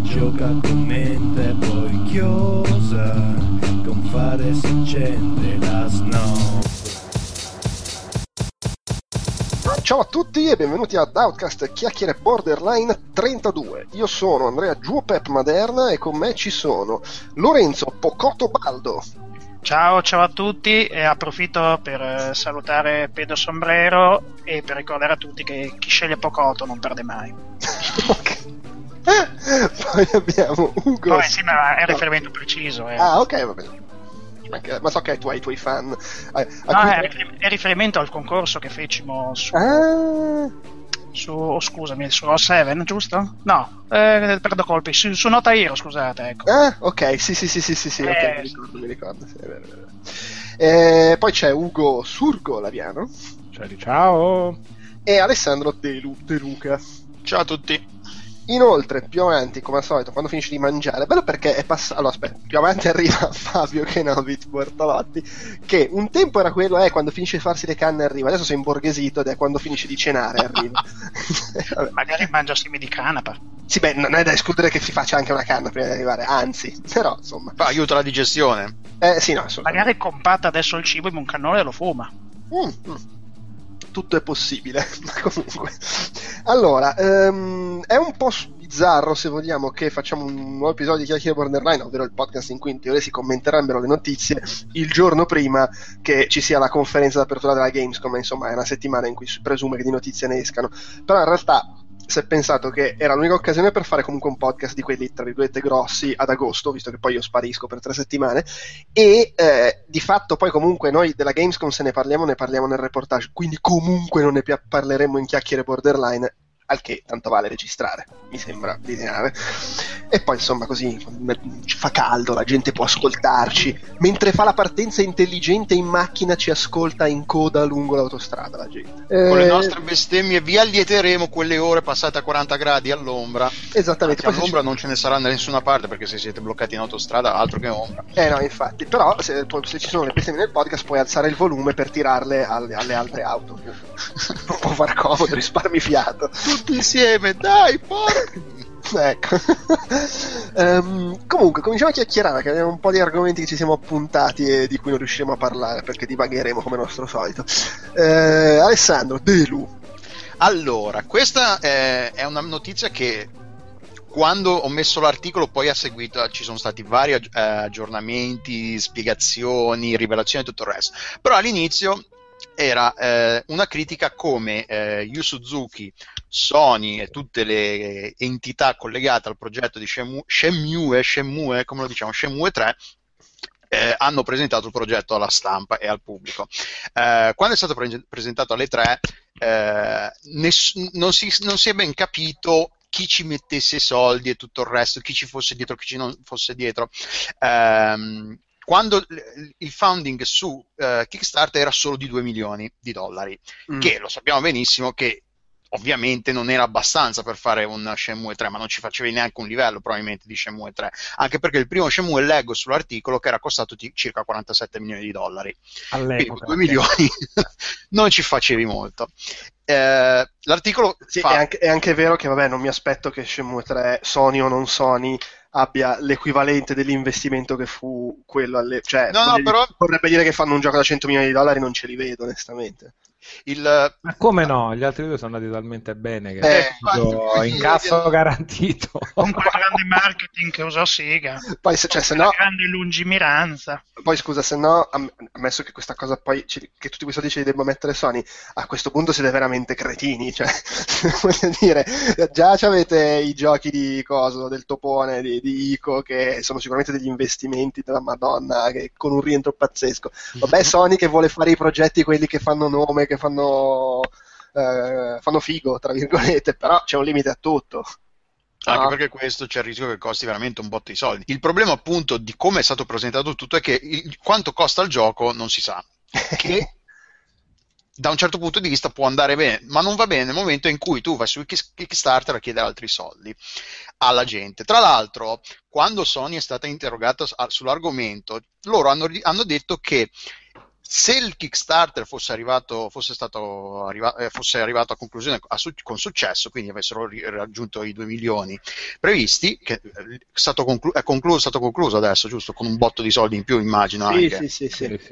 gioca con mente poi chiosa, con fare si accende la snow. Ciao a tutti e benvenuti ad Outcast Chiacchiere Borderline 32. Io sono Andrea Giupep Maderna e con me ci sono Lorenzo Pocotto Baldo. Ciao a tutti e approfitto per salutare Pedro Sombrero e per ricordare a tutti che chi sceglie Pocotto non perde mai. Poi abbiamo Ugo. Poi sì, ma è un riferimento preciso. Ah, ok, va bene. Ma so che tu hai i tuoi fan. È riferimento al concorso che fecimo scusami, su O7, giusto? No, perdo colpi, su Nota Hero, scusate, ecco. Ah, ok, sì, ok, mi ricordo, sì, è vero. Poi c'è Ugo Surgo Laviano. Ciao. E Alessandro De Luca. Ciao a tutti. Inoltre, più avanti, come al solito, quando finisci di mangiare, è bello perché è passato. Allora, aspetta, più avanti arriva Fabio Kenovit Bortolotti, che un tempo era quello, quando finisce di farsi le canne arriva, adesso sei imborghesito ed è quando finisci di cenare arriva. Magari mangia semi di canapa. Sì, beh, non è da escludere che si faccia anche una canna prima di arrivare, anzi, però, insomma. Aiuta la digestione. Sì, no, magari compatta adesso il cibo in un cannone e lo fuma. Tutto è possibile. Comunque, allora, è un po' bizzarro, se vogliamo, che facciamo un nuovo episodio di Chiacchiere Borderline, ovvero il podcast in cui in teoria si commenterebbero le notizie il giorno prima che ci sia la conferenza d'apertura della Gamescom. Insomma, è una settimana in cui si presume che di notizie ne escano, però in realtà si è pensato che era l'unica occasione per fare comunque un podcast di quelli tra virgolette grossi ad agosto, visto che poi io sparisco per 3 settimane, e di fatto poi comunque noi della Gamescom se ne parliamo nel reportage, quindi comunque non ne parleremo in Chiacchiere Borderline, al che tanto vale registrare, mi sembra lineare. E poi insomma così fa caldo, la gente può ascoltarci mentre fa la partenza intelligente in macchina, ci ascolta in coda lungo l'autostrada la gente. Con le nostre bestemmie vi allieteremo quelle ore passate a 40 gradi all'ombra. Esattamente. Poi all'ombra non ce ne sarà da nessuna parte, perché se siete bloccati in autostrada altro che ombra. No, infatti, però se ci sono le bestemmie nel podcast puoi alzare il volume per tirarle alle altre auto. Non può far comodo, risparmi fiato tutti insieme, dai, porca. Ecco. Comunque cominciamo a chiacchierare, che abbiamo un po' di argomenti che ci siamo appuntati e di cui non riusciremo a parlare perché divagheremo come nostro solito. Alessandro Delu. Allora, questa è una notizia che quando ho messo l'articolo poi ci sono stati vari aggiornamenti, spiegazioni, rivelazioni e tutto il resto, però all'inizio era una critica come Yu Suzuki, Sony e tutte le entità collegate al progetto di Shenmue, come lo diciamo, Shenmue 3, hanno presentato il progetto alla stampa e al pubblico. Quando è stato presentato alle 3 non si è ben capito chi ci mettesse i soldi e tutto il resto, chi ci fosse dietro, chi ci non fosse dietro. Quando il funding su Kickstarter era solo di $2 milioni, che lo sappiamo benissimo che ovviamente non era abbastanza per fare un Shenmue 3, ma non ci facevi neanche un livello probabilmente di Shenmue 3, anche perché il primo Shenmue, leggo sull'articolo, che era costato circa $47 milioni. All'epoca, 2 milioni non ci facevi molto. L'articolo è anche vero che vabbè, non mi aspetto che Shenmue 3, Sony o non Sony, abbia l'equivalente dell'investimento che fu quello però vorrebbe dire che fanno un gioco da $100 milioni, non ce li vedo onestamente. Ma come no? Gli altri due sono andati talmente bene che incasso garantito. Con quel grande marketing che usò Sega, poi se no, grande lungimiranza. Poi scusa, se no, ammesso che questa cosa poi che tutti questi soldi ce li debba mettere Sony, a questo punto siete veramente cretini, cioè voglio dire, già avete i giochi di del topone di Ico, che sono sicuramente degli investimenti della Madonna, che con un rientro pazzesco. Vabbè, Sony che vuole fare i progetti quelli che fanno nome, che fanno figo, tra virgolette, però c'è un limite a tutto. Anche perché questo c'è il rischio che costi veramente un botto di soldi. Il problema appunto di come è stato presentato tutto è che quanto costa il gioco non si sa, che da un certo punto di vista può andare bene, ma non va bene nel momento in cui tu vai su Kickstarter a chiedere altri soldi alla gente. Tra l'altro, quando Sony è stata interrogata sull'argomento, loro hanno detto che se il Kickstarter fosse arrivato a conclusione con successo, quindi avessero raggiunto i 2 milioni previsti, che è stato concluso adesso, giusto? Con un botto di soldi in più, immagino. Anche. Sì.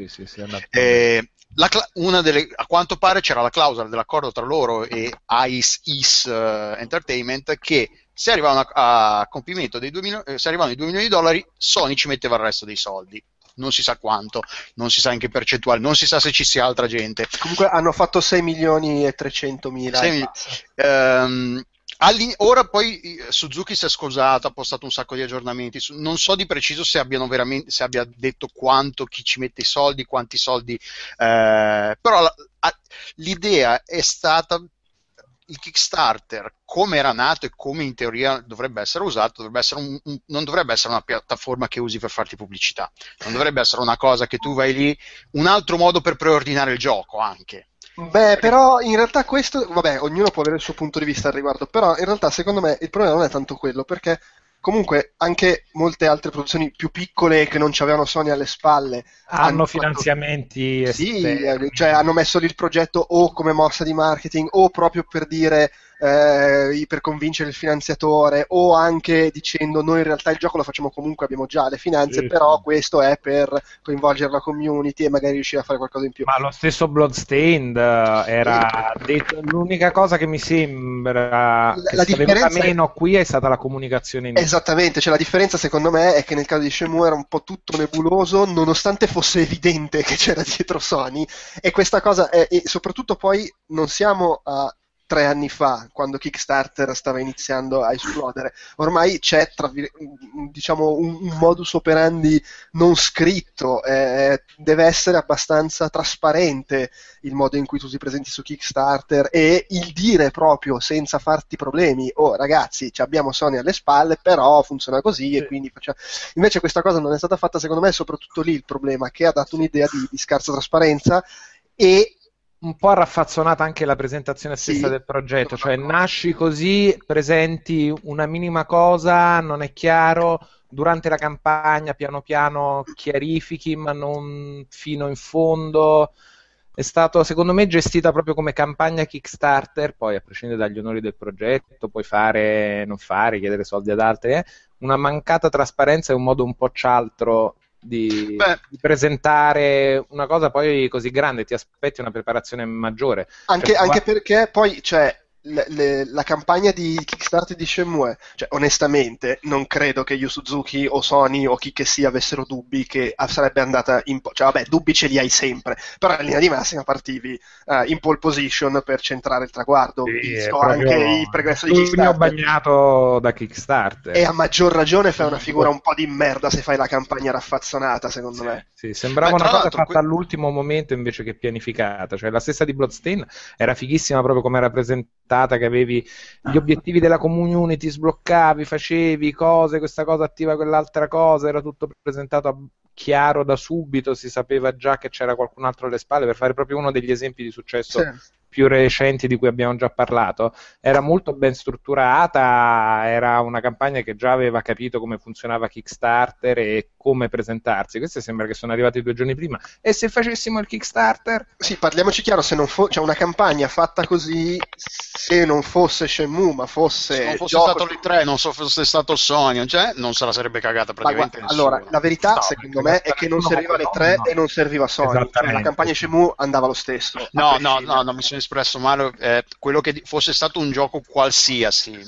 A quanto pare c'era la clausola dell'accordo tra loro e Is Entertainment che se arrivavano a compimento dei 2 milioni, se arrivavano i 2 milioni di dollari, Sony ci metteva il resto dei soldi. Non si sa quanto, non si sa in che percentuale, non si sa se ci sia altra gente. Comunque hanno fatto 6 milioni e 300 mila. Ora poi Suzuki si è scusato, ha postato un sacco di aggiornamenti. Non so di preciso se abbia detto chi ci mette i soldi, quanti soldi, però l'idea è stata. Il Kickstarter, come era nato e come in teoria dovrebbe essere usato, non dovrebbe essere una piattaforma che usi per farti pubblicità, non dovrebbe essere una cosa che tu vai lì, un altro modo per preordinare il gioco anche. Però in realtà questo, ognuno può avere il suo punto di vista al riguardo, però in realtà secondo me il problema non è tanto quello, perché comunque anche molte altre produzioni più piccole che non ci avevano Sony alle spalle hanno finanziamenti esterni. Cioè hanno messo lì il progetto o come mossa di marketing o proprio per dire per convincere il finanziatore, o anche dicendo noi in realtà il gioco lo facciamo comunque, abbiamo già le finanze, però questo è per coinvolgere la community e magari riuscire a fare qualcosa in più. Ma lo stesso Bloodstained era detto, l'unica cosa che mi sembra che sia venuta meno qui è stata la comunicazione in Esattamente, cioè la differenza secondo me è che nel caso di Shenmue era un po' tutto nebuloso, nonostante fosse evidente che c'era dietro Sony, e questa cosa e soprattutto poi non siamo a 3 anni fa, quando Kickstarter stava iniziando a esplodere. Ormai c'è diciamo un modus operandi non scritto, deve essere abbastanza trasparente il modo in cui tu ti presenti su Kickstarter, e il dire proprio senza farti problemi: oh ragazzi, abbiamo Sony alle spalle, però funziona così e quindi facciamo. Invece questa cosa non è stata fatta, secondo me è soprattutto lì il problema, che ha dato un'idea di scarsa trasparenza, e un po' raffazzonata anche la presentazione stessa del progetto, cioè nasci così, presenti una minima cosa, non è chiaro, durante la campagna piano piano chiarifichi, ma non fino in fondo. È stato, secondo me, gestita proprio come campagna Kickstarter, poi a prescindere dagli onori del progetto, puoi fare, non fare, chiedere soldi ad altri, una mancata trasparenza e un modo un po' cialtro di presentare una cosa poi così grande. Ti aspetti una preparazione maggiore. Anche perché poi la campagna di Kickstarter di Shenmue, onestamente non credo che Yu Suzuki o Sony o chi che sia avessero dubbi che sarebbe andata dubbi ce li hai sempre, però in linea di massima partivi in pole position per centrare il traguardo, visto anche il progresso di Kickstarter. Ho bagnato da Kickstarter, e a maggior ragione fai una figura un po' di merda se fai la campagna raffazzonata, secondo me. Sì, sembrava una cosa fatta all'ultimo momento invece che pianificata. Cioè la stessa di Bloodstained era fighissima proprio come era presentata, che avevi gli obiettivi della community, sbloccavi, facevi cose, questa cosa attiva quell'altra cosa, era tutto presentato chiaro da subito, si sapeva già che c'era qualcun altro alle spalle, per fare proprio uno degli esempi di successo più recenti di cui abbiamo già parlato. Era molto ben strutturata, era una campagna che già aveva capito come funzionava Kickstarter e come presentarsi. Queste sembra che sono arrivati 2 giorni prima. E se facessimo il Kickstarter? Sì, parliamoci chiaro, se non una campagna fatta così, se non fosse Shenmue, ma fosse... Se non fosse stato l'E3, non fosse stato Sony, non se la sarebbe cagata praticamente nessuno. Allora, la verità secondo me è che non serviva l'E3 e non serviva Sony. La campagna Shenmue andava lo stesso. No, mi sono espresso male. Quello che fosse stato un gioco qualsiasi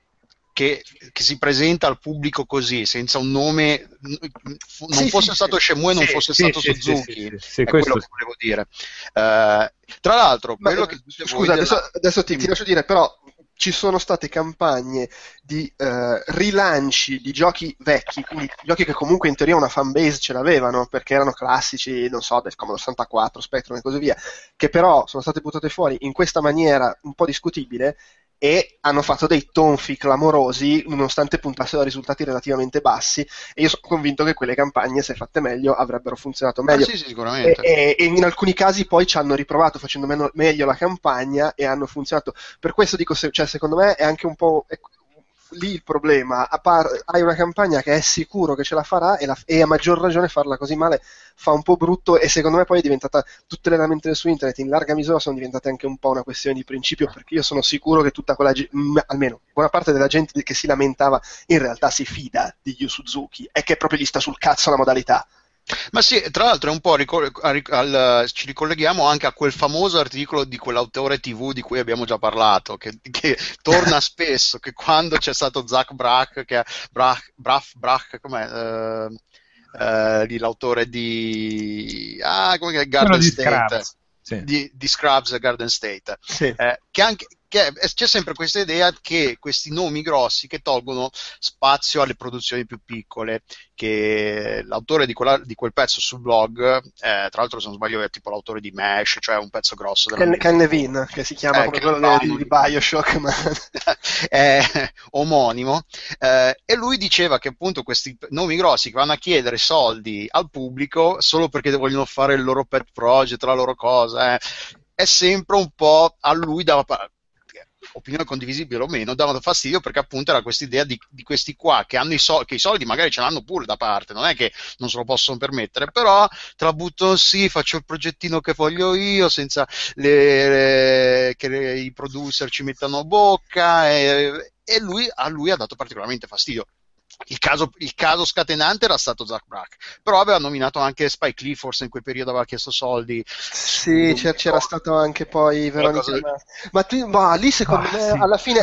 che si presenta al pubblico così, senza un nome, non fosse stato Shenmue, non fosse stato Suzuki, è quello che volevo dire. Tra l'altro, quello che scusa, adesso ti lascio dire, però ci sono state campagne di rilanci di giochi vecchi, quindi giochi che comunque in teoria una fanbase ce l'avevano, perché erano classici, non so, del Commodore 64, Spectrum e così via, che però sono state buttate fuori in questa maniera un po' discutibile, e hanno fatto dei tonfi clamorosi nonostante puntassero a risultati relativamente bassi, e io sono convinto che quelle campagne, se fatte meglio, avrebbero funzionato meglio. Sì, sicuramente. E in alcuni casi poi ci hanno riprovato facendo meglio la campagna e hanno funzionato. Per questo dico, secondo me è anche un po'... lì il problema, hai una campagna che è sicuro che ce la farà e a maggior ragione farla così male fa un po' brutto, e secondo me poi è diventata, tutte le lamentele su internet in larga misura sono diventate anche un po' una questione di principio, perché io sono sicuro che tutta quella almeno buona parte della gente che si lamentava in realtà si fida di Yu Suzuki e che proprio gli sta sul cazzo la modalità. Ma sì, tra l'altro è un po' ci ricolleghiamo anche a quel famoso articolo di quell'autore TV di cui abbiamo già parlato, che torna spesso, che quando c'è stato Zach Braff, com'è? Lì l'autore di Garden State, sì. di Scrubs e Garden State, sì. C'è sempre questa idea che questi nomi grossi che tolgono spazio alle produzioni più piccole, che l'autore di quel pezzo sul blog, tra l'altro se non sbaglio è tipo l'autore di MASH, cioè un pezzo grosso Ken Levine, che si chiama come quello di Bioshock, ma è omonimo, e lui diceva che appunto questi nomi grossi che vanno a chiedere soldi al pubblico solo perché vogliono fare il loro pet project, la loro cosa, è sempre un po' a lui opinione condivisibile o meno, davano fastidio, perché appunto era questa idea di questi qua che hanno che i soldi magari ce l'hanno pure da parte, non è che non se lo possono permettere, però te la buttano, sì, faccio il progettino che voglio io senza che i producer ci mettano bocca, e a lui ha dato particolarmente fastidio. Il caso scatenante era stato Zach Braff, però aveva nominato anche Spike Lee, forse in quel periodo aveva chiesto soldi. Sì, c'era stato anche poi Veronica ma lì secondo me sì. alla fine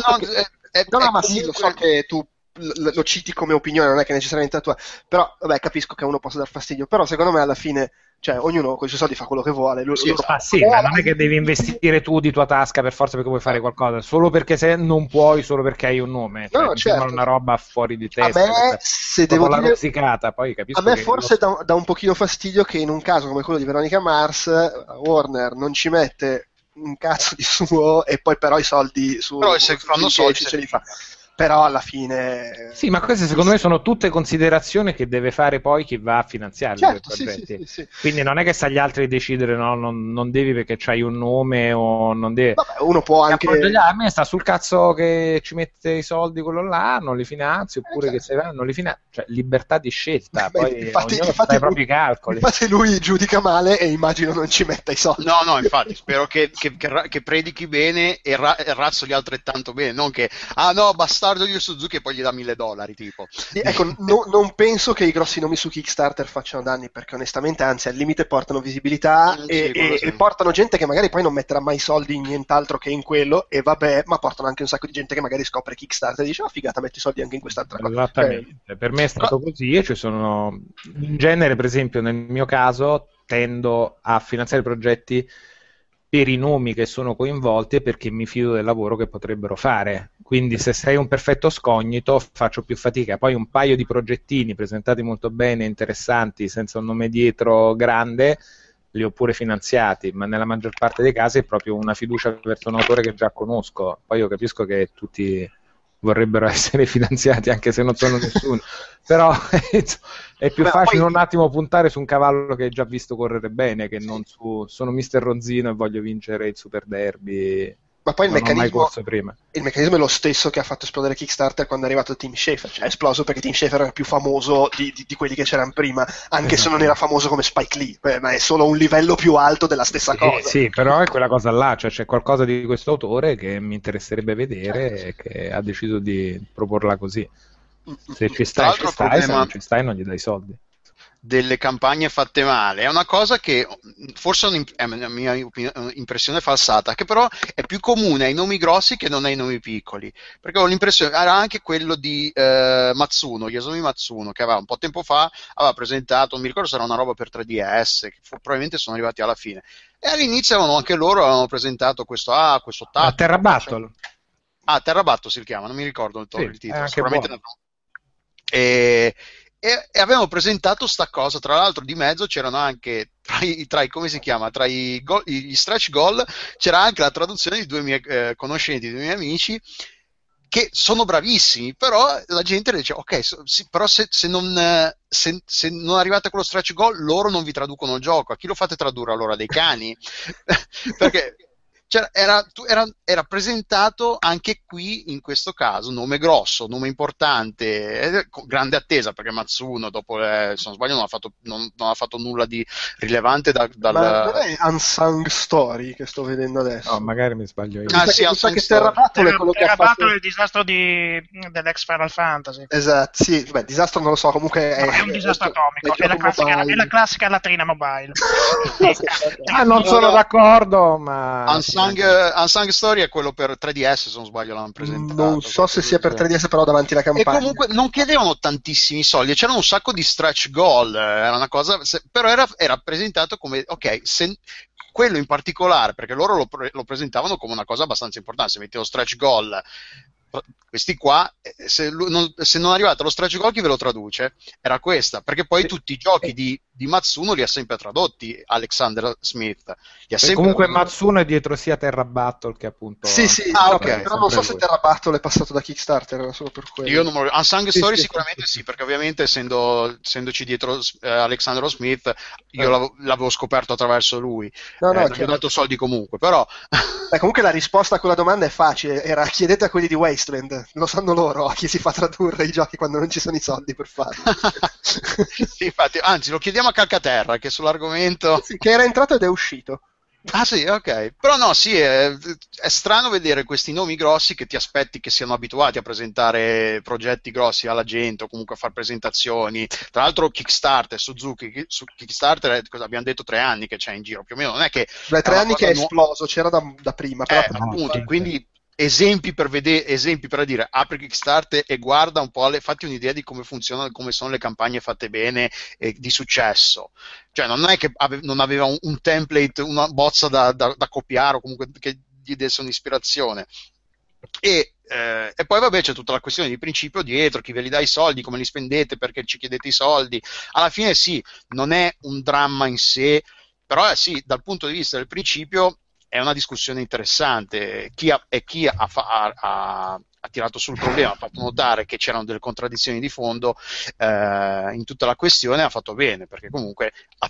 ma sì, lo so che tu lo citi come opinione, non è che è necessariamente la tua, però vabbè, capisco che a uno possa dar fastidio, però secondo me alla fine, cioè, ognuno con i suoi soldi fa quello che vuole. Ma non è che devi investire tu di tua tasca per forza perché vuoi fare qualcosa, solo perché se non puoi, solo perché hai un nome, cioè, no, certo. Una roba fuori di testa. A me, se devo dire, rozzicata, poi capisco a me forse dà un pochino fastidio che in un caso come quello di Veronica Mars, Warner non ci mette un cazzo di suo, e poi però i soldi però se fanno soldi ce li fa. Però alla fine sì, ma queste secondo me sono tutte considerazioni che deve fare poi chi va a finanziare i progetti. Sì. Quindi non è che sta agli altri decidere no, non devi perché c'hai un nome o non devi. Vabbè, uno può anche a me sta sul cazzo che ci mette i soldi quello là, non li finanzi, oppure che se non li finanzi, cioè libertà di scelta. Poi ognuno fa i propri calcoli. Infatti lui giudica male e immagino non ci metta i soldi. No, infatti spero che predichi bene e razzoli altrettanto bene, non che bastardo Yu Suzuki e poi gli dà $1,000 tipo. Ecco, non penso che i grossi nomi su Kickstarter facciano danni, perché onestamente anzi al limite portano visibilità e portano gente che magari poi non metterà mai soldi in nient'altro che in quello, e vabbè, ma portano anche un sacco di gente che magari scopre Kickstarter e dice figata, metti soldi anche in quest'altra cosa. Esattamente, per me è stato così, e ci sono in genere, per esempio nel mio caso tendo a finanziare progetti per i nomi che sono coinvolti e perché mi fido del lavoro che potrebbero fare. Quindi se sei un perfetto scognito faccio più fatica. Poi un paio di progettini presentati molto bene, interessanti, senza un nome dietro grande, li ho pure finanziati, ma nella maggior parte dei casi è proprio una fiducia verso un autore che già conosco. Poi io capisco che tutti vorrebbero essere finanziati anche se non sono nessuno, però è più facile un attimo puntare su un cavallo che hai già visto correre bene che non su sono Mister Ronzino e voglio vincere il Super Derby. Ma poi il meccanismo è lo stesso che ha fatto esplodere Kickstarter quando è arrivato Tim Schafer, cioè è esploso perché Tim Schafer era più famoso di quelli che c'erano prima, anche se non era famoso come Spike Lee, ma è solo un livello più alto della stessa cosa. Sì, però è quella cosa là, cioè c'è qualcosa di questo autore che mi interesserebbe vedere e che ha deciso di proporla così. Se ci stai, ci stai, se non ci stai non gli dai soldi. Delle campagne fatte male è una cosa che forse è una mia impressione falsata, che però è più comune ai nomi grossi che non ai nomi piccoli, perché ho l'impressione, era anche quello di Yasumi Matsuno, che aveva un po' tempo fa aveva presentato, non mi ricordo se era una roba per 3DS, che probabilmente sono arrivati alla fine, e all'inizio anche loro avevano presentato questo tatto, Terra Battle. Terra Battle si chiama, non mi ricordo il titolo, sicuramente e avevano presentato sta cosa. Tra l'altro di mezzo c'erano anche tra gli stretch goal c'era anche la traduzione di due miei conoscenti, due miei amici che sono bravissimi, però la gente dice però se non arrivate con lo stretch goal loro non vi traducono il gioco, a chi lo fate tradurre allora, dei cani? Perché era presentato anche qui, in questo caso, nome grosso, nome importante, con grande attesa, perché Matsuno, dopo, se non sbaglio, non ha fatto nulla di rilevante dal... Ma non è Unsung Story che sto vedendo adesso? No, magari mi sbaglio io. Sì, mi sa che Terra Battle è quello che ha fatto il disastro dell'ex Final Fantasy. Esatto, sì, beh, disastro non lo so, comunque è un disastro atomico, è la classica latrina mobile. Non sono d'accordo, ma Unsung Story è quello per 3DS, se non sbaglio l'hanno presentato. Non so se sia per 3DS, però davanti alla campagna. E comunque non chiedevano tantissimi soldi, c'erano un sacco di stretch goal, era una cosa, però era presentato come, ok, quello in particolare, perché loro lo presentavano come una cosa abbastanza importante, se metti lo stretch goal, questi qua, se non arrivate allo stretch goal, chi ve lo traduce? Era questa, perché poi tutti i giochi di Matsuno li ha sempre tradotti Alexander Smith. Comunque Matsuno è dietro sia Terra Battle che appunto... Sì, ok. Però non so se Terra Battle è passato da Kickstarter, era solo per quello. Io non me lo... Unsung Story sicuramente sì, perché ovviamente essendoci dietro Alexander Smith, io l'avevo scoperto attraverso lui. Gli ho dato soldi comunque, però... comunque la risposta a quella domanda è facile, era chiedete a quelli di Wasteland, lo sanno loro a chi si fa tradurre i giochi quando non ci sono i soldi per farlo. Sì, infatti, anzi lo chiediamo a Calcaterra, che sull'argomento... Sì, che era entrato ed è uscito. Ah sì, ok. Però no, sì, è strano vedere questi nomi grossi che ti aspetti che siano abituati a presentare progetti grossi alla gente o comunque a fare presentazioni. Tra l'altro Kickstarter, Suzuki, su Kickstarter abbiamo detto 3 anni che c'è in giro, più o meno, non è che... 3 anni che è esploso, c'era da prima. Però appunto, quindi... Esempi per dire apri Kickstarter e guarda un po', fatti un'idea di come funzionano, come sono le campagne fatte bene e di successo. Cioè non è che non aveva un template, una bozza da copiare o comunque che gli desse un'ispirazione. E poi vabbè c'è tutta la questione di principio dietro, chi ve li dà i soldi, come li spendete, perché ci chiedete i soldi. Alla fine sì, non è un dramma in sé, però sì, dal punto di vista del principio è una discussione interessante. Chi ha tirato sul problema, ha fatto notare che c'erano delle contraddizioni di fondo in tutta la questione, ha fatto bene, perché comunque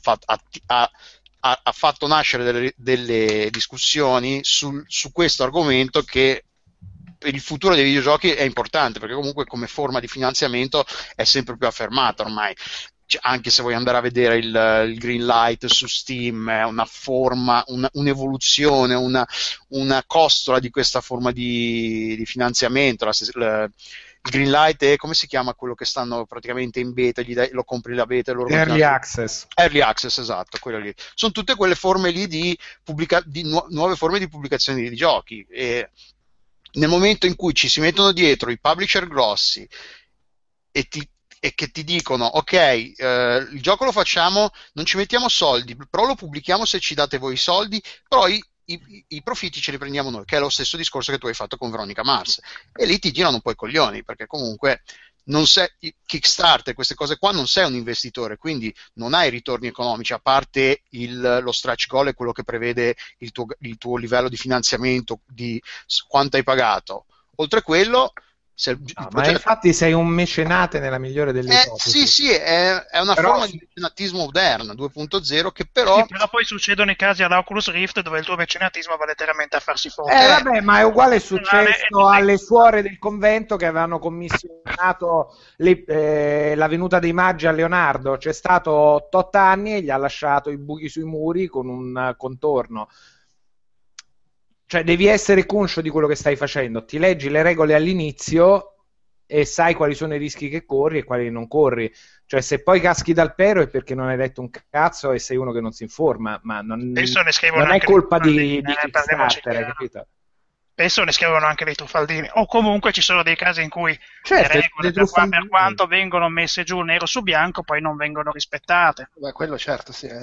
ha fatto nascere delle discussioni su questo argomento che per il futuro dei videogiochi è importante, perché comunque come forma di finanziamento è sempre più affermata ormai. Anche se vuoi andare a vedere il green light su Steam, è una forma, un'evoluzione, una costola di questa forma di finanziamento. Il green light è, come si chiama quello che stanno praticamente in beta, lo compri la beta e loro Early Access, esatto, quello lì. Sono tutte quelle forme lì di nuove forme di pubblicazione di giochi, e nel momento in cui ci si mettono dietro i publisher grossi e che ti dicono ok, il gioco lo facciamo, non ci mettiamo soldi, però lo pubblichiamo se ci date voi i soldi, però i profitti ce li prendiamo noi, che è lo stesso discorso che tu hai fatto con Veronica Mars, e lì ti girano un po' i coglioni, perché comunque non sei Kickstarter, queste cose qua, non sei un investitore, quindi non hai ritorni economici, a parte lo stretch goal è quello che prevede il tuo livello di finanziamento, di quanto hai pagato. Oltre quello, ma infatti sei un mecenate nella migliore delle ipotesi. Sì, è una forma di mecenatismo moderna 2.0 che però... Sì, però poi succedono i casi all'Oculus Rift dove il tuo mecenatismo va letteralmente a farsi fuori. Vabbè, ma è uguale successo alle suore del convento che avevano commissionato la venuta dei maggi a Leonardo. C'è stato 8 anni e gli ha lasciato i buchi sui muri con un contorno. Cioè devi essere conscio di quello che stai facendo, ti leggi le regole all'inizio e sai quali sono i rischi che corri e quali non corri. Cioè se poi caschi dal pero è perché non hai letto un cazzo e sei uno che non si informa, ma non è colpa di Kickstarter, capito? Spesso ne scrivono anche dei truffaldini, o comunque ci sono dei casi in cui certo, le regole per quanto vengono messe giù nero su bianco poi non vengono rispettate. Beh, quello certo, sì.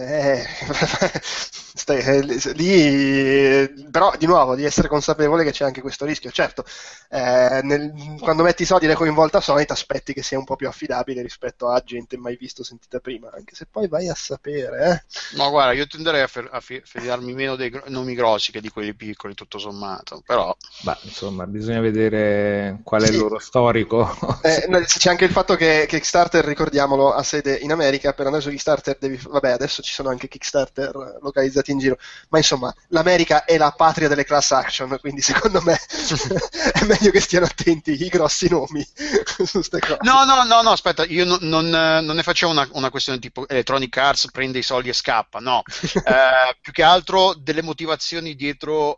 Lì, però di nuovo di essere consapevole che c'è anche questo rischio. Certo, quando metti i soldi nella coinvolta Sony ti aspetti che sia un po' più affidabile rispetto a gente mai visto o sentita prima, anche se poi vai a sapere. No, guarda, io tenderei a fidarmi meno dei nomi grossi che di quelli piccoli, tutto sommato. Però però... Beh, insomma, bisogna vedere qual è il loro storico. C'è anche il fatto che Kickstarter, ricordiamolo, ha sede in America. Per andare su Kickstarter vabbè, adesso ci sono anche Kickstarter localizzati in giro, ma insomma l'America è la patria delle class action, quindi secondo me è meglio che stiano attenti i grossi nomi su ste cose. No, aspetta, io non ne facevo una questione tipo Electronic Arts prende i soldi e scappa, no. Più che altro delle motivazioni dietro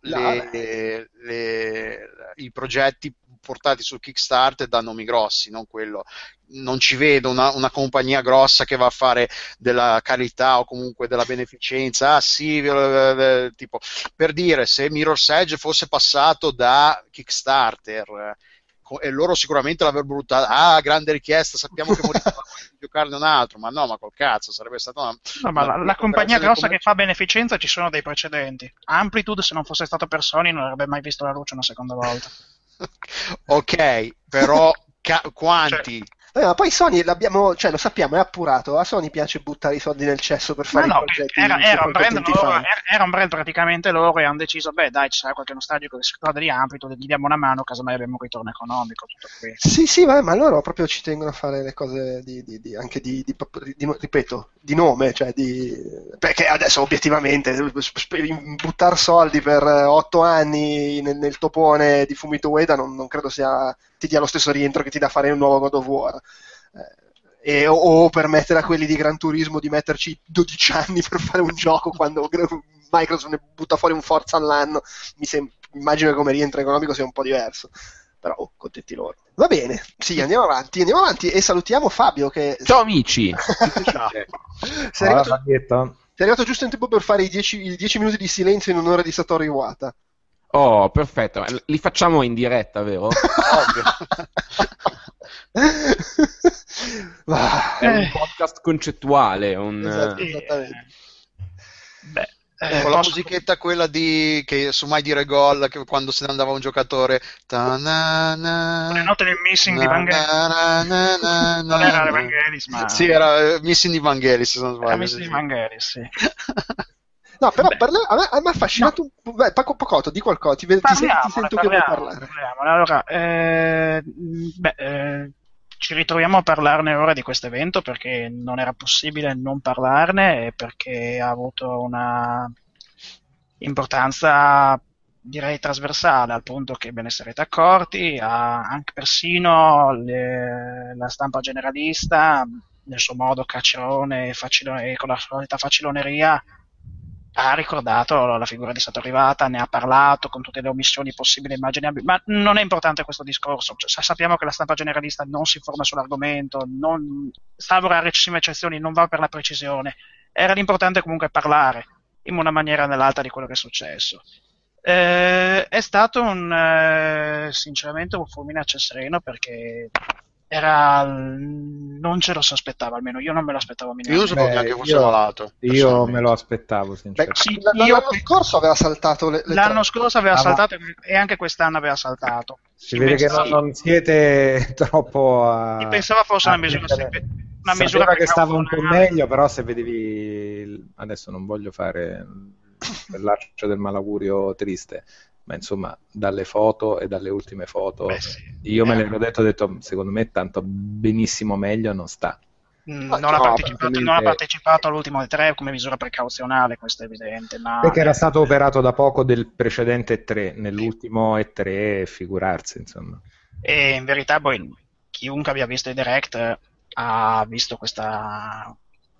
i progetti portati su Kickstarter da nomi grossi, non quello. Non ci vedo una compagnia grossa che va a fare della carità o comunque della beneficenza. Tipo, per dire, se Mirror's Edge fosse passato da Kickstarter e loro sicuramente l'avrebbero buttata, grande richiesta, sappiamo che vorremmo giocarne un altro, ma col cazzo, sarebbe stata la compagnia grossa che fa beneficenza, ci sono dei precedenti. Amplitude, se non fosse stato per Sony, non avrebbe mai visto la luce una seconda volta. Ok, però quanti? Ma poi Sony lo sappiamo, è appurato. A Sony piace buttare i soldi nel cesso per fare i progetti. Era un brand praticamente loro, e hanno deciso, dai, ci sarà qualche nostalgico che si ricorda di Amplitude, gli diamo una mano, casomai abbiamo un ritorno economico, tutto qui. Sì, ma loro proprio ci tengono a fare le cose anche ripeto, di nome, perché adesso obiettivamente buttare soldi per 8 anni nel topone di Fumito Ueda non credo ti dia lo stesso rientro che ti dà fare un nuovo God of War. O permettere a quelli di Gran Turismo di metterci 12 anni per fare un gioco quando Microsoft ne butta fuori un Forza all'anno. Immagino che come rientro economico sia un po' diverso, però contenti loro. Va bene, sì, andiamo avanti e salutiamo Fabio che... Ciao amici. Sei arrivato giusto in tempo per fare i 10 minuti di silenzio in onore di Satoru Iwata. Oh, perfetto, li facciamo in diretta, vero? Ovvio. È un podcast concettuale, Esattamente. Con la musichetta quella che su Mai Dire Gol, che quando se ne andava un giocatore, le note del Missing di Vangelis, non era Vangelis, ma sì, era Missing di Vangelis, se non sbaglio. Era Missing di Vangelis, sì. No, però a me ha affascinato Paco Pocotto, di qualcosa, ti sento che vuoi parlare. Allora, ci ritroviamo a parlarne ora di questo evento perché non era possibile non parlarne e perché ha avuto una importanza, direi, trasversale, al punto che, ve ne sarete accorti, anche persino la stampa generalista, nel suo modo caccerone e con la solita faciloneria, ha ricordato la figura di Satoru Iwata, ne ha parlato con tutte le omissioni possibili e immaginabili, ma non è importante questo discorso. Sappiamo che la stampa generalista non si informa sull'argomento, salvo rarissime eccezioni, non va per la precisione. Era l'importante comunque parlare in una maniera o nell'altra di quello che è successo. È stato sinceramente un fulmine a ciel sereno, perché non ce lo sospettavo, almeno io non me lo aspettavo minimamente. Io non sapevo neanche fosse malato. Io me lo aspettavo, sinceramente. L'anno scorso aveva saltato l'anno scorso aveva saltato e anche quest'anno aveva saltato. Si vede che non siete troppo Io pensavo fosse una misura sapeva che stava un po' meglio, però se vedevi, adesso non voglio fare l'arcio del malaugurio triste, ma insomma dalle foto e dalle ultime foto io me l'ero detto, ho detto secondo me tanto benissimo meglio non sta. Non ha partecipato all'ultimo E3 come misura precauzionale, questo è evidente, perché era stato operato da poco del precedente E3, nell'ultimo E3 figurarsi, insomma. E in verità poi chiunque abbia visto i direct ha visto questa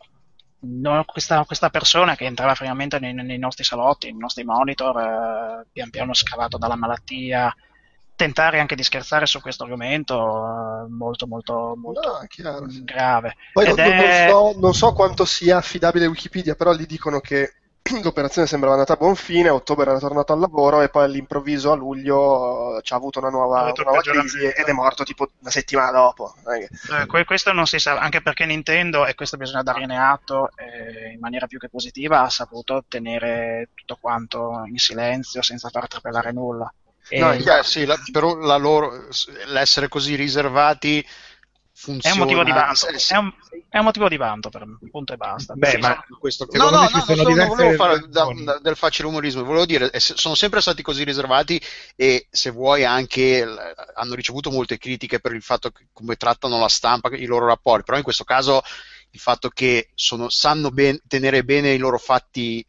persona che entrava finalmente nei nostri salotti, nei nostri monitor, pian piano scavato dalla malattia, tentare anche di scherzare su questo argomento molto grave. Poi non so quanto sia affidabile Wikipedia, però gli dicono che l'operazione sembrava andata a buon fine, a ottobre era tornato al lavoro e poi all'improvviso a luglio ci ha avuto una nuova crisi ed è morto tipo una settimana dopo. Questo non si sa, anche perché Nintendo, e questo bisogna dargliene atto, in maniera più che positiva ha saputo tenere tutto quanto in silenzio senza far trapelare nulla. Però l'essere così riservati funziona. È un motivo di vanto, Sì. è un motivo di vanto per me, punto e basta. Beh, Sì, ma Questo... secondo me ci sono non diverse volevo fare versioni. del facile umorismo, volevo dire, sono sempre stati così riservati e se vuoi anche hanno ricevuto molte critiche per il fatto che come trattano la stampa, i loro rapporti, però in questo caso il fatto che sanno tenere bene i loro fatti,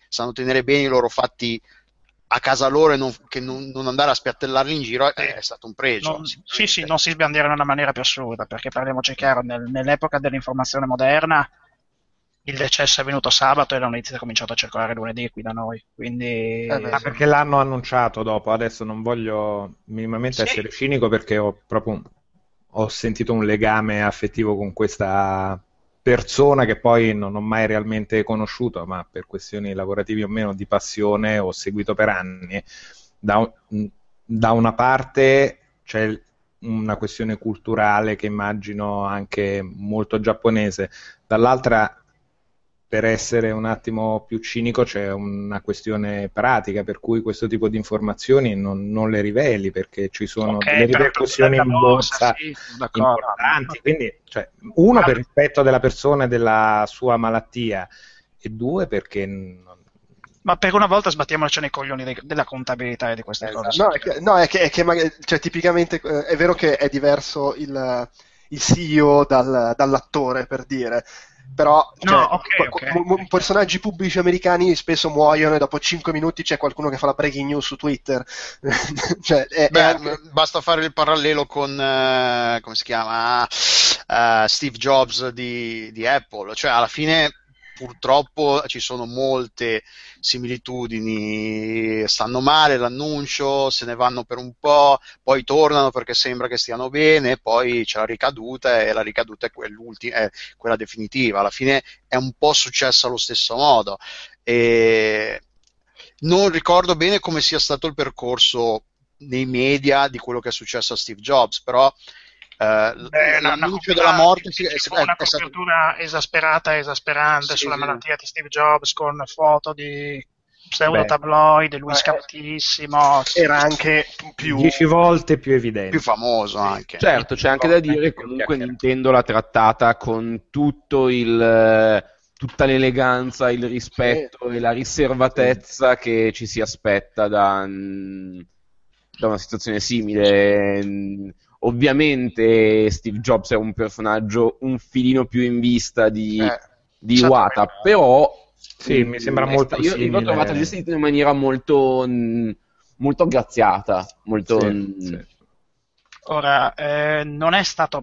a casa loro e che non andare a spiattellarli in giro è stato un pregio. Sì, non si sbandierano in una maniera più assurda, perché parliamoci chiaro, nell'epoca dell'informazione moderna il decesso è venuto sabato e la notizia è cominciato a circolare lunedì qui da noi, quindi... perché l'hanno annunciato dopo, adesso non voglio minimamente essere cinico perché ho sentito un legame affettivo con questa persona che poi non ho mai realmente conosciuto, ma per questioni lavorative o meno di passione ho seguito per anni. Da una parte c'è una questione culturale che immagino anche molto giapponese, dall'altra, per essere un attimo più cinico, c'è una questione pratica per cui questo tipo di informazioni non le riveli perché ci sono delle ripercussioni in borsa importanti. Quindi, per rispetto della persona e della sua malattia, e due perché... Ma per una volta sbattiamoci nei coglioni della contabilità e di queste cose. È che magari, tipicamente è vero che è diverso il CEO dall'attore, per dire. Però personaggi pubblici americani spesso muoiono e dopo 5 minuti c'è qualcuno che fa la breaking news su Twitter. Basta fare il parallelo con come si chiama Steve Jobs di Apple, cioè alla fine purtroppo ci sono molte similitudini, stanno male l'annuncio, se ne vanno per un po', poi tornano perché sembra che stiano bene, poi c'è la ricaduta e la ricaduta è quella definitiva. Alla fine è un po' successo allo stesso modo e non ricordo bene come sia stato il percorso nei media di quello che è successo a Steve Jobs, però l'annuncio della morte una copertura esasperata e esasperante sulla malattia di Steve Jobs con foto di pseudo tabloid, lui scattissimo, era anche più 10 volte più evidente, più famoso anche. Certo, c'è anche da dire comunque Nintendo l'ha trattata con tutto tutta l'eleganza, il rispetto e la riservatezza che ci si aspetta da una situazione simile. Ovviamente Steve Jobs è un personaggio un filino più in vista di Iwata, però sì, mi sembra molto simile. Io l'ho trovata gestita in maniera molto molto graziata, molto... Sì. Ora, non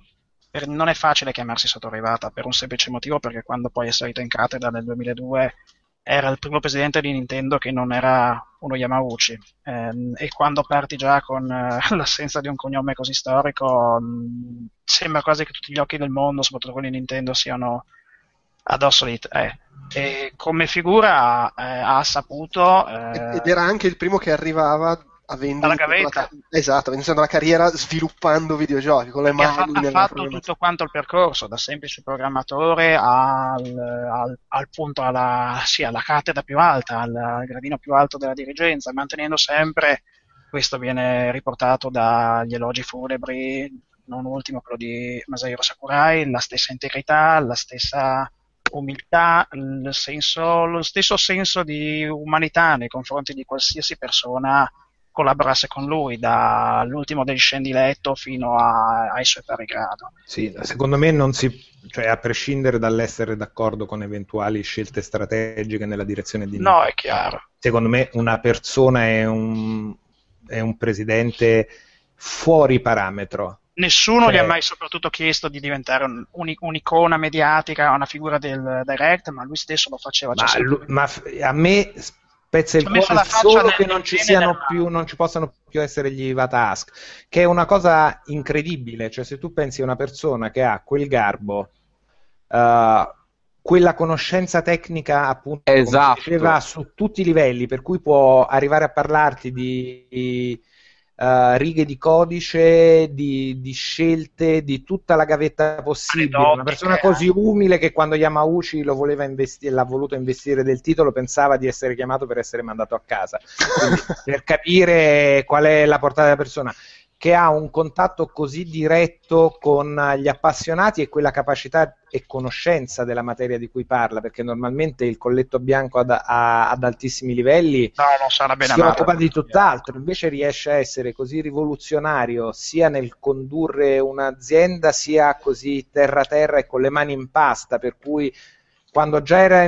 è facile chiamarsi Satoru per un semplice motivo, perché quando poi è salito in cattedra nel 2002 era il primo presidente di Nintendo che non era uno Yamauchi, e quando parti già con l'assenza di un cognome così storico sembra quasi che tutti gli occhi del mondo, soprattutto quelli di Nintendo, siano addosso di te. E come figura ha saputo ed era anche il primo che arrivava avendo iniziato la carriera sviluppando videogiochi con le mani. Ha fatto tutto quanto il percorso, da semplice programmatore al punto alla cattedra più alta, al gradino più alto della dirigenza, mantenendo sempre, questo viene riportato dagli elogi funebri, non ultimo quello di Masahiro Sakurai, la stessa integrità, la stessa umiltà, lo stesso senso di umanità nei confronti di qualsiasi persona collaborasse con lui, dall'ultimo degli scendiletto fino ai suoi pari grado. Sì, secondo me a prescindere dall'essere d'accordo con eventuali scelte strategiche nella direzione di No, è chiaro. Secondo me una persona è un presidente fuori parametro. Nessuno gli ha mai soprattutto chiesto di diventare un'icona mediatica, una figura del direct, ma lui stesso lo faceva. Ma a me spezza il cuore solo che non ci possano più essere gli Iwata Ask, che è una cosa incredibile. Cioè, se tu pensi a una persona che ha quel garbo, quella conoscenza tecnica, appunto, esatto, come diceva, su tutti i livelli, per cui può arrivare a parlarti di righe di codice, di scelte, di tutta la gavetta possibile. Una persona così umile che quando Yamauchi l'ha voluto investire del titolo pensava di essere chiamato per essere mandato a casa. Quindi, per capire qual è la portata della persona. che ha un contatto così diretto con gli appassionati e quella capacità e conoscenza della materia di cui parla, perché normalmente il colletto bianco ad altissimi livelli non sarà ben si amato. occupa di tutt'altro, invece riesce a essere così rivoluzionario sia nel condurre un'azienda, sia così terra terra e con le mani in pasta, per cui quando già era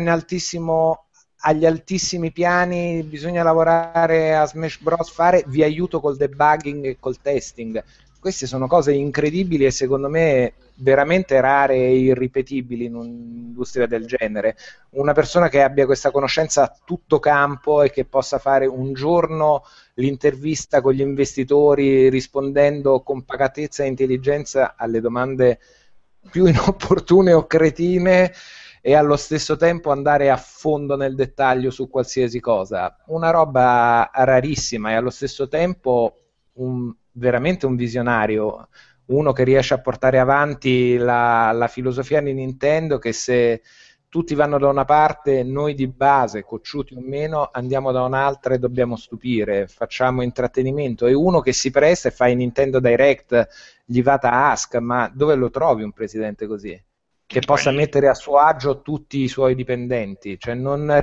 agli altissimi piani bisogna lavorare a Smash Bros, vi aiuto col debugging e col testing. Queste sono cose incredibili e secondo me veramente rare e irripetibili in un'industria del genere. Una persona che abbia questa conoscenza a tutto campo e che possa fare un giorno l'intervista con gli investitori rispondendo con pacatezza e intelligenza alle domande più inopportune o cretine, e allo stesso tempo andare a fondo nel dettaglio su qualsiasi cosa. Una roba rarissima e allo stesso tempo veramente un visionario, uno che riesce a portare avanti la filosofia di Nintendo, che se tutti vanno da una parte, noi di base, cocciuti o meno, andiamo da un'altra e dobbiamo stupire, facciamo intrattenimento. E uno che si presta e fa i Nintendo Direct, gli va task, ma dove lo trovi un presidente così? Che possa mettere a suo agio tutti i suoi dipendenti, cioè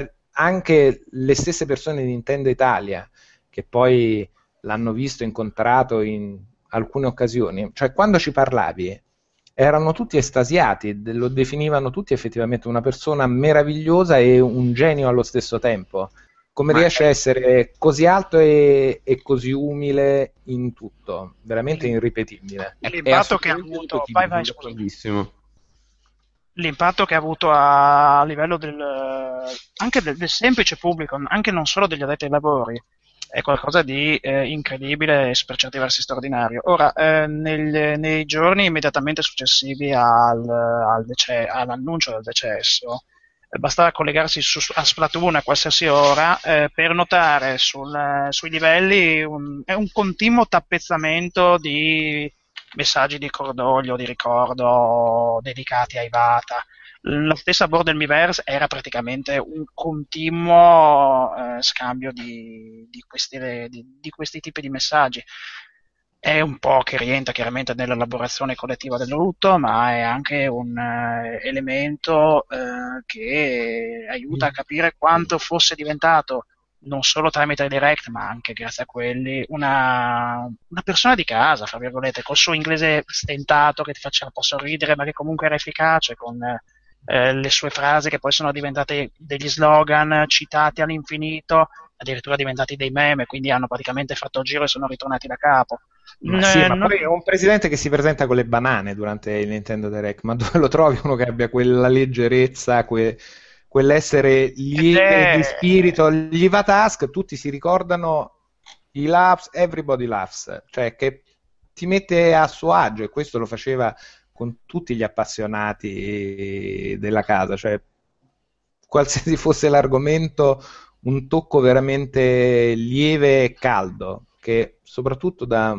anche le stesse persone di Nintendo Italia, che poi l'hanno visto, incontrato in alcune occasioni, cioè quando ci parlavi erano tutti estasiati, lo definivano tutti effettivamente una persona meravigliosa e un genio allo stesso tempo. Come riesce a essere così alto e così umile in tutto, veramente irripetibile. L'impatto che ha avuto, bellissimo. L'impatto che ha avuto a livello anche del semplice pubblico, anche non solo degli addetti ai lavori, è qualcosa di incredibile e per certi versi straordinario. Ora, nei giorni immediatamente successivi all'annuncio del decesso, bastava collegarsi a Splatoon a qualsiasi ora per notare sui livelli un continuo tappezzamento di messaggi di cordoglio, di ricordo dedicati a Iwata. La stessa Board Miiverse era praticamente un continuo scambio di questi tipi di messaggi. È un po' che rientra chiaramente nell'elaborazione collettiva del lutto, ma è anche un elemento che aiuta a capire quanto fosse diventato, non solo tramite il direct, ma anche grazie a quelli, una persona di casa, fra virgolette, col suo inglese stentato che ti faceva un po' sorridere, ma che comunque era efficace, con le sue frasi che poi sono diventate degli slogan citati all'infinito, addirittura diventati dei meme, quindi hanno praticamente fatto il giro e sono ritornati da capo. Ma poi è un presidente che si presenta con le banane durante il Nintendo Direct, ma dove lo trovi uno che abbia quella leggerezza, quell'essere lieve di spirito? Gli va task, tutti si ricordano, he laughs, everybody laughs, cioè che ti mette a suo agio, e questo lo faceva con tutti gli appassionati della casa, cioè qualsiasi fosse l'argomento, un tocco veramente lieve e caldo, che soprattutto da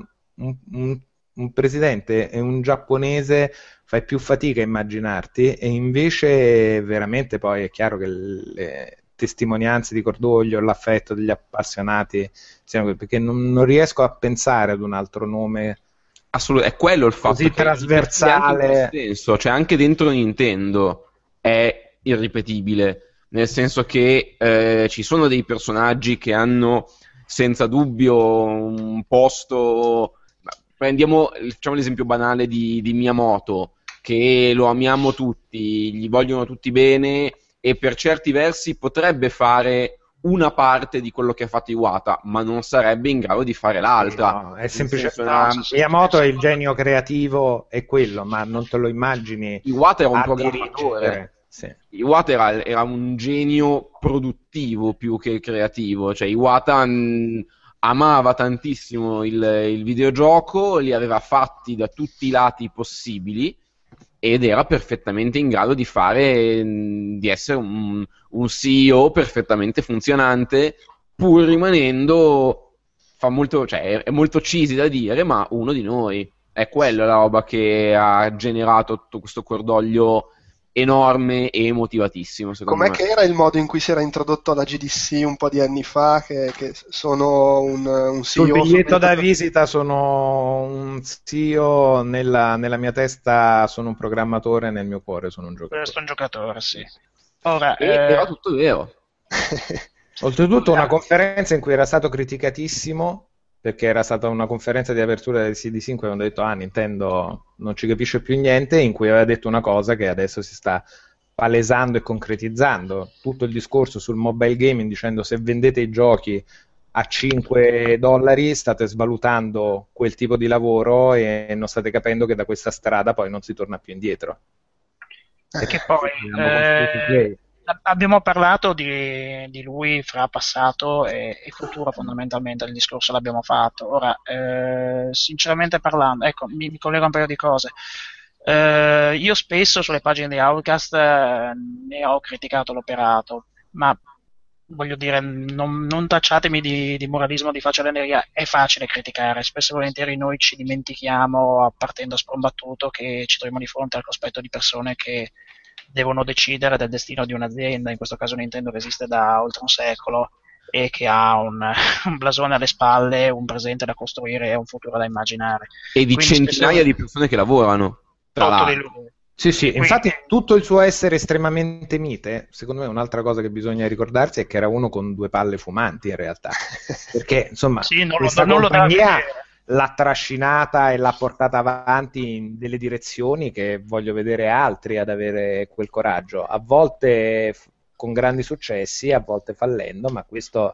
un presidente e un giapponese fai più fatica a immaginarti, e invece veramente poi è chiaro che le testimonianze di cordoglio, l'affetto degli appassionati siano, perché non riesco a pensare ad un altro nome. Assolutamente, è quello il fatto, così trasversale, anche senso, cioè anche dentro Nintendo è irripetibile, nel senso che ci sono dei personaggi che hanno senza dubbio un posto. Facciamo l'esempio banale di Miyamoto, che lo amiamo tutti, gli vogliono tutti bene, e per certi versi potrebbe fare una parte di quello che ha fatto Iwata, ma non sarebbe in grado di fare l'altra. No, è semplicemente Miyamoto è il genio creativo, è quello, ma non te lo immagini. Iwata era un programmatore. Sì. Iwata era un genio produttivo più che creativo, cioè Iwata amava tantissimo il videogioco, li aveva fatti da tutti i lati possibili ed era perfettamente in grado di essere un CEO perfettamente funzionante, pur rimanendo è molto cheesy da dire, ma uno di noi. È quella la roba che ha generato tutto questo cordoglio enorme e motivatissimo, secondo Com'è me. che era il modo in cui si era introdotto alla GDC un po' di anni fa, che sono un CEO? Sul biglietto da visita sono un CEO, nella mia testa sono un programmatore, nel mio cuore sono un giocatore. Questo è un giocatore, sì. Ora, Era tutto vero. Oltretutto una conferenza in cui era stato criticatissimo, perché era stata una conferenza di apertura del CDC in cui avevano detto Nintendo non ci capisce più niente, in cui aveva detto una cosa che adesso si sta palesando e concretizzando. Tutto il discorso sul mobile gaming, dicendo se vendete i giochi a $5 state svalutando quel tipo di lavoro e non state capendo che da questa strada poi non si torna più indietro. Che poi abbiamo parlato di lui fra passato e futuro, fondamentalmente il discorso l'abbiamo fatto. Ora, sinceramente parlando, ecco, mi collego a un paio di cose. Io spesso sulle pagine di Outcast ne ho criticato l'operato, ma voglio dire, non tacciatemi di moralismo di faciloneria, è facile criticare, spesso e volentieri noi ci dimentichiamo, partendo a sprombattuto, che ci troviamo di fronte al cospetto di persone che devono decidere del destino di un'azienda, in questo caso Nintendo, che esiste da oltre un secolo e che ha un blasone alle spalle, un presente da costruire e un futuro da immaginare. E di Quindi centinaia di persone che lavorano. Tra sotto di l'altro. lui. Sì, Quindi- infatti tutto il suo essere estremamente mite, secondo me un'altra cosa che bisogna ricordarsi è che era uno con due palle fumanti in realtà, perché insomma Sì, non questa lo dà a compagnia vedere. l'ha trascinata e l'ha portata avanti in delle direzioni che voglio vedere altri ad avere quel coraggio, a volte con grandi successi, a volte fallendo, ma questo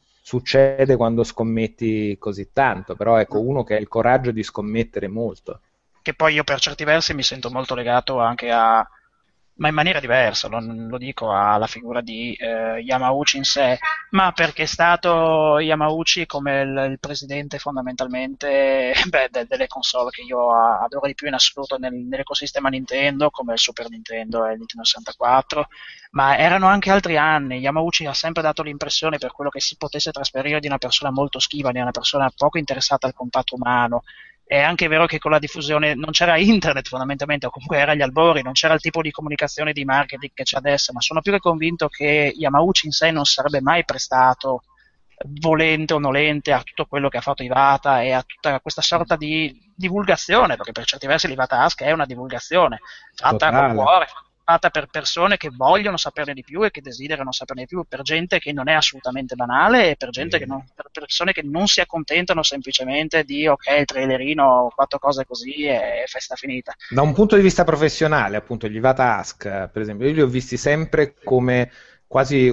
succede quando scommetti così tanto, però ecco, uno che ha il coraggio di scommettere molto. Che poi io per certi versi mi sento molto legato anche a, ma in maniera diversa, lo dico, alla figura di Yamauchi in sé, ma perché è stato Yamauchi come il presidente fondamentalmente delle console che io adoro di più in assoluto nell'ecosistema Nintendo, come il Super Nintendo e il Nintendo 64, ma erano anche altri anni. Yamauchi ha sempre dato l'impressione, per quello che si potesse trasferire, di una persona molto schiva, di una persona poco interessata al contatto umano. È anche vero che con la diffusione non c'era internet fondamentalmente, o comunque era agli albori, non c'era il tipo di comunicazione e di marketing che c'è adesso, ma sono più che convinto che Yamauchi in sé non sarebbe mai prestato, volente o nolente, a tutto quello che ha fatto Iwata e a tutta questa sorta di divulgazione, perché per certi versi l'Iwata Ask è una divulgazione fatta Totale. con cuore, fatta per persone che vogliono saperne di più e che desiderano saperne di più, per gente che non è assolutamente banale e per gente per persone che non si accontentano semplicemente di ok, il trailerino, quattro cose così e festa finita. Da un punto di vista professionale, appunto, gli Iwata Ask, per esempio, io li ho visti sempre come quasi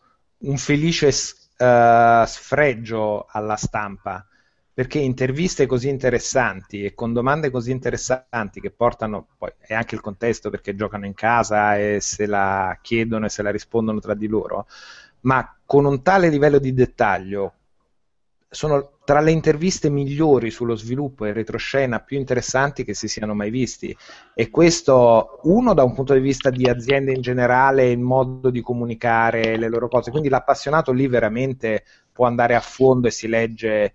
un felice sfregio alla stampa, perché interviste così interessanti e con domande così interessanti che portano, poi è anche il contesto perché giocano in casa e se la chiedono e se la rispondono tra di loro, ma con un tale livello di dettaglio sono tra le interviste migliori sullo sviluppo e retroscena più interessanti che si siano mai visti, e questo uno da un punto di vista di aziende in generale, il modo di comunicare le loro cose, quindi l'appassionato lì veramente può andare a fondo e si legge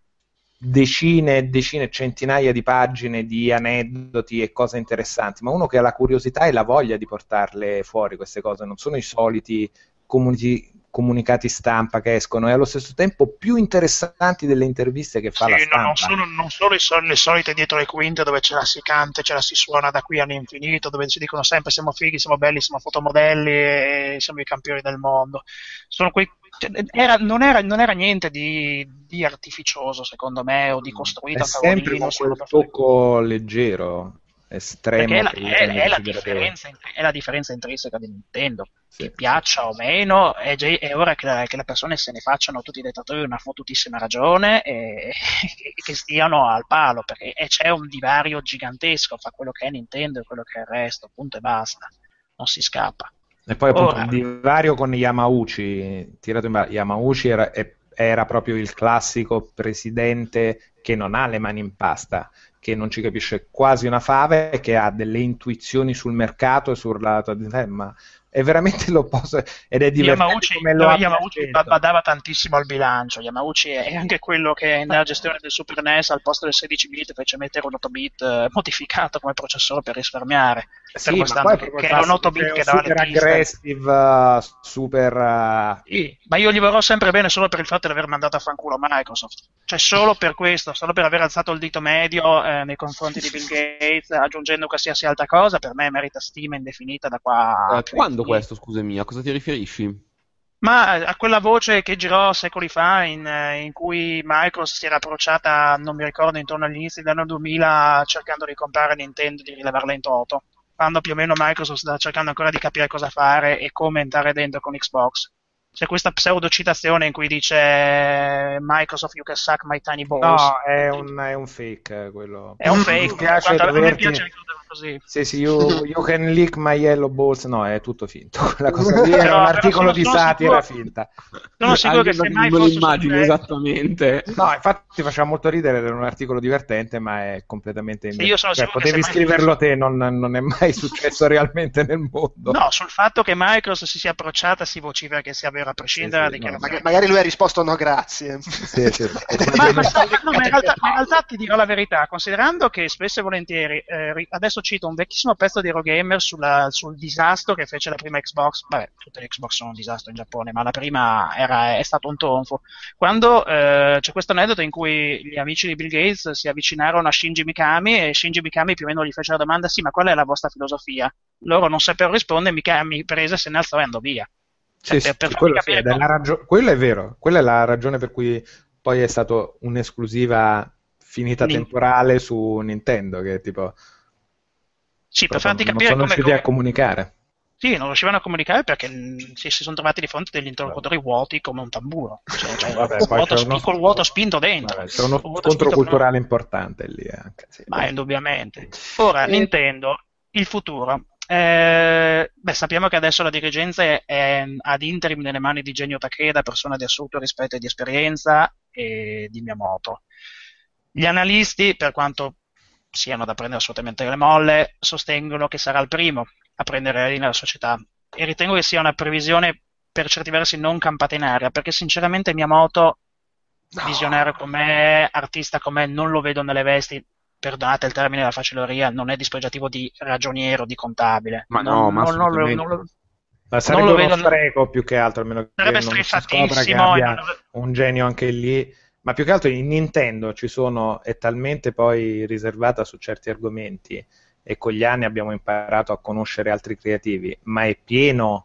decine e decine, centinaia di pagine di aneddoti e cose interessanti, ma uno che ha la curiosità e la voglia di portarle fuori queste cose, non sono i soliti comunicati stampa che escono, e allo stesso tempo più interessanti delle interviste che fa la stampa. Non sono le solite dietro le quinte dove ce la si canta, ce la si suona da qui all'infinito, dove ci dicono sempre siamo fighi, siamo belli, siamo fotomodelli e siamo i campioni del mondo. Sono non era niente di artificioso, secondo me, o di costruito è a sempre tavolino. con quel tocco leggero, estremo, Perché è la che differenza intrinseca di Nintendo, sì, che piaccia o meno, è ora che le persone se ne facciano tutti i dettatori una fottutissima ragione e che stiano al palo, perché c'è un divario gigantesco fra quello che è Nintendo e quello che è il resto, punto e basta, non si scappa. E poi appunto Ora, il divario con Yamauchi, tirato in ballo, Yamauchi era proprio il classico presidente che non ha le mani in pasta, che non ci capisce quasi una fava e che ha delle intuizioni sul mercato e sulla ma è veramente l'opposto ed è divertente come lo Yamauchi badava tantissimo al bilancio. Yamauchi è anche quello che nella gestione del Super NES al posto del 16 bit fece mettere un 8 bit modificato come processore per risparmiare, sì, ma che era un 8 bit che dava super aggressive, super sì, ma io gli vorrò sempre bene solo per il fatto di aver mandato a fanculo Microsoft, cioè solo per questo, solo per aver alzato il dito medio nei confronti di Bill Gates, aggiungendo qualsiasi altra cosa. Per me merita stima indefinita da qua. Quando questo, scusami, a cosa ti riferisci? Ma a quella voce che girò secoli fa in cui Microsoft si era approcciata, non mi ricordo, intorno agli inizi dell'anno 2000 cercando di comprare Nintendo e di rilevarla in toto, quando più o meno Microsoft stava cercando ancora di capire cosa fare e come entrare dentro con Xbox. C'è questa pseudo citazione in cui dice Microsoft, you can suck my tiny balls. No, è un fake quello. È un fake, a me piace ricordarlo così. Sì, you can lick my yellow balls. No, è tutto finto. Quella cosa lì era un articolo di satira finta. Sono sicuro che se mai fosse immagino esattamente. No, infatti faceva molto ridere, era un articolo divertente, ma è completamente inventato. Cioè, potevi scriverlo te, non è mai successo realmente nel mondo. No, sul fatto che Microsoft si sia approcciata si vocifera che sia vero a prescindere no, magari lui ha risposto no grazie. Sì. ma in realtà ti dirò la verità, considerando che spesso e volentieri adesso cito un vecchissimo pezzo di Eurogamer sul disastro che fece la prima Xbox. Vabbè, tutte le Xbox sono un disastro in Giappone, ma la prima è stato un tonfo. Quando c'è questo aneddoto in cui gli amici di Bill Gates si avvicinarono a Shinji Mikami e Shinji Mikami più o meno gli fece la domanda: sì, ma qual è la vostra filosofia? Loro non sapevano rispondere, Mikami prese, se ne alzò e andò via. Quello è vero, quella è la ragione per cui poi è stato un'esclusiva finita temporale su Nintendo, che tipo sì, per farti capire non sono riusciti a comunicare. Sì, non riuscivano a comunicare perché si sono trovati di fronte a degli interlocutori vuoti come un tamburo, col vuoto spinto dentro. Vabbè, c'è uno scontro culturale importante lì anche. Sì, ma indubbiamente. Ora, Nintendo, il futuro. Sappiamo che adesso la dirigenza è ad interim nelle mani di Genio Takeda, persona di assoluto rispetto e di esperienza, e di Miyamoto. Gli analisti, per quanto siano da prendere assolutamente le molle, sostengono che sarà il primo a prendere redini la società, e ritengo che sia una previsione per certi versi non campata in aria, perché sinceramente Miyamoto, visionario com'è, artista com'è, non lo vedo nelle vesti, perdonate il termine della faciloria, non è dispregiativo di ragioniero, di contabile. Ma no, ma sarebbe uno spreco più che altro, almeno che sarebbe non si scopra che abbia un genio anche lì. Ma più che altro in Nintendo è talmente poi riservata su certi argomenti, e con gli anni abbiamo imparato a conoscere altri creativi, ma è piena,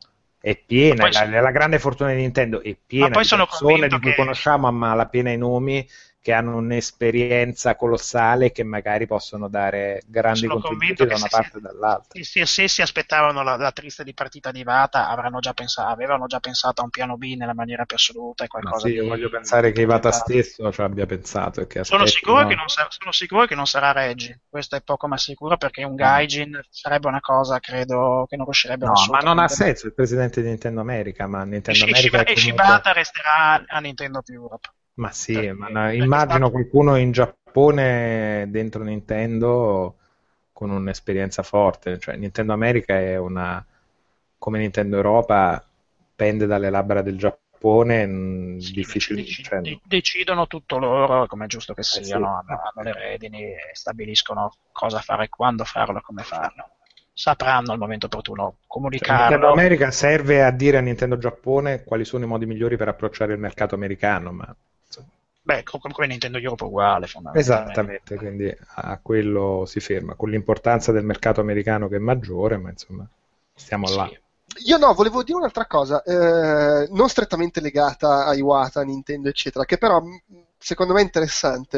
la grande fortuna di Nintendo è piena di persone di cui conosciamo a malapena i nomi, che hanno un'esperienza colossale, che magari possono dare grandi contributi da una parte e dall'altra. Se si aspettavano la triste dipartita di Iwata, avevano già pensato a un piano B nella maniera più assoluta e qualcosa. Io voglio pensare che Iwata stesso ci abbia pensato e che sono sicuro che non sarà Reggie, questo è poco ma sicuro, perché un gaijin sarebbe una cosa, credo, che non riuscirebbero assolutamente. Ma non ha senso il presidente di Nintendo America, ma Nintendo America e Shibata resterà a Nintendo più Europe. Ma sì, immagino qualcuno in Giappone dentro Nintendo con un'esperienza forte. Cioè, Nintendo America è come Nintendo Europa, pende dalle labbra del Giappone, difficili. Decidono tutto loro, come è giusto che siano, hanno le redini e stabiliscono cosa fare, quando farlo, come farlo. Sapranno al momento opportuno comunicarlo. Nintendo America serve a dire a Nintendo Giappone quali sono i modi migliori per approcciare il mercato americano, ma come Nintendo Europe uguale, esattamente, quindi a quello si ferma, con l'importanza del mercato americano che è maggiore, ma insomma stiamo là. Io volevo dire un'altra cosa, non strettamente legata a Iwata, Nintendo eccetera, che però secondo me è interessante.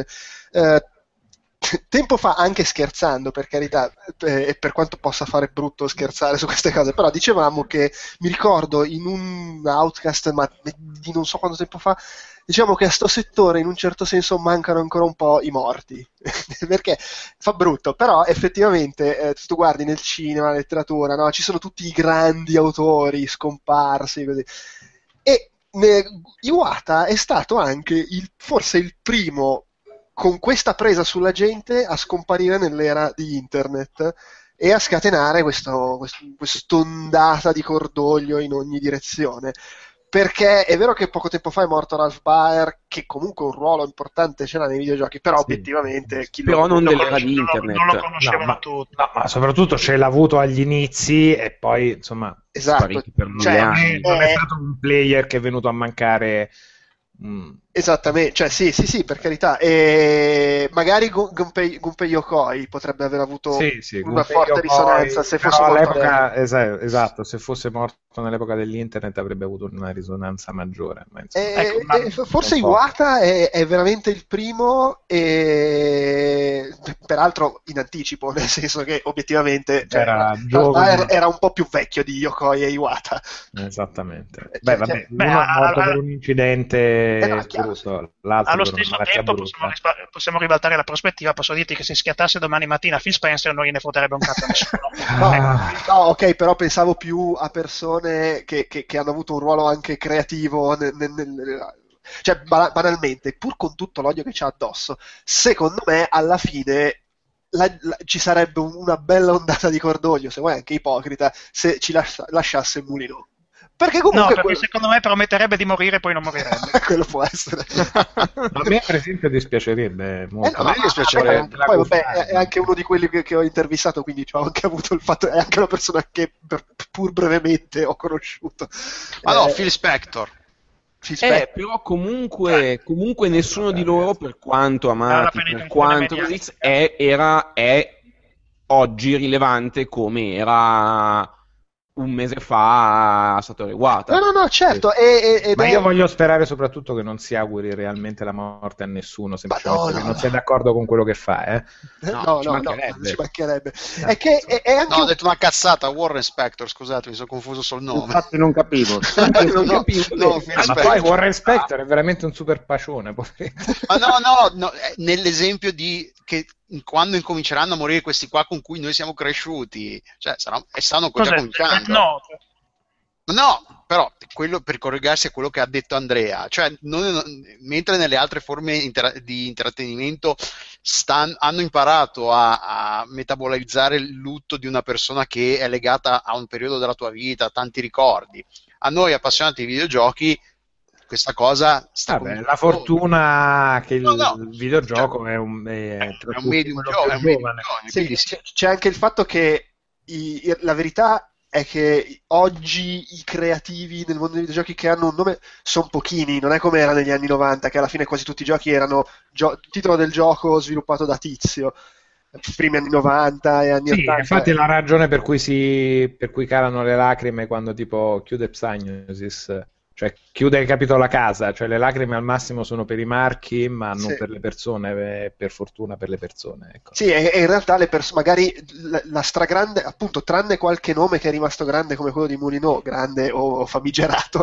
Tempo fa, anche scherzando per carità, e per quanto possa fare brutto scherzare su queste cose, però dicevamo che, mi ricordo in un outcast, ma di non so quanto tempo fa, diciamo che a sto settore in un certo senso mancano ancora un po' i morti perché fa brutto, però effettivamente tu guardi nel cinema, nella letteratura, no? Ci sono tutti i grandi autori scomparsi così. E Iwata è stato anche forse il primo con questa presa sulla gente a scomparire nell'era di internet, e a scatenare quest'ondata di cordoglio in ogni direzione. Perché è vero che poco tempo fa è morto Ralph Baer, che comunque un ruolo importante c'era nei videogiochi, però obiettivamente però non dell'era di internet. Non lo conoscevano tutti. No, ma soprattutto ce l'ha avuto agli inizi e poi insomma esatto, per non è stato un player che è venuto a mancare. Esattamente, cioè sì, per carità, e magari Gunpei Yokoi potrebbe aver avuto una forte risonanza se fosse morto all'epoca, esatto, se fosse morto nell'epoca dell'internet avrebbe avuto una risonanza maggiore, ma forse Iwata è veramente il primo, e peraltro in anticipo, nel senso che obiettivamente era un po' più vecchio di Yokoi e Iwata, esattamente. Uno è morto per un incidente brutto, allo stesso tempo possiamo ribaltare la prospettiva. Posso dirti che se schiattasse domani mattina Phil Spencer non gliene fotterebbe un cazzo a nessuno. No, ok, però pensavo più a persone che hanno avuto un ruolo anche creativo cioè banalmente, pur con tutto l'odio che c'ha addosso, secondo me alla fine ci sarebbe una bella ondata di cordoglio, se vuoi anche ipocrita, se ci lasciasse Moulinot. Perché comunque secondo me prometterebbe di morire e poi non morirebbe. Quello può essere. A me per esempio dispiacerebbe molto. A me dispiacerebbe. Poi vabbè, è anche uno di quelli che ho intervistato, quindi ho anche avuto il fatto, è anche una persona che pur brevemente ho conosciuto. Ma no, Phil Spector. Però comunque nessuno di loro, per quanto amati, per quanto così, è oggi rilevante come era un mese fa a Satoru Iwata. No, certo. Ma io voglio sperare soprattutto che non si auguri realmente la morte a nessuno, semplicemente che non sia d'accordo con quello che fa. No, ci mancherebbe. È che è anche ho detto una cazzata, Warren Spector, scusate, mi sono confuso sul nome. Infatti non capivo. Ma poi Warren Spector è veramente un super pacione, poveretto. Ma no, nell'esempio di che quando incominceranno a morire questi qua con cui noi siamo cresciuti, cioè stanno già cominciando. No, però quello per collegarsi a quello che ha detto Andrea, cioè mentre nelle altre forme di intrattenimento hanno imparato a metabolizzare il lutto di una persona che è legata a un periodo della tua vita, a tanti ricordi, a noi appassionati di videogiochi questa cosa la fortuna che il videogioco è un medium giovane. Sì, c'è anche il fatto che la verità è che oggi i creativi nel mondo dei videogiochi che hanno un nome sono pochini, non è come era negli anni 90 che alla fine quasi tutti i giochi erano titolo del gioco sviluppato da Tizio, primi anni 90 e anni 80. Infatti la ragione per cui calano le lacrime quando tipo chiude Psygnosis, cioè chiude il capitolo La Casa, cioè le lacrime al massimo sono per i marchi ma non per le persone, per fortuna per le persone, ecco. Sì, e in realtà le persone magari la stragrande, appunto, tranne qualche nome che è rimasto grande come quello di Moulinot, grande o famigerato,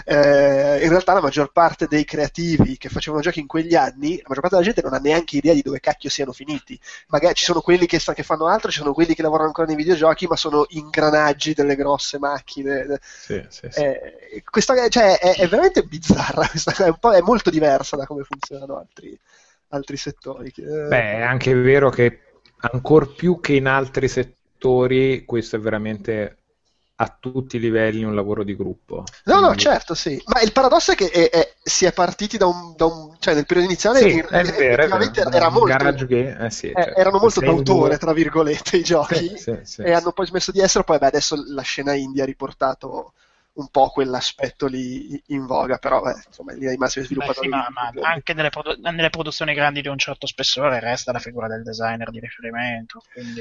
in realtà la maggior parte dei creativi che facevano giochi in quegli anni, la maggior parte della gente non ha neanche idea di dove cacchio siano finiti. Magari ci sono quelli che fanno altro, ci sono quelli che lavorano ancora nei videogiochi ma sono ingranaggi delle grosse macchine. Sì. Questa, cioè, è veramente bizzarra, è molto diversa da come funzionano altri settori. È anche vero che ancor più che in altri settori questo è veramente a tutti i livelli un lavoro di gruppo. No, certo, sì. Ma il paradosso è che si è partiti da un cioè nel periodo iniziale effettivamente era molto garage game, erano molto d'autore, tra virgolette, i giochi, sì, e hanno poi smesso di essere. Poi adesso la scena indie ha riportato un po' quell'aspetto lì in voga, però insomma in linea di massima sviluppatori. Ma anche nelle produzioni grandi di un certo spessore resta la figura del designer di riferimento, quindi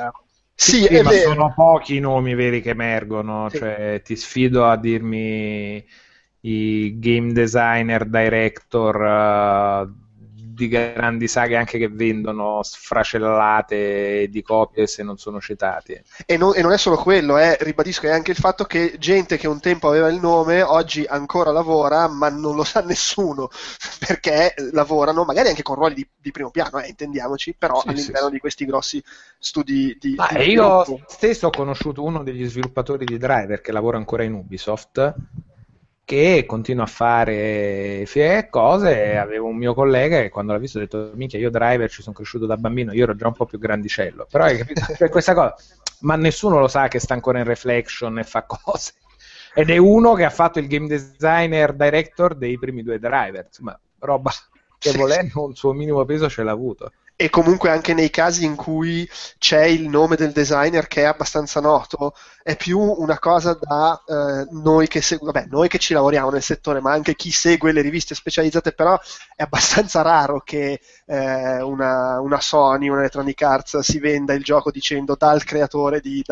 sì, ma sono pochi i nomi veri che emergono, cioè ti sfido a dirmi i game designer, director di grandi saghe anche che vendono sfracellate di copie se non sono citati. E non è solo quello, ribadisco, è anche il fatto che gente che un tempo aveva il nome oggi ancora lavora ma non lo sa nessuno, perché lavorano magari anche con ruoli di primo piano, intendiamoci, però all'interno di questi grossi studi di io stesso ho conosciuto uno degli sviluppatori di Driver che lavora ancora in Ubisoft, che continua a fare cose. Avevo un mio collega che quando l'ha visto ha detto: minchia, io Driver ci sono cresciuto da bambino, io ero già un po' più grandicello, però hai capito, cioè, questa cosa ma nessuno lo sa che sta ancora in Reflection e fa cose. Ed è uno che ha fatto il game designer director dei primi 2 Driver, insomma, roba che volendo un suo minimo peso ce l'ha avuto. E comunque anche nei casi in cui c'è il nome del designer che è abbastanza noto, è più una cosa da noi che noi che ci lavoriamo nel settore, ma anche chi segue le riviste specializzate, però è abbastanza raro che una Sony, una Electronic Arts si venda il gioco dicendo dai creatori di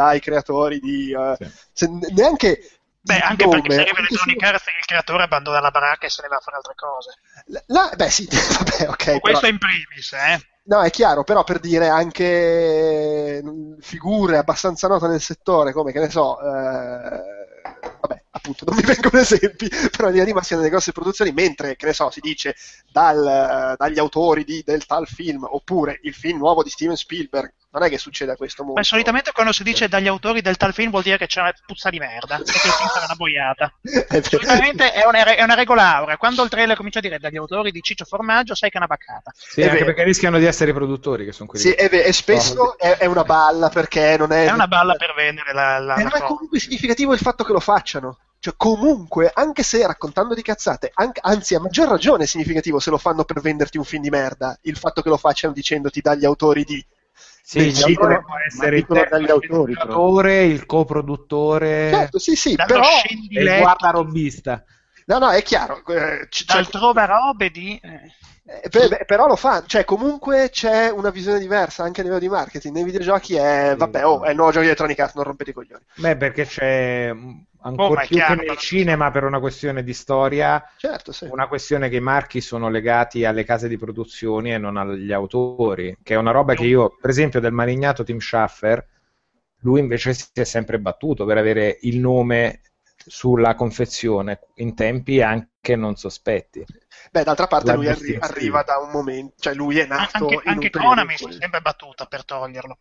neanche. Anche perché se arriva Electronic Arts il creatore abbandona la baracca e se ne va a fare altre cose. Sì, vabbè, ok. Questo è in primis, No, è chiaro, però per dire anche figure abbastanza note nel settore, come che ne so, vabbè, appunto, non mi vengono esempi, però in linea di massima delle grosse produzioni, mentre, che ne so, si dice dagli autori del tal film, oppure il film nuovo di Steven Spielberg, non è che succeda questo molto. Ma solitamente quando si dice dagli autori del tal film vuol dire che c'è una puzza di merda e che il film sarà una boiata. Solitamente è una regola aurea. Quando il trailer comincia a dire dagli autori di Ciccio Formaggio, sai che è una baccata. Sì, anche perché rischiano di essere i produttori, che sono quelli. Sì, e spesso è una balla, perché non è. È una balla per vendere la non è comunque significativo il fatto che lo facciano. Cioè, comunque, anche se raccontando di cazzate, anzi, a maggior ragione è significativo se lo fanno per venderti un film di merda, il fatto che lo facciano dicendoti dagli autori di. Sì, il autore può essere il coproduttore, certo, sì, però il guardarobbista. No, è chiaro. Dal trovarobe di. Però lo fa, cioè comunque c'è una visione diversa anche a livello di marketing. Nei videogiochi è il nuovo gioco di Electronic Arts, non rompete i coglioni. Perché c'è ancora più che nel cinema, per una questione di storia, certo, sì. Una questione che i marchi sono legati alle case di produzioni e non agli autori, che è una roba che io, per esempio, del marignato Tim Schafer, lui invece si è sempre battuto per avere il nome sulla confezione in tempi anche non sospetti. D'altra parte lui arriva da un momento, cioè lui è nato anche Konami si è sempre battuta per toglierlo.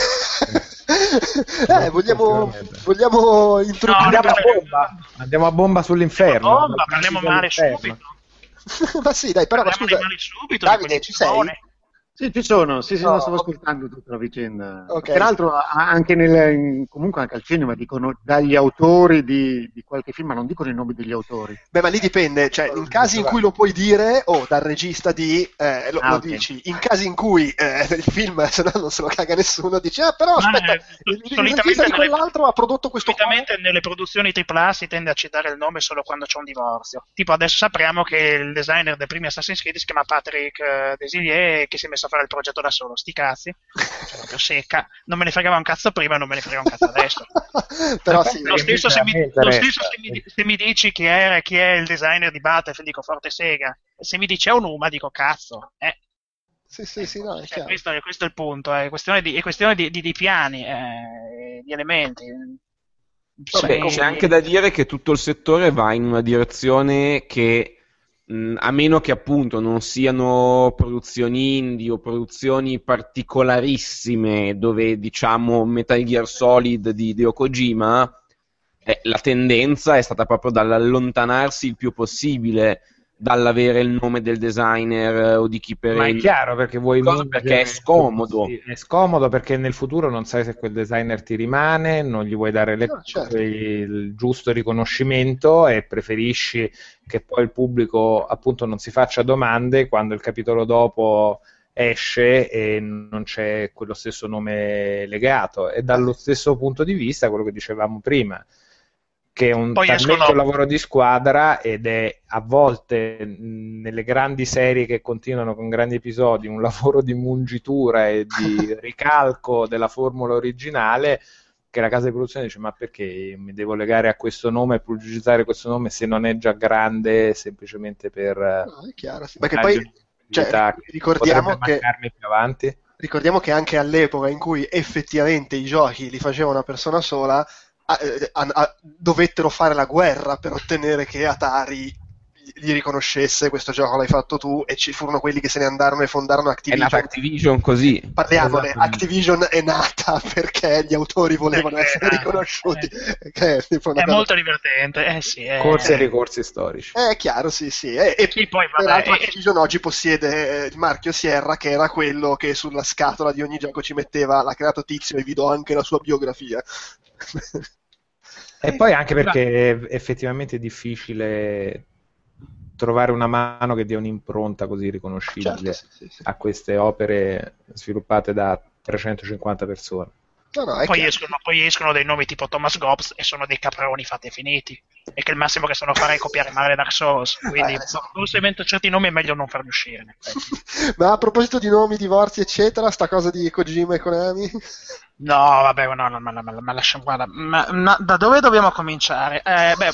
Vogliamo introdurre andiamo a bomba sull'inferno. Parliamo male subito. Ma sì, dai, però scusa, Davide, ci sei? Sì, ci sono, sì, no, stavo ascoltando tutta la vicenda. Okay. Peraltro anche comunque anche al cinema dicono dagli autori di qualche film, ma non dicono i nomi degli autori. Ma lì dipende, cioè in casi in cui lo puoi dire, dal regista lo dici, in casi in cui il film se no non se lo caga nessuno, dici, però aspetta, il regista di quell'altro ha prodotto questo. Solitamente nelle produzioni AAA si tende a citare il nome solo quando c'è un divorzio. Tipo adesso sappiamo che il designer dei primi Assassin's Creed si chiama Patrick Desilliers, che si è messo a fare il progetto da solo, sti cazzi, proprio secca, non me ne fregava un cazzo prima, non me ne frega un cazzo adesso. Però sì, lo stesso se mi dici chi è il designer di Battlefield, dico Forte Sega, se mi dici è un Uma, dico cazzo. Sì, no, è chiaro. Questo è il punto, è questione di piani, di elementi. Vabbè, c'è anche da dire che tutto il settore va in una direzione che a meno che appunto non siano produzioni indie o produzioni particolarissime dove diciamo Metal Gear Solid di Hideo Kojima, la tendenza è stata proprio dall'allontanarsi il più possibile dall'avere il nome del designer o di chi per ma è chiaro, perché vuoi perché è scomodo. Sì, è scomodo perché nel futuro non sai se quel designer ti rimane, non gli vuoi dare certo. il giusto riconoscimento e preferisci che poi il pubblico appunto non si faccia domande quando il capitolo dopo esce e non c'è quello stesso nome legato. E dallo stesso punto di vista quello che dicevamo prima, che è un lavoro di squadra ed è a volte nelle grandi serie che continuano con grandi episodi un lavoro di mungitura e di ricalco della formula originale, che la casa di produzione dice ma perché mi devo legare a questo nome e pubblicizzare questo nome se non è già grande semplicemente per no, è chiaro, sì. Perché poi ricordiamo che anche all'epoca in cui effettivamente i giochi li faceva una persona sola dovettero fare la guerra per ottenere che Atari gli riconoscesse questo gioco l'hai fatto tu, e ci furono quelli che se ne andarono e fondarono È Activision. nata Activision così. Parliamone, Activision è nata perché gli autori volevano essere riconosciuti. Che è tipo una È cosa- molto divertente, sì. Corsi e ricorsi storici. È chiaro, sì. E Sì, poi, vabbè, peraltro Activision oggi possiede il marchio Sierra, che era quello che sulla scatola di ogni gioco ci metteva l'ha creato Tizio e vi do anche la sua biografia. E poi anche perché è effettivamente difficile trovare una mano che dia un'impronta così riconoscibile Certo, sì. a queste opere sviluppate da 350 persone. No, è Poi chiaro. escono dei nomi tipo Thomas Gobbs e sono dei caproni fatti e finiti, e che il massimo che sanno fare è copiare male Dark Souls, quindi forse invento certi nomi è meglio non farli uscire, in effetti. Ma a proposito di nomi, divorzi, eccetera, sta cosa di Kojima e Konami? No, vabbè, no, ma lasciamo, guarda, ma da dove dobbiamo cominciare?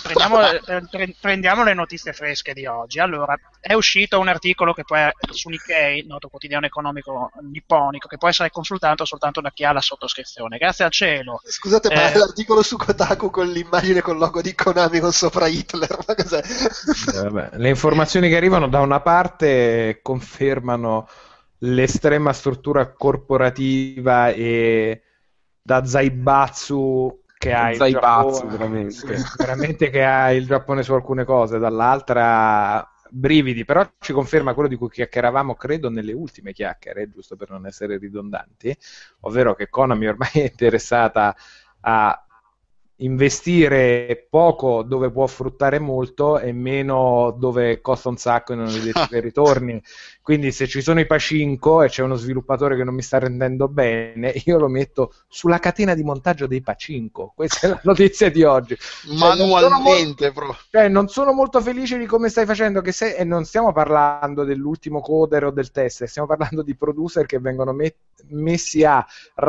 Prendiamo le notizie fresche di oggi. Allora, è uscito un articolo che poi su Nikkei, noto quotidiano economico nipponico, che può essere consultato soltanto da chi ha la sottoscrizione. Grazie al cielo. Scusate, ma l'articolo su Kotaku con l'immagine con il logo di Konami con sopra Hitler, ma cos'è? Vabbè, le informazioni che arrivano da una parte confermano l'estrema struttura corporativa e da Zaibatsu che ha il Zaibatsu, Giappone, veramente. veramente che ha il Giappone su alcune cose, dall'altra brividi, però ci conferma quello di cui chiacchieravamo credo nelle ultime chiacchiere, giusto per non essere ridondanti, ovvero che Konami ormai è interessata a investire poco dove può fruttare molto e meno dove costa un sacco e non gli dei ritorni. Quindi se ci sono i Pacinco e c'è uno sviluppatore che non mi sta rendendo bene, io lo metto sulla catena di montaggio dei Pacinco. Questa è la notizia di oggi. Manualmente proprio. Non sono molto felice di come stai facendo, e non stiamo parlando dell'ultimo coder o del tester, stiamo parlando di producer che vengono messi a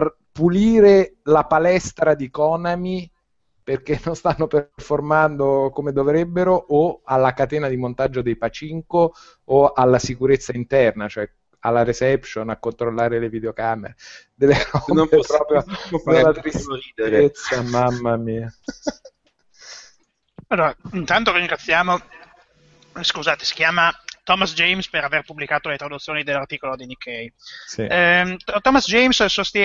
pulire la palestra di Konami perché non stanno performando come dovrebbero, o alla catena di montaggio dei Pacinco o alla sicurezza interna, cioè alla reception, a controllare le videocamere. Delle robe Non posso proprio fare della ridere. tristezza, mamma mia. Allora, intanto ringraziamo, scusate, si chiama Thomas James per aver pubblicato le traduzioni dell'articolo di Nikkei. Sì. Thomas James,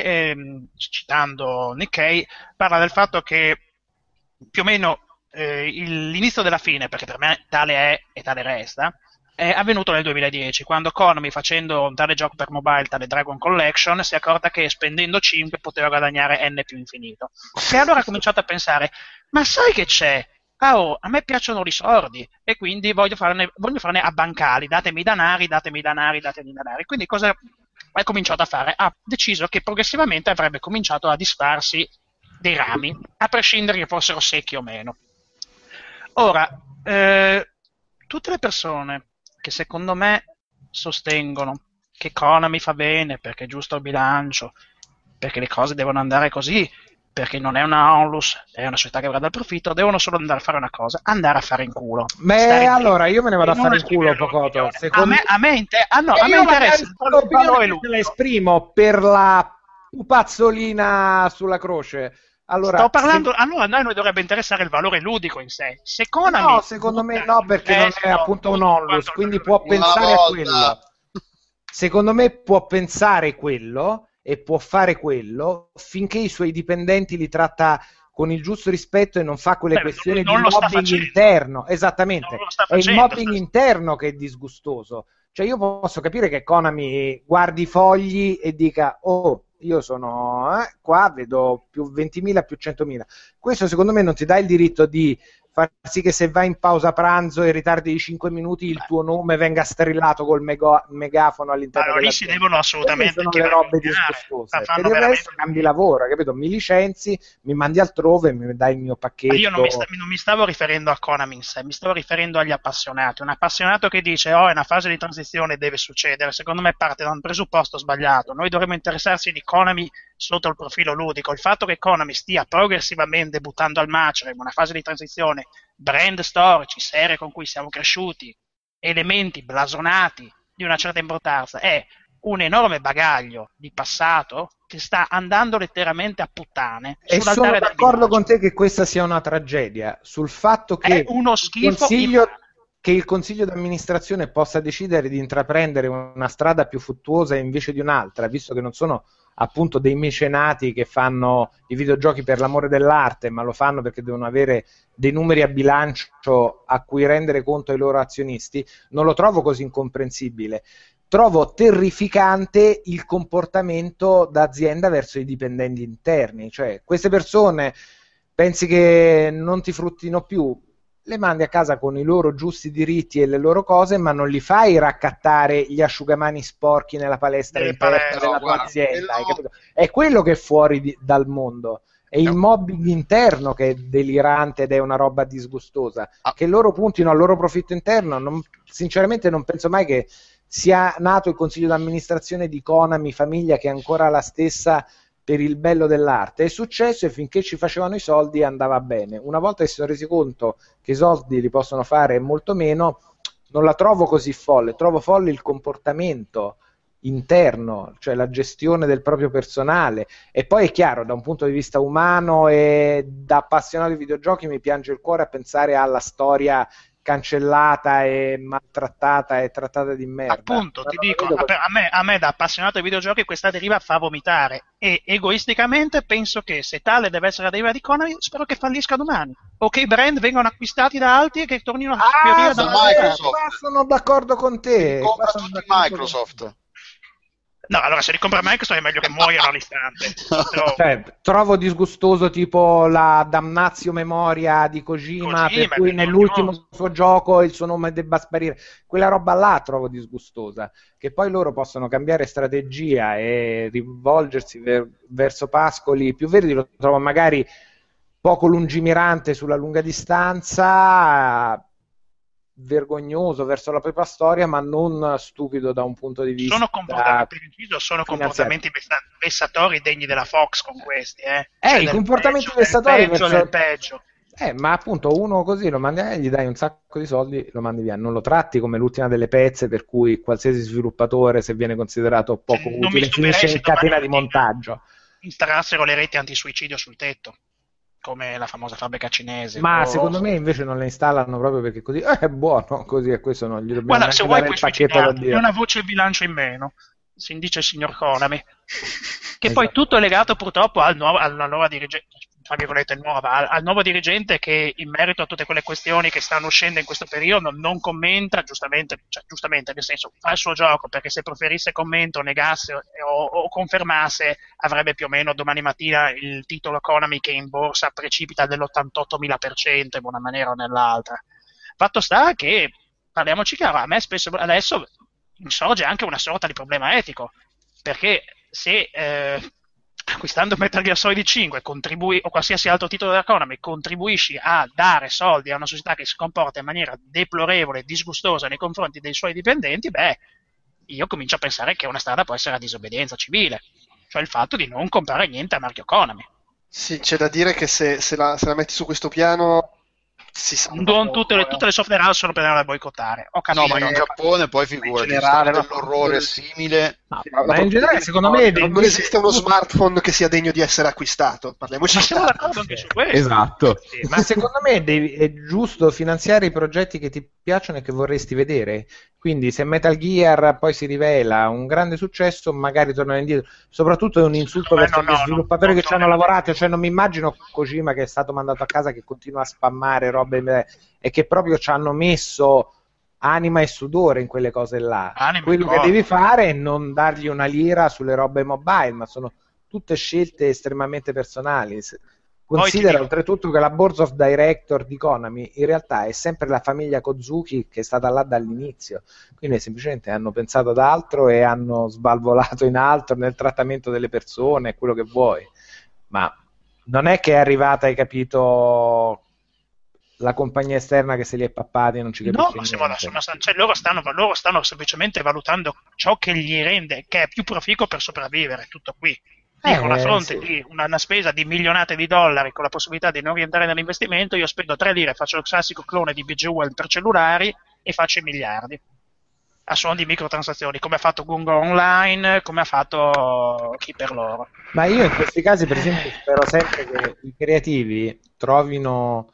citando Nikkei, parla del fatto che più o meno l'inizio della fine, perché per me tale è e tale resta, è avvenuto nel 2010, quando Konami, facendo un tale gioco per mobile, tale Dragon Collection, si è accorta che spendendo 5 poteva guadagnare N più infinito. E allora ha cominciato a pensare, ma sai che c'è? A me piacciono i soldi e quindi voglio farne a bancali, datemi danari. Quindi cosa ha cominciato a fare? Ha deciso che progressivamente avrebbe cominciato a disfarsi dei rami, a prescindere che fossero secchi o meno. Ora, tutte le persone che secondo me sostengono che Konami fa bene perché è giusto il bilancio, perché le cose devono andare così, perché non è una onlus, è una società che guarda il profitto, devono solo andare a fare una cosa, andare a fare in culo. Beh, allora io me ne vado a fare in culo, Pocotto. A me interessa il valore ludico. La esprimo per la pupazzolina sulla croce. Allora, sto parlando, allora a noi dovrebbe interessare il valore ludico in sé. Se Konami, no, secondo me no, perché non è appunto un onlus, quindi può pensare a quello. Secondo me può pensare quello e può fare quello finché i suoi dipendenti li tratta con il giusto rispetto e non fa quelle questioni di mobbing interno. Esattamente, è il mobbing interno che è disgustoso. Cioè io posso capire che Konami guardi i fogli e dica io sono qua, vedo più 20.000 più 100.000. Questo secondo me non ti dà il diritto di far sì che se vai in pausa pranzo e ritardi di 5 minuti il tuo nome venga strillato col megafono all'interno allora, lì si devono assolutamente sono le robe disgustose. Per il resto cambi lavoro, capito? Mi licenzi, mi mandi altrove, mi dai il mio pacchetto. Io non mi stavo riferendo a Konami in sé, mi stavo riferendo agli appassionati. Un appassionato che dice è una fase di transizione, deve succedere, secondo me parte da un presupposto sbagliato. Noi dovremmo interessarsi di Konami sotto il profilo ludico. Il fatto che Konami stia progressivamente buttando al macero in una fase di transizione brand storici, serie con cui siamo cresciuti, elementi blasonati di una certa importanza, è un enorme bagaglio di passato che sta andando letteralmente a puttane. E sono d'accordo con te che questa sia una tragedia, sul fatto che è uno schifo. che il consiglio d'amministrazione possa decidere di intraprendere una strada più fruttuosa invece di un'altra, visto che non sono appunto dei mecenati che fanno i videogiochi per l'amore dell'arte, ma lo fanno perché devono avere dei numeri a bilancio a cui rendere conto ai loro azionisti, non lo trovo così incomprensibile. Trovo terrificante il comportamento d'azienda verso i dipendenti interni, cioè queste persone pensi che non ti fruttino più, le mandi a casa con i loro giusti diritti e le loro cose, ma non li fai raccattare gli asciugamani sporchi nella palestra interna della tua azienda. È quello che è fuori dal mondo. È il mobbing interno che è delirante ed è una roba disgustosa. Che loro puntino al loro profitto interno, sinceramente non penso mai che sia nato il consiglio d'amministrazione di Konami Famiglia, che è ancora la stessa, per il bello dell'arte. È successo e finché ci facevano i soldi andava bene. Una volta che si sono resi conto che i soldi li possono fare molto meno, non la trovo così folle. Trovo folle il comportamento interno, cioè la gestione del proprio personale. E poi è chiaro, da un punto di vista umano e da appassionato di videogiochi, mi piange il cuore a pensare alla storia cancellata e maltrattata e trattata di merda. Appunto, ti dico, a me da appassionato di videogiochi questa deriva fa vomitare, e egoisticamente penso che se tale deve essere la deriva di Konami, spero che fallisca domani, o che i brand vengano acquistati da altri e che tornino a fiorire da Microsoft. Ma sono d'accordo con te. Compra tutti Microsoft. No, allora se li compra Microsoft è meglio che muoiano all'istante. Però... trovo disgustoso tipo la damnatio memoria di Kojima per cui nell'ultimo suo gioco il suo nome debba sparire. Quella roba là trovo disgustosa. Che poi loro possono cambiare strategia e rivolgersi verso pascoli più verdi, lo trovo magari poco lungimirante sulla lunga distanza, vergognoso verso la propria storia, ma non stupido da un punto di vista. Sono comportamenti vessatori degni della Fox con questi, i comportamenti vessatori verso il peggio. Ma appunto uno così lo mandi, gli dai un sacco di soldi, lo mandi via, non lo tratti come l'ultima delle pezze, per cui qualsiasi sviluppatore, se viene considerato poco utile, finisce in catena di montaggio. Installassero le reti antisuicidio sul tetto, come la famosa fabbrica cinese. Ma secondo me invece non le installano proprio perché così è buono, così e questo non gli dobbiamo neanche dare il pacchetto da dire. Una voce il bilancio in meno, si dice il signor Konami. Che poi tutto è legato purtroppo alla nuova dirigente, tra virgolette nuova, al nuovo dirigente, che in merito a tutte quelle questioni che stanno uscendo in questo periodo non commenta, giustamente, nel senso, fa il suo gioco, perché se preferisse commento, negasse o confermasse, avrebbe più o meno domani mattina il titolo Konami che in borsa precipita dell'88.000% in una maniera o nell'altra. Fatto sta che, parliamoci chiaro, a me spesso adesso insorge anche una sorta di problema etico, perché se acquistando Metal Gear Solid 5 o qualsiasi altro titolo della Konami contribuisci a dare soldi a una società che si comporta in maniera deplorevole e disgustosa nei confronti dei suoi dipendenti, io comincio a pensare che una strada può essere la disobbedienza civile, cioè il fatto di non comprare niente a marchio Konami. Sì, c'è da dire che se la metti su questo piano si sa. Non tutte le software house sono per andare a boicottare. No, ma in Giappone poi figurati, in generale l'orrore simile. Ma in generale secondo me non esiste uno smartphone che sia degno di essere acquistato. Parliamoci. Ma siamo d'accordo anche su questo. Esatto. Sì, ma secondo me è giusto finanziare i progetti che ti piacciono e che vorresti vedere. Quindi se Metal Gear poi si rivela un grande successo, magari tornano indietro. Soprattutto è un insulto verso gli sviluppatori che ci hanno lavorato, cioè non mi immagino Kojima che è stato mandato a casa che continua a spammare robe e che proprio ci hanno messo anima e sudore in quelle cose là. Quello che devi fare è non dargli una lira sulle robe mobile, ma sono tutte scelte estremamente personali. Considera oltretutto che la board of director di Konami in realtà è sempre la famiglia Kozuki, che è stata là dall'inizio, quindi semplicemente hanno pensato ad altro e hanno sbalvolato in altro nel trattamento delle persone, quello che vuoi, ma non è che è arrivata, hai capito, la compagnia esterna che se li è pappati e non ci capisce niente. Cioè loro stanno semplicemente valutando ciò che gli rende, che è più proficuo per sopravvivere, tutto qui. Dicono, a fronte di una spesa di milionate di dollari con la possibilità di non rientrare nell'investimento, io spendo 3 lire, faccio il classico clone di Bejeweled per cellulari e faccio i miliardi a suon di microtransazioni, come ha fatto Gungo Online, come ha fatto chi per loro. Ma io in questi casi per esempio spero sempre che i creativi trovino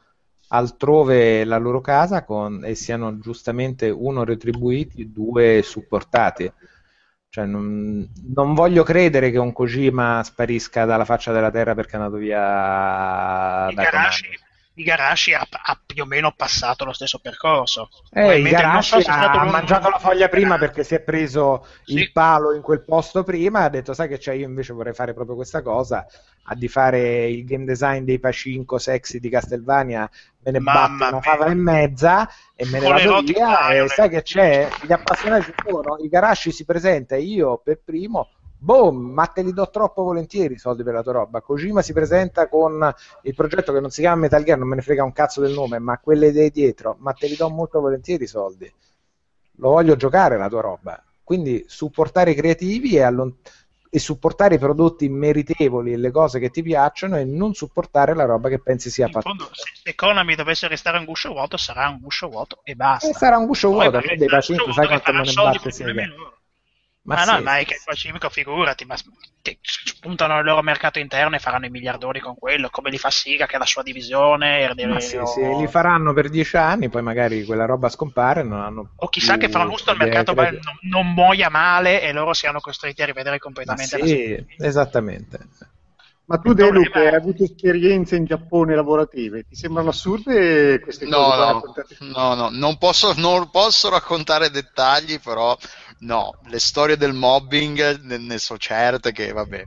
altrove la loro casa e siano giustamente uno retribuiti, due supportati. Cioè, non voglio credere che un Kojima sparisca dalla faccia della terra perché è andato via da Konami. Igarashi ha più o meno passato lo stesso percorso. Igarashi ha mangiato la foglia prima perché si è preso il palo in quel posto prima e ha detto: sai che c'è, io invece vorrei fare proprio questa cosa, di fare il game design dei Pachinko sexy di Castlevania, me ne batto una fava e mezza e me ne vado via. E sai che c'è? Gli appassionati sono, Igarashi si presenta, io per primo, boom, ma te li do troppo volentieri i soldi per la tua roba. Kojima si presenta con il progetto che non si chiama Metal Gear, non me ne frega un cazzo del nome, ma quelle idee dietro, ma te li do molto volentieri i soldi, lo voglio giocare la tua roba. Quindi supportare i creativi e supportare i prodotti meritevoli e le cose che ti piacciono, e non supportare la roba che pensi sia fatta. Se Konami dovesse restare un guscio vuoto, sarà un guscio vuoto e basta. Sarà un guscio vuoto, a me dei Pachinko sai quanto me ne batte sia. Ma è che il Pachinko, figurati, ma che puntano il loro mercato interno e faranno i miliardoni con quello, come li fa Sega che ha la sua divisione. Li faranno per 10 anni, poi magari quella roba scompare, non hanno o chissà che fra l'usto il mercato non muoia male e loro siano costretti a rivedere completamente la situazione. Esattamente. Ma tu, Delu, che hai avuto esperienze in Giappone lavorative, ti sembrano assurde queste cose? No, non posso raccontare dettagli, però no, le storie del mobbing ne so certe che, vabbè.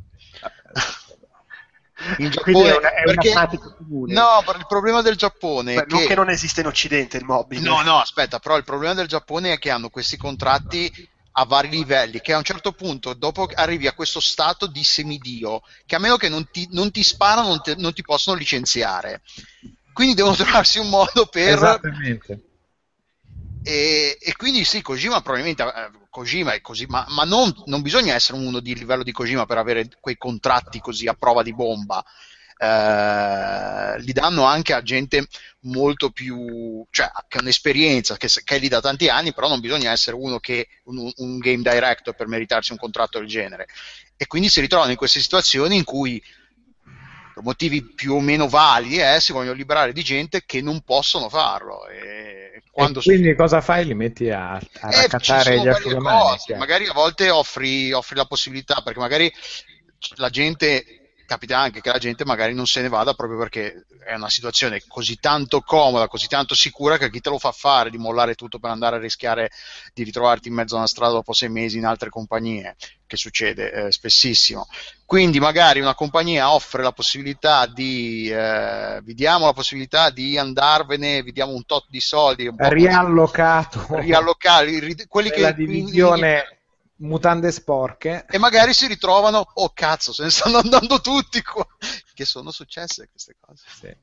In Giappone è una pratica comune. No, il problema del Giappone è non che non esiste in Occidente il mobbing. No, aspetta, però il problema del Giappone è che hanno questi contratti a vari livelli, che a un certo punto dopo arrivi a questo stato di semidio che a meno che non ti sparano non ti possono licenziare, quindi devono trovarsi un modo per esattamente. E quindi sì, Kojima probabilmente Kojima è così, ma non bisogna essere uno di livello di Kojima per avere quei contratti così a prova di bomba. Li danno anche a gente molto più, cioè che ha un'esperienza che è lì da tanti anni, però non bisogna essere uno che un game director per meritarsi un contratto del genere, e quindi si ritrovano in queste situazioni in cui per motivi più o meno validi si vogliono liberare di gente che non possono farlo, e quindi cosa fai? Li metti a raccattare gli asciugamani, magari a volte offri la possibilità, perché magari la gente, capita anche che la gente magari non se ne vada proprio perché è una situazione così tanto comoda, così tanto sicura, che chi te lo fa fare di mollare tutto per andare a rischiare di ritrovarti in mezzo a una strada dopo 6 mesi in altre compagnie, che succede spessissimo. Quindi magari una compagnia offre la possibilità di vi diamo la possibilità di andarvene, vi diamo un tot di soldi, un po' riallocare quelli che la divisione mutande sporche, e magari si ritrovano, oh cazzo, se ne stanno andando tutti qua, che sono successe queste cose. Sì.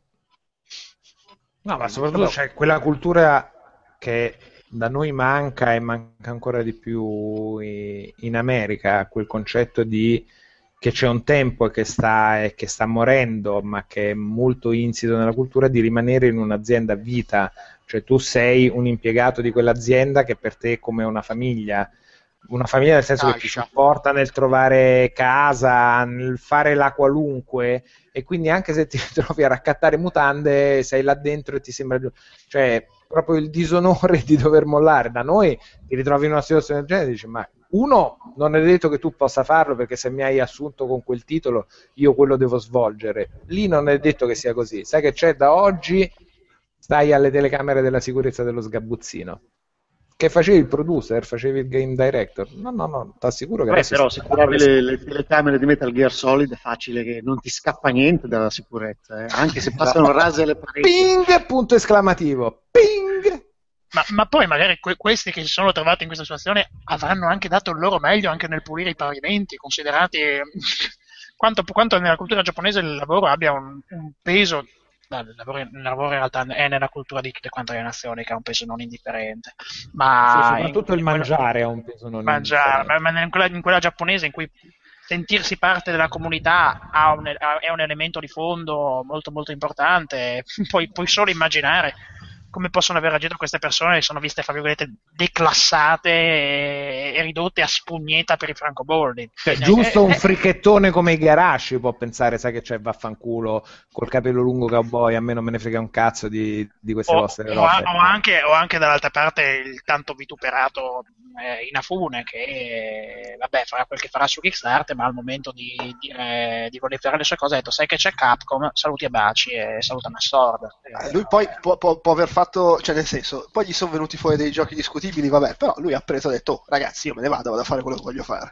No, ma soprattutto c'è quella cultura che da noi manca, e manca ancora di più in America, quel concetto di che c'è un tempo e che sta morendo, ma che è molto insito nella cultura, di rimanere in un'azienda a vita. Cioè tu sei un impiegato di quell'azienda che per te è come una famiglia nel senso che ti supporta nel trovare casa, nel fare la qualunque, e quindi anche se ti trovi a raccattare mutande sei là dentro e ti sembra, cioè proprio il disonore di dover mollare. Da noi ti ritrovi in una situazione del genere e dici: ma uno, non è detto che tu possa farlo, perché se mi hai assunto con quel titolo io quello devo svolgere. Lì non è detto che sia così. Sai che c'è? Da oggi stai alle telecamere della sicurezza dello sgabuzzino. Che facevi il producer, facevi il game director. No, ti assicuro che però assicurare le telecamere di Metal Gear Solid è facile, che non ti scappa niente dalla sicurezza, anche se passano rase le pareti. Ping! Punto esclamativo. Ping! Ma poi magari questi che si sono trovati in questa situazione avranno anche dato il loro meglio anche nel pulire i pavimenti, considerati quanto nella cultura giapponese il lavoro abbia un peso. Il lavoro in realtà è nella cultura di tutte quante le nazioni, che ha un peso non indifferente, ma soprattutto il mangiare ha un peso non indifferente. Ma in quella giapponese, in cui sentirsi parte della comunità è un elemento di fondo molto molto importante. Puoi solo immaginare come possono aver agito queste persone che sono viste, fra virgolette, declassate e ridotte a spugnetta per i francobolli. Cioè, giusto un frichettone come Igarashi può pensare, sai che c'è, vaffanculo, col capello lungo cowboy, a me non me ne frega un cazzo di queste vostre robe. O anche dall'altra parte il tanto vituperato Inafune, che vabbè farà quel che farà su Kickstarter, ma al momento di dire di voler fare le sue cose ha detto: sai che c'è Capcom, saluti e baci e saluta Massord. Lui poi può aver fatto, cioè nel senso, poi gli sono venuti fuori dei giochi discutibili, vabbè, però lui ha preso e ha detto: oh, ragazzi, io me ne vado a fare quello che voglio fare.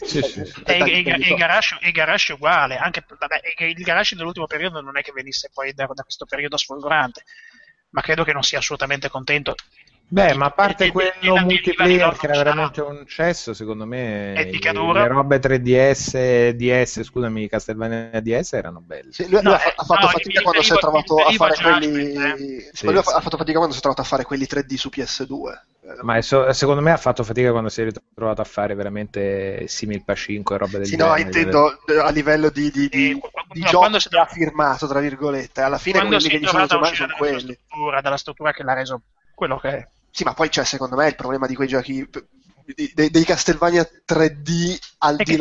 E il Garashi uguale, anche vabbè, il Garashi dell'ultimo periodo non è che venisse poi da questo periodo sfolgorante, ma credo che non sia assolutamente contento. Beh, ma a parte quello multiplayer che era veramente un cesso, secondo me le robe 3DS, DS, scusami, Castlevania DS erano belle. Sì, lui ha fatto fatica quando si è trovato a fare quelli. Lui ha fatto fatica quando si è trovato a fare quelli 3D su PS2. Ma secondo me ha fatto fatica quando si è ritrovato a fare veramente simil Pachinko e robe del genere. No, intendo a livello di gioco che ha firmato, tra virgolette. Alla fine quelli che gli sono giocati sono quelli. Dalla struttura che l'ha reso quello che è. Sì, ma poi c'è, secondo me, il problema di quei giochi dei Castlevania 3D al di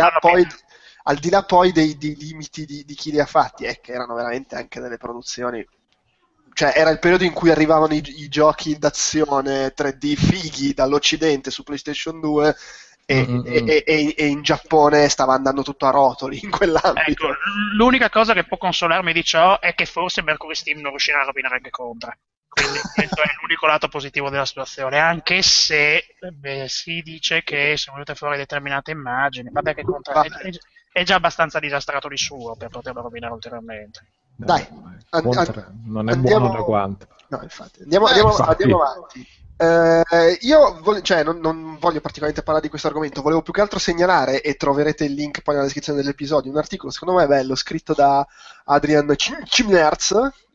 là poi dei limiti di chi li ha fatti, che erano veramente anche delle produzioni. Cioè, era il periodo in cui arrivavano i giochi d'azione 3D fighi dall'Occidente su PlayStation 2 e in Giappone stava andando tutto a rotoli in quell'ambito. Ecco, l'unica cosa che può consolarmi di ciò è che forse Mercury Steam non riuscirà a rovinare anche Contra. Quindi questo è l'unico lato positivo della situazione, anche se si dice che sono venute fuori determinate immagini, vabbè che Contra è già abbastanza disastrato di suo per poterlo rovinare ulteriormente. Dai, non è buono da quanto. No, infatti. Andiamo avanti. Io non voglio particolarmente parlare di questo argomento, volevo più che altro segnalare, e troverete il link poi nella descrizione dell'episodio, un articolo secondo me bello scritto da Adrian Chimlerz,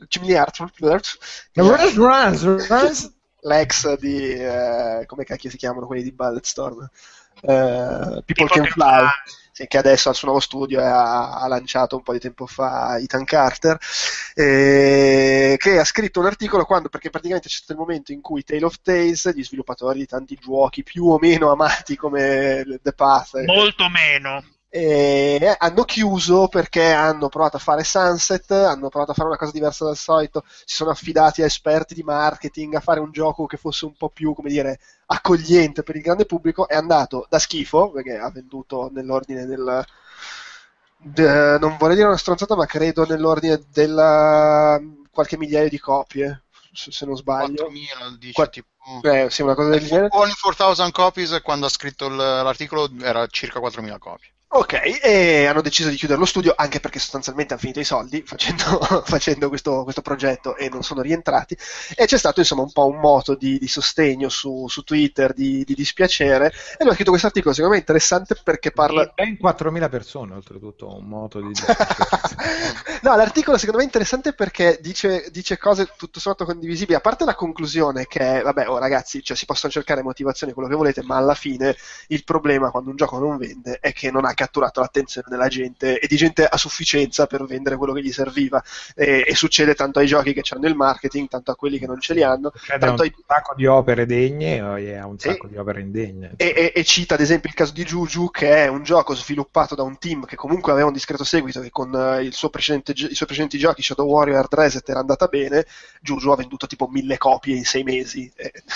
l'ex di come cacchio si chiamano quelli di Bulletstorm, People Can Fly, sì, che adesso al suo nuovo studio ha lanciato un po' di tempo fa Ethan Carter, che ha scritto un articolo perché praticamente c'è stato il momento in cui Tale of Tales, gli sviluppatori di tanti giochi più o meno amati come The Path, molto meno, hanno chiuso perché hanno provato a fare Sunset, hanno provato a fare una cosa diversa dal solito, si sono affidati a esperti di marketing a fare un gioco che fosse un po' più, come dire, accogliente per il grande pubblico. È andato da schifo perché ha venduto nell'ordine non vorrei dire una stronzata, ma credo nell'ordine del qualche migliaio di copie, se non sbaglio. 4.000 dice tipo. Sì, una cosa del genere. Only 4,000 copies, quando ha scritto l'articolo era circa 4.000 copie. Ok, e hanno deciso di chiudere lo studio anche perché sostanzialmente hanno finito i soldi facendo questo progetto e non sono rientrati, e c'è stato insomma un po' un moto di sostegno su Twitter, di dispiacere, e lui ha scritto questo articolo secondo me interessante perché parla... Ben 4.000 persone oltretutto, un moto di dispiacere. No, l'articolo secondo me è interessante perché dice cose tutto sommato condivisibili, a parte la conclusione che è, vabbè, ragazzi, cioè, si possono cercare motivazioni, quello che volete, ma alla fine il problema quando un gioco non vende è che non ha catturato l'attenzione della gente e di gente a sufficienza per vendere quello che gli serviva, e succede tanto ai giochi che hanno il marketing, tanto a quelli che non ce li hanno, tanto un sacco di opere degne e ha un sacco di opere indegne, e cita ad esempio il caso di Juju, che è un gioco sviluppato da un team che comunque aveva un discreto seguito, che con i suoi precedenti giochi Shadow Warrior e Hard Reset era andata bene. Juju ha venduto tipo 1.000 copie in 6 mesi,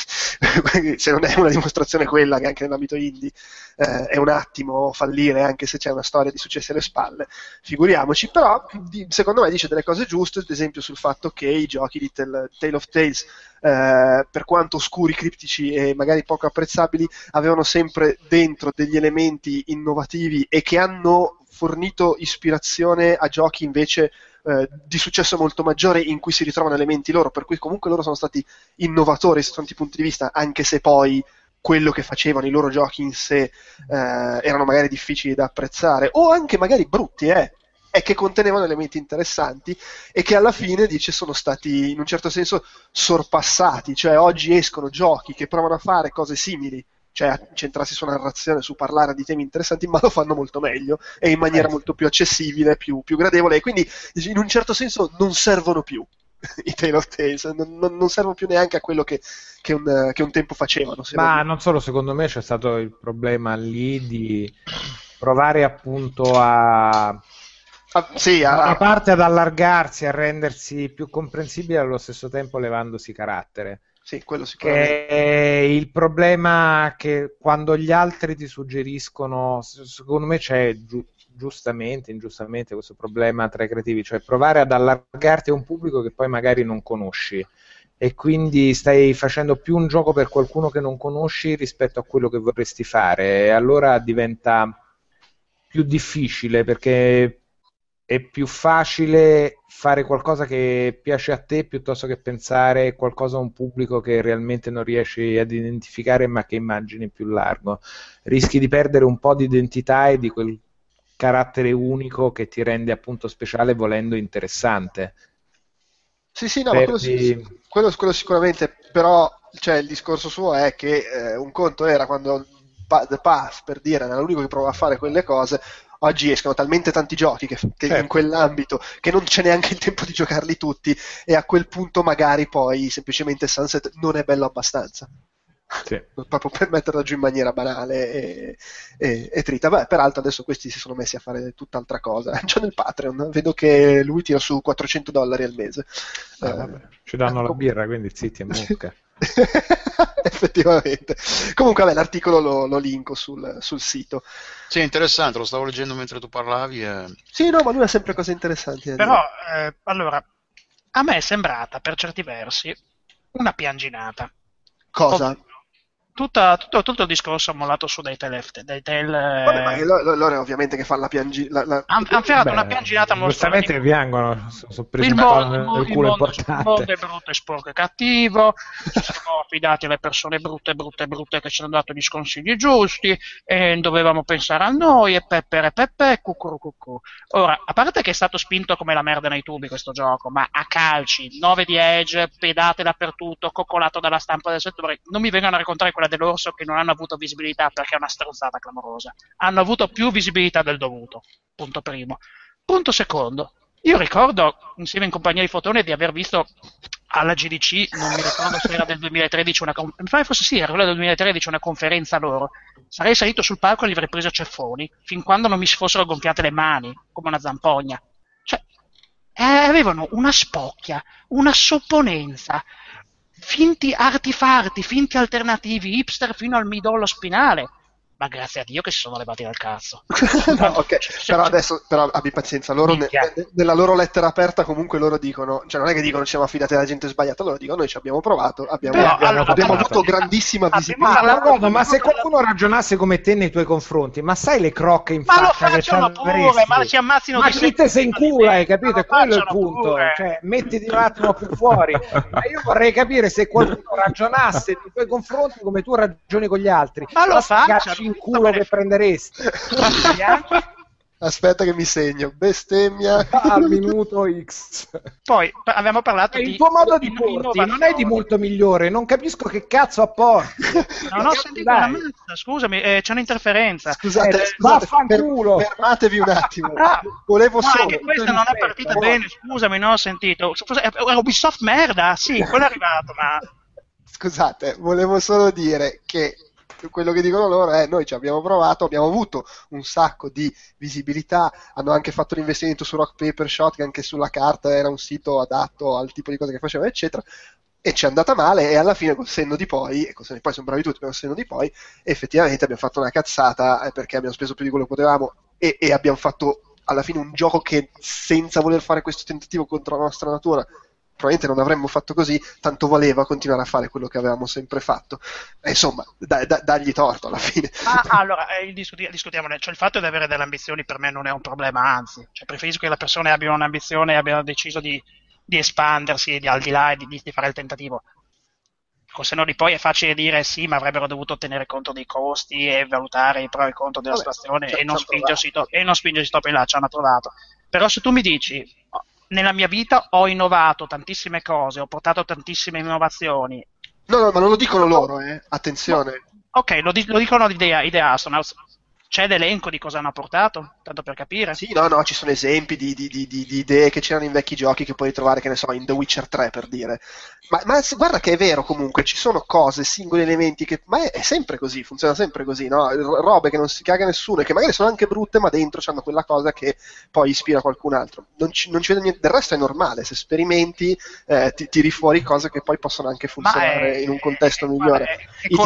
se non è una dimostrazione quella che anche nell'ambito indie è un attimo fallire, anche se c'è una storia di successi alle spalle, figuriamoci. Però secondo me dice delle cose giuste, ad esempio sul fatto che i giochi di Tale of Tales, per quanto oscuri, criptici e magari poco apprezzabili, avevano sempre dentro degli elementi innovativi e che hanno fornito ispirazione a giochi invece di successo molto maggiore, in cui si ritrovano elementi loro, per cui comunque loro sono stati innovatori su tanti punti di vista, anche se poi quello che facevano i loro giochi in sé erano magari difficili da apprezzare o anche magari brutti, e che contenevano elementi interessanti e che alla fine, dice, sono stati in un certo senso sorpassati. Cioè oggi escono giochi che provano a fare cose simili, cioè a centrarsi su narrazione, su parlare di temi interessanti, ma lo fanno molto meglio e in maniera molto più accessibile, più gradevole, e quindi in un certo senso non servono più. i Tale of Tales, non servono più neanche a quello che un tempo facevano. Ma non solo, secondo me c'è stato il problema lì di provare appunto a una parte ad allargarsi, a rendersi più comprensibile, allo stesso tempo levandosi carattere. Sì, quello sicuramente. Che è il problema che quando gli altri ti suggeriscono, secondo me c'è giustamente, ingiustamente questo problema tra i creativi, cioè provare ad allargarti a un pubblico che poi magari non conosci e quindi stai facendo più un gioco per qualcuno che non conosci rispetto a quello che vorresti fare, e allora diventa più difficile, perché è più facile fare qualcosa che piace a te piuttosto che pensare qualcosa a un pubblico che realmente non riesci ad identificare ma che immagini più largo. Rischi di perdere un po' di identità e di quel carattere unico che ti rende appunto speciale, volendo interessante. Sì, no, quello sicuramente, però cioè, il discorso suo è che un conto era quando The Path, per dire, era l'unico che provava a fare quelle cose. Oggi escono talmente tanti giochi che certo, in quell'ambito che non c'è neanche il tempo di giocarli tutti, e a quel punto magari poi semplicemente Sunset non è bello abbastanza. Sì. Proprio per metterla giù in maniera banale e trita. Beh, peraltro adesso questi si sono messi a fare tutt'altra cosa. Già nel Patreon vedo che lui tira su $400 al mese. Vabbè, ci danno la birra, quindi zitti e mucca. Effettivamente. Comunque vabbè, l'articolo lo linko sul sito. Sì, interessante, lo stavo leggendo mentre tu parlavi. Sì, no, ma lui ha sempre cose interessanti. Però, allora, a me è sembrata per certi versi una pianginata. Cosa? Tutto il discorso mollato su dei Tale. Vabbè, ma loro ovviamente che fanno la pianginata. Hanno fatto una pianginata mostruosa. Giustamente piangono, sono presi il un nel culo importante. Il mondo è brutto e sporco e cattivo, ci siamo affidati alle persone brutte che ci hanno dato gli sconsigli giusti, e dovevamo pensare a noi, e peppe, cucù. Ora, a parte che è stato spinto come la merda nei tubi questo gioco, ma a calci, 9 di Edge, pedate dappertutto, coccolato dalla stampa del settore, non mi vengano a raccontare quella dell'orso che non hanno avuto visibilità perché è una stronzata clamorosa. Hanno avuto più visibilità del dovuto, punto primo. Punto secondo, io ricordo insieme in compagnia di Fotone di aver visto alla GDC, non mi ricordo se era del 2013 mi pare fosse sì, era quella del 2013, una conferenza loro. Sarei salito sul palco e li avrei preso a ceffoni fin quando non mi si fossero gonfiate le mani come una zampogna. Cioè, avevano una spocchia, una sopponenza, finti artifarti, finti alternativi, hipster fino al midollo spinale. Ma grazie a Dio che si sono levati dal cazzo. No, ok, però adesso abbi pazienza, loro nella loro lettera aperta comunque loro dicono, cioè non è che dicono ci siamo affidati alla gente sbagliata, loro dicono noi ci abbiamo provato, abbiamo avuto grandissima visibilità. Ma se qualcuno ragionasse come te nei tuoi confronti, ma sai le crocche in faccia che facciano pure, ma ci ammazzino ma chi te sei in culo, hai capito? È quello il punto, cioè mettiti un attimo più fuori. Io vorrei capire se qualcuno ragionasse nei tuoi confronti come tu ragioni con gli altri. Ma lo facciano in culo che prenderesti. Aspetta che mi segno, bestemmia al minuto X. Poi abbiamo parlato il tuo modo di porti non è di molto migliore, non capisco che cazzo apporti. Non ho sentito una mazza, scusami, c'è un'interferenza. Scusate, vaffanculo. Fermatevi un attimo. Volevo solo che questa non è partita bene, scusami, non ho sentito. Era Ubisoft merda, sì, quello è arrivato, ma scusate, volevo solo dire che quello che dicono loro è noi ci abbiamo provato, abbiamo avuto un sacco di visibilità, hanno anche fatto l'investimento su Rock Paper Shotgun, che sulla carta era un sito adatto al tipo di cose che faceva eccetera, e ci è andata male, e alla fine col senno di poi sono bravi tutti, però col senno di poi effettivamente abbiamo fatto una cazzata, perché abbiamo speso più di quello che potevamo e abbiamo fatto alla fine un gioco che, senza voler fare questo tentativo contro la nostra natura, probabilmente non avremmo fatto così, tanto valeva continuare a fare quello che avevamo sempre fatto. Insomma, dagli torto alla fine. Allora, discutiamone. Cioè, il fatto di avere delle ambizioni per me non è un problema, anzi, cioè, preferisco che le persone abbiano un'ambizione e abbiano deciso di espandersi al di là e di fare il tentativo. Se no di poi è facile dire sì, ma avrebbero dovuto tenere conto dei costi e valutare i pro e i contro della situazione e non spingersi troppo in là, ci hanno provato. Però se tu mi dici nella mia vita ho innovato tantissime cose, ho portato tantissime innovazioni. No, ma non lo dicono loro, attenzione. Ok, lo dicono Idea Astronauts. C'è l'elenco di cosa hanno portato, tanto per capire? Sì, no, ci sono esempi di idee che c'erano in vecchi giochi che puoi trovare, che ne so, in The Witcher 3 per dire. Ma guarda che è vero comunque, ci sono cose, singoli elementi che... Ma è sempre così, funziona sempre così, no? Robe che non si caga nessuno e che magari sono anche brutte, ma dentro c'hanno quella cosa che poi ispira qualcun altro. Non ci vedo niente, del resto è normale, se sperimenti ti tiri fuori cose che poi possono anche funzionare in un contesto migliore.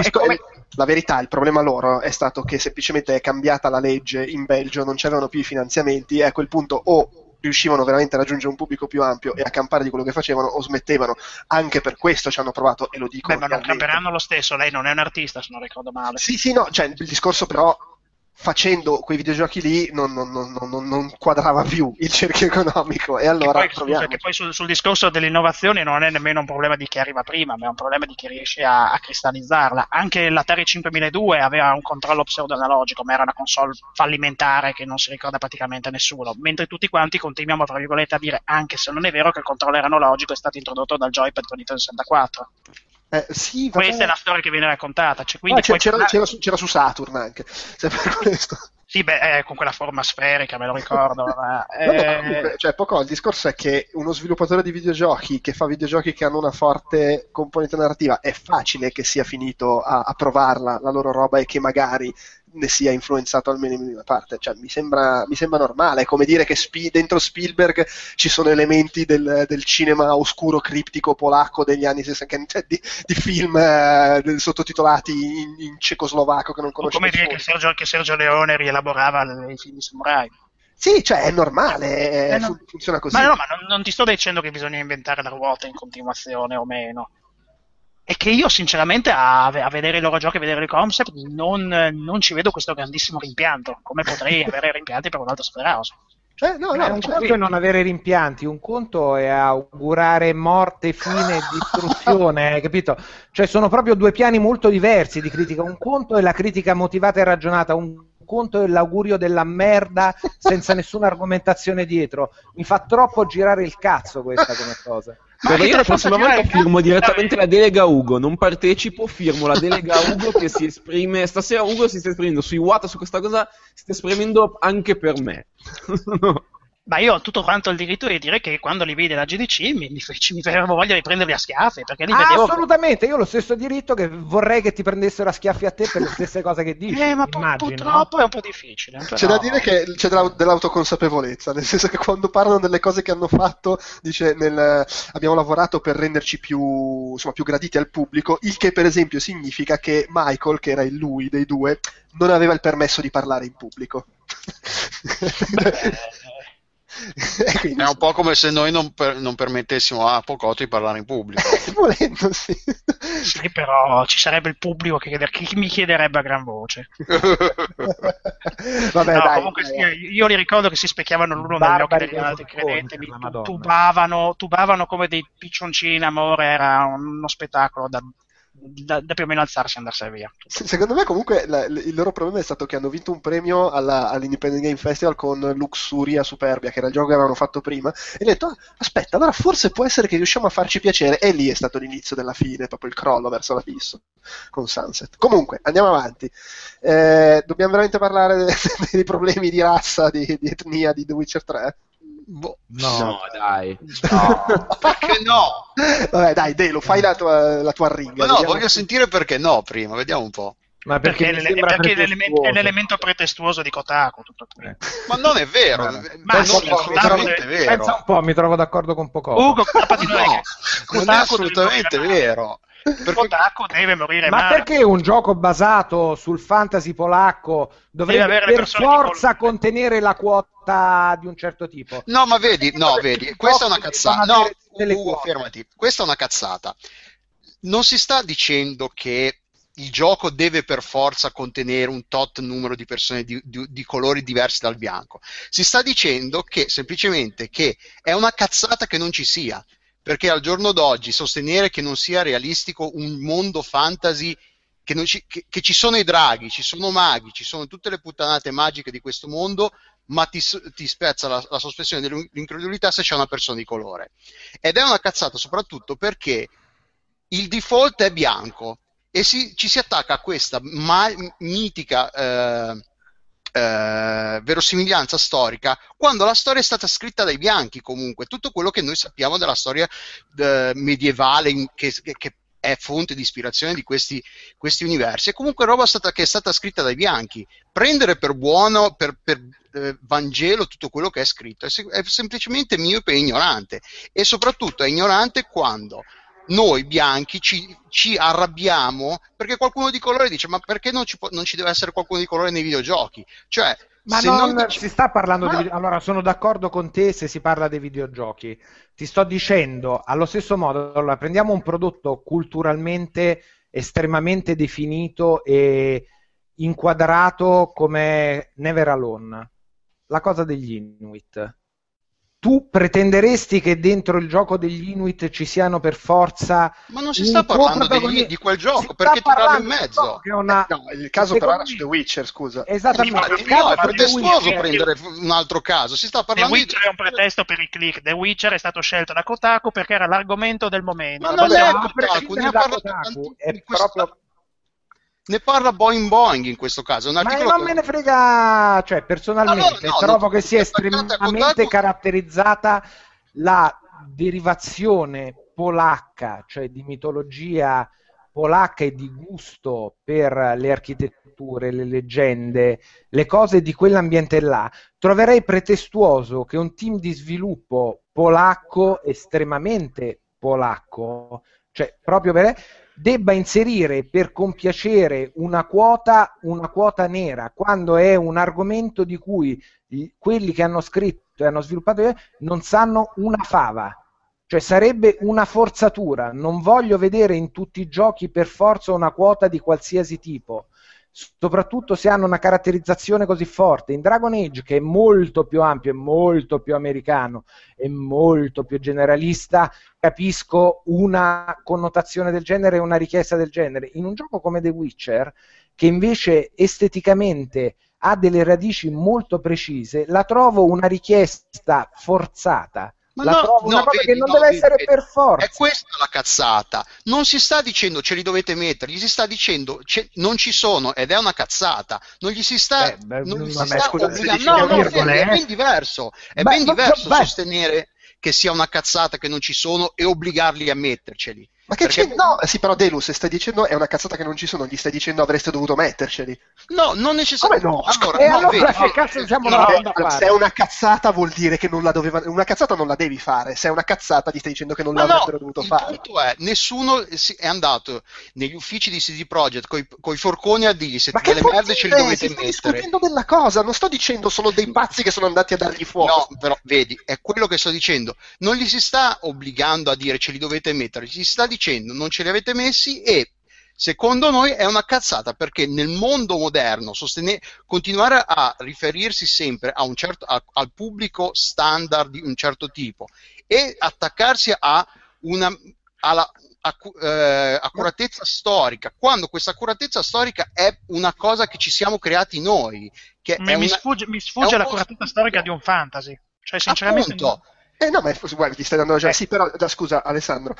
La verità, il problema loro è stato che semplicemente è cambiata la legge in Belgio, non c'erano più i finanziamenti e a quel punto o riuscivano veramente a raggiungere un pubblico più ampio e a campare di quello che facevano o smettevano. Anche per questo ci hanno provato e lo dico. Beh, ma non camperanno lo stesso, lei non è un artista se non ricordo male. Sì, no, cioè il discorso però facendo quei videogiochi lì non quadrava più il cerchio economico e allora che poi sul discorso dell'innovazione non è nemmeno un problema di chi arriva prima, ma è un problema di chi riesce a cristallizzarla. Anche l'Atari 5002 aveva un controllo pseudo-analogico, ma era una console fallimentare che non si ricorda praticamente nessuno, mentre tutti quanti continuiamo tra virgolette a dire, anche se non è vero, che il controller analogico è stato introdotto dal joypad con Nintendo 64. Sì, questa è la storia che viene raccontata. Quindi c'era su Saturn anche, sempre questo. Sì, con quella forma sferica, me lo ricordo. Comunque, il discorso è che uno sviluppatore di videogiochi che fa videogiochi che hanno una forte componente narrativa, è facile che sia finito a provarla, la loro roba, e che magari ne sia influenzato almeno in minima parte. Cioè, mi sembra normale. È come dire che dentro Spielberg ci sono elementi del cinema oscuro, criptico, polacco degli anni 60, di film sottotitolati in cecoslovacco che non conosco. Come dire che Sergio Leone rielaborava i film di samurai. Sì, cioè è normale, funziona così. Ma non ti sto dicendo che bisogna inventare la ruota in continuazione o meno. È che io sinceramente a vedere i loro giochi, a vedere il concept, non ci vedo questo grandissimo rimpianto, come potrei avere rimpianti per un altro Spherouse. Un conto è non avere rimpianti, un conto è augurare morte, fine, distruzione, capito? Cioè sono proprio due piani molto diversi di critica. Un conto è la critica motivata e ragionata, un conto è l'augurio della merda senza nessuna argomentazione dietro. Mi fa troppo girare il cazzo questa come cosa. Però io la prossima volta firmo direttamente la delega a Ugo, non partecipo, firmo la delega a Ugo che si esprime. Stasera Ugo si sta esprimendo su Iwata, su questa cosa, si sta esprimendo anche per me. No. Ma io ho tutto quanto il diritto di dire che quando li vidi alla GDC mi avevo voglia di prenderli a schiaffi, perché li vedevo... Assolutamente, io ho lo stesso diritto, che vorrei che ti prendessero a schiaffi a te per le stesse cose che dici. Ma purtroppo è un po' difficile. Però... C'è da dire che c'è dell'autoconsapevolezza, nel senso che quando parlano delle cose che hanno fatto, dice abbiamo lavorato per renderci più graditi al pubblico, il che per esempio significa che Michael, che era il lui dei due, non aveva il permesso di parlare in pubblico. È un po' come se noi non permettessimo a Pocotto di parlare in pubblico. Volendo, sì. Sì, però ci sarebbe il pubblico che mi chiederebbe a gran voce. Vabbè, dai, comunque io li ricordo che si specchiavano l'uno negli occhi degli altri, credetemi, tubavano come dei piccioncini in amore, era uno spettacolo da più o meno alzarsi e andarsene via. Secondo me comunque il loro problema è stato che hanno vinto un premio all'Independent Game Festival con Luxuria Superbia, che era il gioco che avevano fatto prima, e ho detto aspetta, allora forse può essere che riusciamo a farci piacere, e lì è stato l'inizio della fine, proprio il crollo verso l'abisso con Sunset. Comunque andiamo avanti, dobbiamo veramente parlare dei problemi di razza, di etnia di The Witcher 3? No, dai. No. Perché no? Vabbè, dai, Delo, fai la tua ringa. Ma no, voglio sentire perché no prima, vediamo un po'. Ma perché è l'elemento pretestuoso di Kotaku. Ma non è vero. Ma non è assolutamente vero. Pensa un po', mi trovo d'accordo con Pocotto. Ugo, non è assolutamente vero. Kotaku deve morire ma male. Perché un gioco basato sul fantasy polacco dovrebbe per forza contenere la quota di un certo tipo? No, ma vedi, questa è una cazzata. No, fermati. Questa è una cazzata. Non si sta dicendo che il gioco deve per forza contenere un tot numero di persone di colori diversi dal bianco. Si sta dicendo che semplicemente che è una cazzata che non ci sia. Perché al giorno d'oggi sostenere che non sia realistico un mondo fantasy, che ci sono i draghi, ci sono maghi, ci sono tutte le puttanate magiche di questo mondo, ma ti spezza la sospensione dell'incredulità se c'è una persona di colore. Ed è una cazzata soprattutto perché il default è bianco e ci si attacca a questa mitica verosimiglianza storica, quando la storia è stata scritta dai bianchi. Comunque tutto quello che noi sappiamo della storia medievale, che è fonte di ispirazione di questi universi, è comunque roba che è stata scritta dai bianchi. Prendere per buono, per Vangelo, tutto quello che è scritto è semplicemente miope e ignorante, e soprattutto è ignorante quando noi bianchi ci arrabbiamo perché qualcuno di colore dice: ma perché non ci deve essere qualcuno di colore nei videogiochi? Cioè, ma non si sta parlando di allora, sono d'accordo con te se si parla dei videogiochi. Ti sto dicendo allo stesso modo, allora, prendiamo un prodotto culturalmente estremamente definito e inquadrato come Never Alone, la cosa degli Inuit. Tu pretenderesti che dentro il gioco degli Inuit ci siano per forza... Ma non si sta parlando di quel gioco, perché tirarlo in mezzo? No, il caso però era su The Witcher, scusa. Esattamente. No, è pretestuoso prendere un altro caso. Si sta parlando The Witcher è un pretesto per i click. The Witcher è stato scelto da Kotaku perché era l'argomento del momento. Ma non è Kotaku, ne parla Boing Boing in questo caso. Un articolo ma non me ne frega, cioè personalmente trovo che sia estremamente caratterizzata la derivazione polacca, cioè di mitologia polacca e di gusto per le architetture, le leggende, le cose di quell'ambiente là. Troverei pretestuoso che un team di sviluppo polacco, estremamente polacco, cioè proprio debba inserire per compiacere una quota nera, quando è un argomento di cui quelli che hanno scritto e hanno sviluppato non sanno una fava. Cioè sarebbe una forzatura. Non voglio vedere in tutti i giochi per forza una quota di qualsiasi tipo, soprattutto se hanno una caratterizzazione così forte. In Dragon Age, che è molto più ampio, è molto più americano, è molto più generalista, capisco una connotazione del genere e una richiesta del genere. In un gioco come The Witcher, che invece esteticamente ha delle radici molto precise, la trovo una richiesta forzata. Trovo una cosa che non deve essere per forza. È questa la cazzata. Non si sta dicendo ce li dovete mettere, gli si sta dicendo non ci sono, ed è una cazzata. Non gli si sta obbligando. È ben diverso. È ben diverso sostenere che sia una cazzata che non ci sono e obbligarli a metterceli. Ma che c'è? No, sì, però Delus stai dicendo è una cazzata che non ci sono, gli stai dicendo avreste dovuto metterceli. No, non necessariamente. No? Se è una cazzata vuol dire che non la doveva. Una cazzata non la devi fare. Se è una cazzata ti stai dicendo che non l'avrebbero dovuto fare. Il punto è, nessuno è andato negli uffici di CD Projekt coi forconi a dirgli se delle merde ce li dovete mettere. Sto discutendo della cosa, non sto dicendo sono dei pazzi che sono andati a dargli fuoco. No, però vedi, è quello che sto dicendo. Non gli si sta obbligando a dire ce li dovete mettere, ci si sta dicendo non ce li avete messi, e secondo noi è una cazzata, perché nel mondo moderno continuare a riferirsi sempre a al pubblico standard di un certo tipo e attaccarsi alla accuratezza storica, quando questa accuratezza storica è una cosa che ci siamo creati noi, che mi sfugge l'accuratezza storica di un fantasy, cioè sinceramente appunto. No, ma guarda, ti stai dando ragione. Sì, però scusa Alessandro,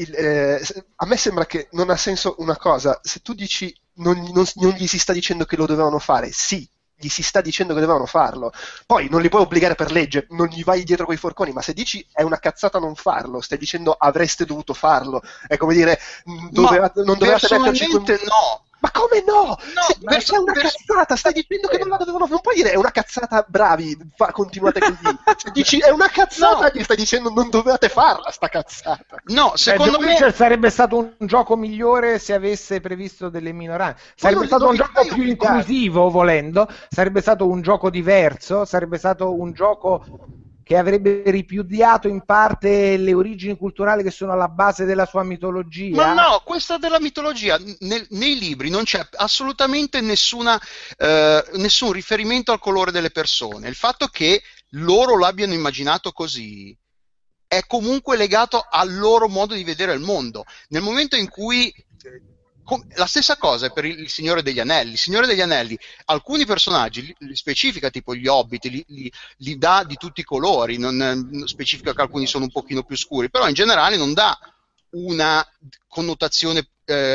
a me sembra che non ha senso una cosa. Se tu dici non gli si sta dicendo che lo dovevano fare, sì, gli si sta dicendo che dovevano farlo. Poi non li puoi obbligare per legge, non gli vai dietro coi forconi, ma se dici è una cazzata non farlo, stai dicendo avreste dovuto farlo. È come dire non dovevate metterci no. Ma come no? È una cazzata, stai dicendo che non la dovevano fare. Non puoi dire è una cazzata, bravi, continuate così. Se dici è una cazzata, gli stai dicendo non dovevate farla sta cazzata. No, secondo me sarebbe stato un gioco migliore se avesse previsto delle minoranze. Sarebbe stato un gioco più inclusivo, volendo, sarebbe stato un gioco diverso, sarebbe stato un gioco che avrebbe ripudiato in parte le origini culturali che sono alla base della sua mitologia. Ma no, questa della mitologia, nei libri non c'è assolutamente nessun riferimento al colore delle persone. Il fatto che loro l'abbiano immaginato così è comunque legato al loro modo di vedere il mondo. Nel momento in cui la stessa cosa è per il Signore degli Anelli. Il Signore degli Anelli, alcuni personaggi li specifica, tipo gli Hobbit, li dà di tutti i colori, non specifica che alcuni sono un pochino più scuri, però in generale non dà una connotazione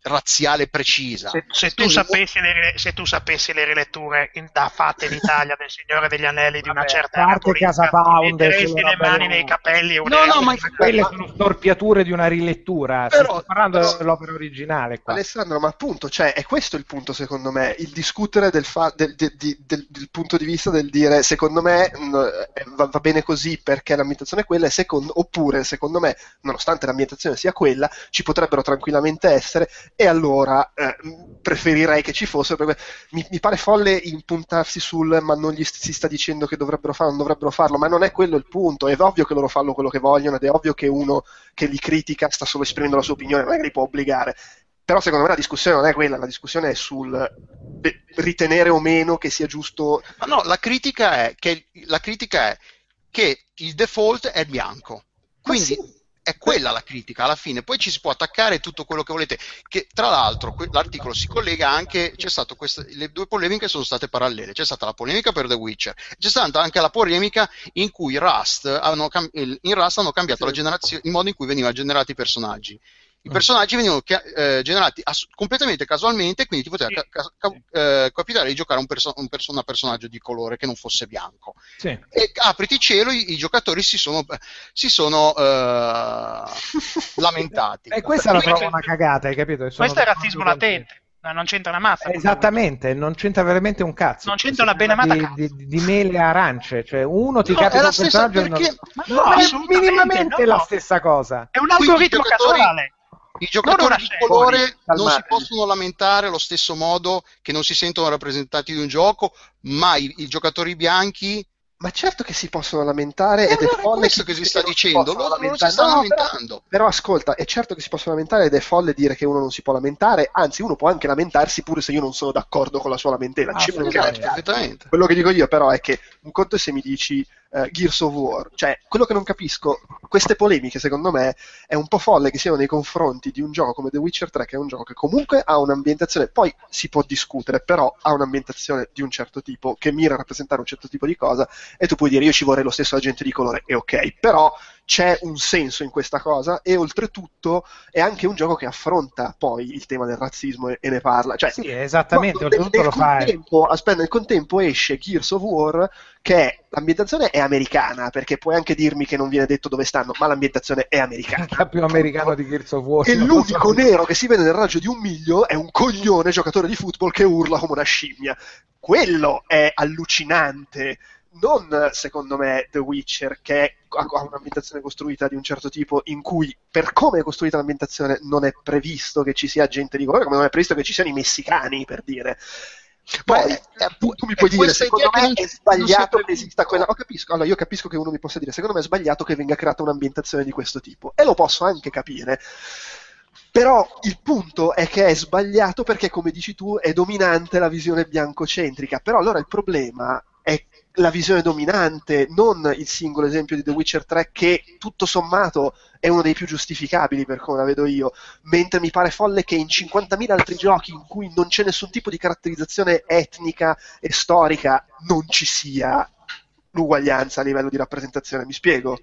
razziale precisa. Se tu sapessi le riletture fatte in Italia del Signore degli Anelli di una certa a parte Casa Pound, metteresti le mani nei capelli. Ma quelle sono storpiature di una rilettura. Sto parlando dell'opera originale qua. Alessandro, ma appunto, cioè, è questo il punto, secondo me, il discutere del punto di vista del dire, secondo me va bene così perché l'ambientazione è quella, oppure secondo me, nonostante l'ambientazione sia quella, ci potrebbero tranquillamente essere, e allora preferirei che ci fossero, perché mi pare folle impuntarsi sul ma non gli si sta dicendo che dovrebbero farlo, non dovrebbero farlo, ma non è quello il punto. È ovvio che loro fanno quello che vogliono ed è ovvio che uno che li critica sta solo esprimendo la sua opinione, non è che li può obbligare. Però secondo me la discussione non è quella, la discussione è sul ritenere o meno che sia giusto. Ma no, la critica è che il default è bianco, quindi è quella la critica alla fine. Poi ci si può attaccare tutto quello che volete, che tra l'altro l'articolo si collega anche, c'è stato le due polemiche sono state parallele, c'è stata la polemica per The Witcher, c'è stata anche la polemica in cui in Rust hanno cambiato la generazione, il modo in cui venivano generati i personaggi. I personaggi venivano generati completamente casualmente, quindi ti poteva capitare di giocare un personaggio di colore che non fosse bianco. Sì. E apriti cielo, i giocatori si sono lamentati. E questa la trovo una cagata, hai capito? Questo è razzismo latente. Non c'entra una mazza. Esattamente, non c'entra veramente un cazzo. Non c'entra una benamata di mele e arance, cioè uno ti capita un personaggio e non è minimamente la stessa cosa. È un algoritmo casuale. I giocatori di colore non si possono lamentare allo stesso modo che non si sentono rappresentati di un gioco, ma i giocatori bianchi. Ma certo che si possono lamentare, ed è folle questo che si sta dicendo, loro non si stanno lamentando. Però ascolta, è certo che si possono lamentare ed è folle dire che uno non si può lamentare, anzi uno può anche lamentarsi pure se io non sono d'accordo con la sua lamentela. Perfettamente. Quello che dico io però è che un conto è se mi dici Gears of War, cioè quello che non capisco, queste polemiche secondo me è un po' folle che siano nei confronti di un gioco come The Witcher 3, che è un gioco che comunque ha un'ambientazione, poi si può discutere, però ha un'ambientazione di un certo tipo che mira a rappresentare un certo tipo di cosa, e tu puoi dire io ci vorrei lo stesso agente di colore, e ok, però c'è un senso in questa cosa, e oltretutto è anche un gioco che affronta poi il tema del razzismo e ne parla, cioè, sì, esattamente, oltretutto lo fa. Nel contempo esce Gears of War, che l'ambientazione è americana, perché puoi anche dirmi che non viene detto dove stanno, ma l'ambientazione è americana. Il più americano di Gears of War. E l'unico nero che si vede nel raggio di un miglio è un coglione giocatore di football che urla come una scimmia. Quello è allucinante. Non, secondo me, The Witcher, che ha un'ambientazione costruita di un certo tipo, in cui, per come è costruita l'ambientazione, non è previsto che ci sia gente di colore, come non è previsto che ci siano i messicani, per dire. Poi tu mi puoi dire, secondo me è sbagliato che esista quella. Allora, io capisco che uno mi possa dire, secondo me è sbagliato che venga creata un'ambientazione di questo tipo, e lo posso anche capire. Però il punto è che è sbagliato perché, come dici tu, è dominante la visione biancocentrica. Però allora il problema è la visione dominante, non il singolo esempio di The Witcher 3, che tutto sommato è uno dei più giustificabili per come la vedo io, mentre mi pare folle che in 50.000 altri giochi in cui non c'è nessun tipo di caratterizzazione etnica e storica non ci sia l'uguaglianza a livello di rappresentazione. Mi spiego?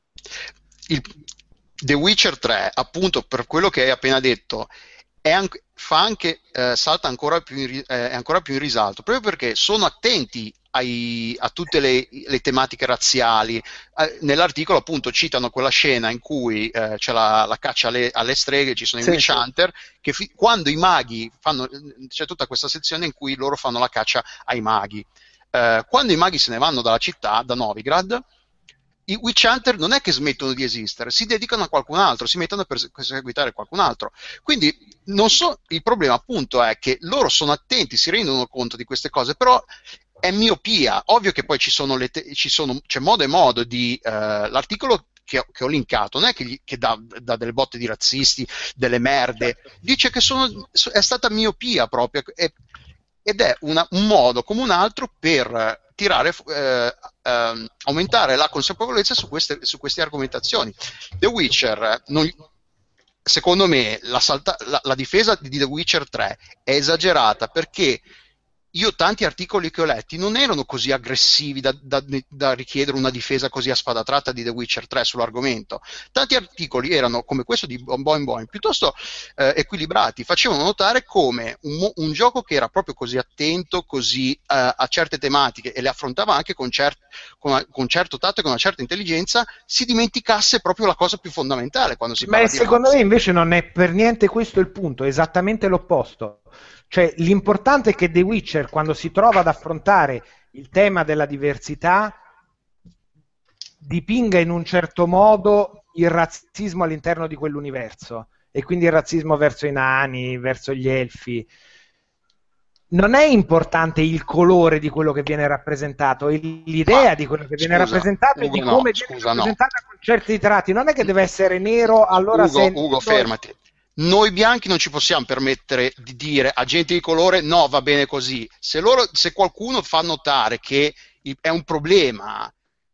The Witcher 3, appunto, per quello che hai appena detto, salta ancora più in risalto, proprio perché sono attenti a tutte le tematiche razziali. Nell'articolo appunto citano quella scena in cui c'è la caccia alle streghe, ci sono i witch hunter, che quando i maghi c'è tutta questa sezione in cui loro fanno la caccia ai maghi. Quando i maghi se ne vanno dalla città, da Novigrad, i witch hunter non è che smettono di esistere, si dedicano a qualcun altro, si mettono a perseguitare qualcun altro. Quindi il problema appunto è che loro sono attenti, si rendono conto di queste cose, però è miopia. Ovvio che poi c'è modo e modo di l'articolo che ho linkato non è che dà delle botte di razzisti, delle merde, dice che è stata miopia proprio, ed è un modo come un altro per aumentare la consapevolezza su queste argomentazioni. The Witcher, secondo me la difesa di The Witcher 3 è esagerata, perché io tanti articoli che ho letti non erano così aggressivi da richiedere una difesa così a spada tratta di The Witcher 3 sull'argomento. Tanti articoli erano, come questo di Boing Boing, piuttosto equilibrati, facevano notare come un gioco che era proprio così attento, così a certe tematiche e le affrontava anche con certo tatto e con una certa intelligenza, si dimenticasse proprio la cosa più fondamentale quando si parla di secondo me invece non è per niente questo il punto, è esattamente l'opposto. Cioè, l'importante è che The Witcher, quando si trova ad affrontare il tema della diversità, dipinga in un certo modo il razzismo all'interno di quell'universo, e quindi il razzismo verso i nani, verso gli elfi. Non è importante il colore di quello che viene rappresentato, è l'idea di quello che viene rappresentato e di come viene rappresentata con certi tratti. Non è che deve essere nero, allora Ugo, fermati. Noi bianchi non ci possiamo permettere di dire a gente di colore no, va bene così. Se qualcuno fa notare che è un problema,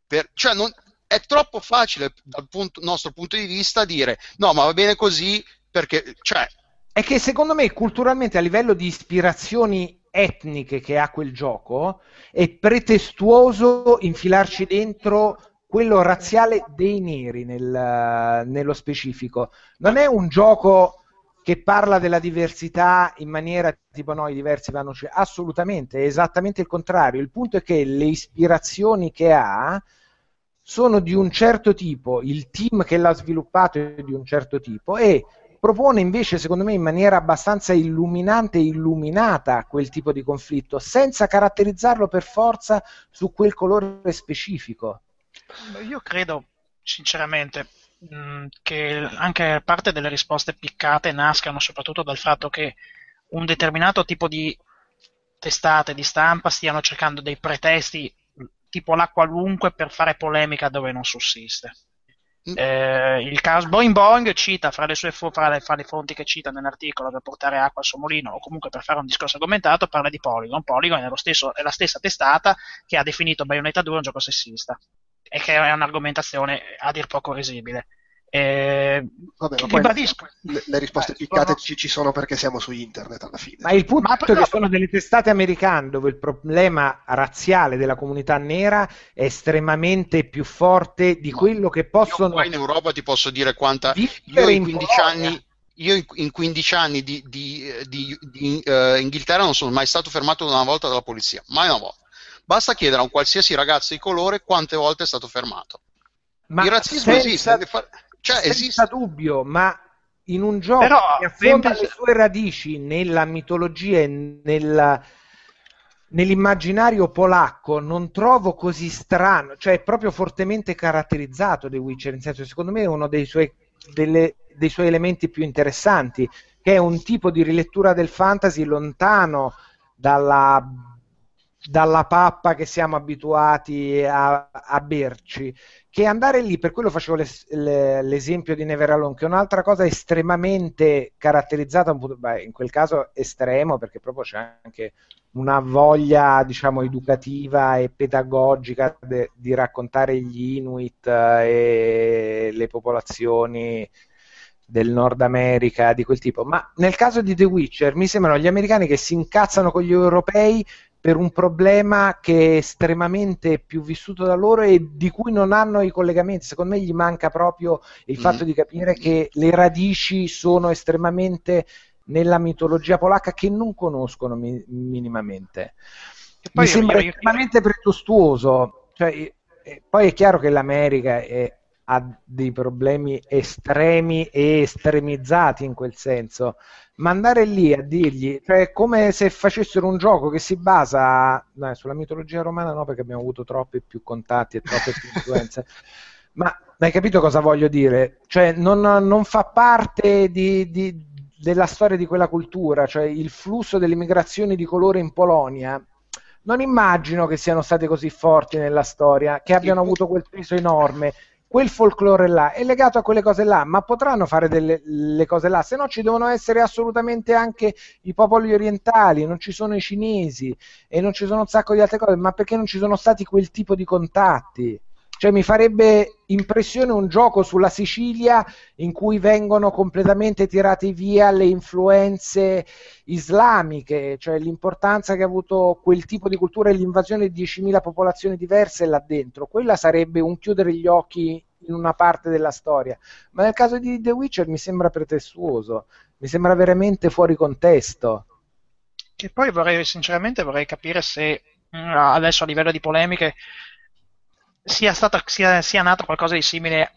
è troppo facile dal nostro punto di vista dire no, ma va bene così, perché è che secondo me culturalmente, a livello di ispirazioni etniche che ha quel gioco, è pretestuoso infilarci dentro quello razziale dei neri nello specifico. Non è un gioco che parla della diversità in maniera tipo noi diversi vanno, assolutamente, è esattamente il contrario. Il punto è che le ispirazioni che ha sono di un certo tipo, il team che l'ha sviluppato è di un certo tipo, e propone invece, secondo me, in maniera abbastanza illuminante e illuminata quel tipo di conflitto, senza caratterizzarlo per forza su quel colore specifico. Io credo, sinceramente, che anche parte delle risposte piccate nascano soprattutto dal fatto che un determinato tipo di testate di stampa stiano cercando dei pretesti tipo la qualunque per fare polemica dove non sussiste. Il caso Boing Boing cita fra le fonti che cita nell'articolo per portare acqua al suo mulino, o comunque per fare un discorso argomentato, parla di Polygon. Polygon è la stessa testata che ha definito Bayonetta 2 un gioco sessista, e che è un'argomentazione a dir poco risibile. Vabbè, ma poi le risposte piccate ci sono perché siamo su internet alla fine. Ma il punto è che sono delle testate americane dove il problema razziale della comunità nera è estremamente più forte di quello che possono. Io qua in Europa ti posso dire quanta. Io in 15 anni di Inghilterra non sono mai stato fermato una volta dalla polizia, mai una volta. Basta chiedere a un qualsiasi ragazzo di colore quante volte è stato fermato. Ma il razzismo esiste. Senza dubbio, ma in un gioco che affonda le sue radici nella mitologia e nell'immaginario polacco, non trovo così strano, cioè è proprio fortemente caratterizzato The Witcher, in senso, secondo me è uno dei suoi elementi più interessanti, che è un tipo di rilettura del fantasy lontano dalla pappa che siamo abituati a berci, che andare lì, per quello facevo l'esempio di Neveralone, che è un'altra cosa estremamente caratterizzata, in quel caso estremo, perché proprio c'è anche una voglia, diciamo, educativa e pedagogica di raccontare gli Inuit e le popolazioni del Nord America di quel tipo. Ma nel caso di The Witcher mi sembrano gli americani che si incazzano con gli europei per un problema che è estremamente più vissuto da loro e di cui non hanno i collegamenti. Secondo me gli manca proprio il fatto di capire che le radici sono estremamente nella mitologia polacca, che non conoscono minimamente. E poi mi sembra estremamente pretestuoso. Cioè, poi è chiaro che l'America ha dei problemi estremi e estremizzati in quel senso, ma andare lì a dirgli, cioè è come se facessero un gioco che si basa sulla mitologia romana, no, perché abbiamo avuto troppi più contatti e troppe più influenze, ma hai capito cosa voglio dire? Cioè non fa parte della storia di quella cultura, cioè il flusso delle migrazioni di colore in Polonia. Non immagino che siano state così forti nella storia, che abbiano avuto quel peso enorme. Quel folklore là è legato a quelle cose là, ma potranno fare delle cose là, se no ci devono essere assolutamente anche i popoli orientali, non ci sono i cinesi e non ci sono un sacco di altre cose, ma perché non ci sono stati quel tipo di contatti? Cioè mi farebbe impressione un gioco sulla Sicilia in cui vengono completamente tirate via le influenze islamiche, cioè l'importanza che ha avuto quel tipo di cultura e l'invasione di 10.000 popolazioni diverse là dentro. Quella sarebbe un chiudere gli occhi in una parte della storia. Ma nel caso di The Witcher mi sembra pretestuoso, mi sembra veramente fuori contesto. Che poi sinceramente vorrei capire se adesso a livello di polemiche sia nato qualcosa di simile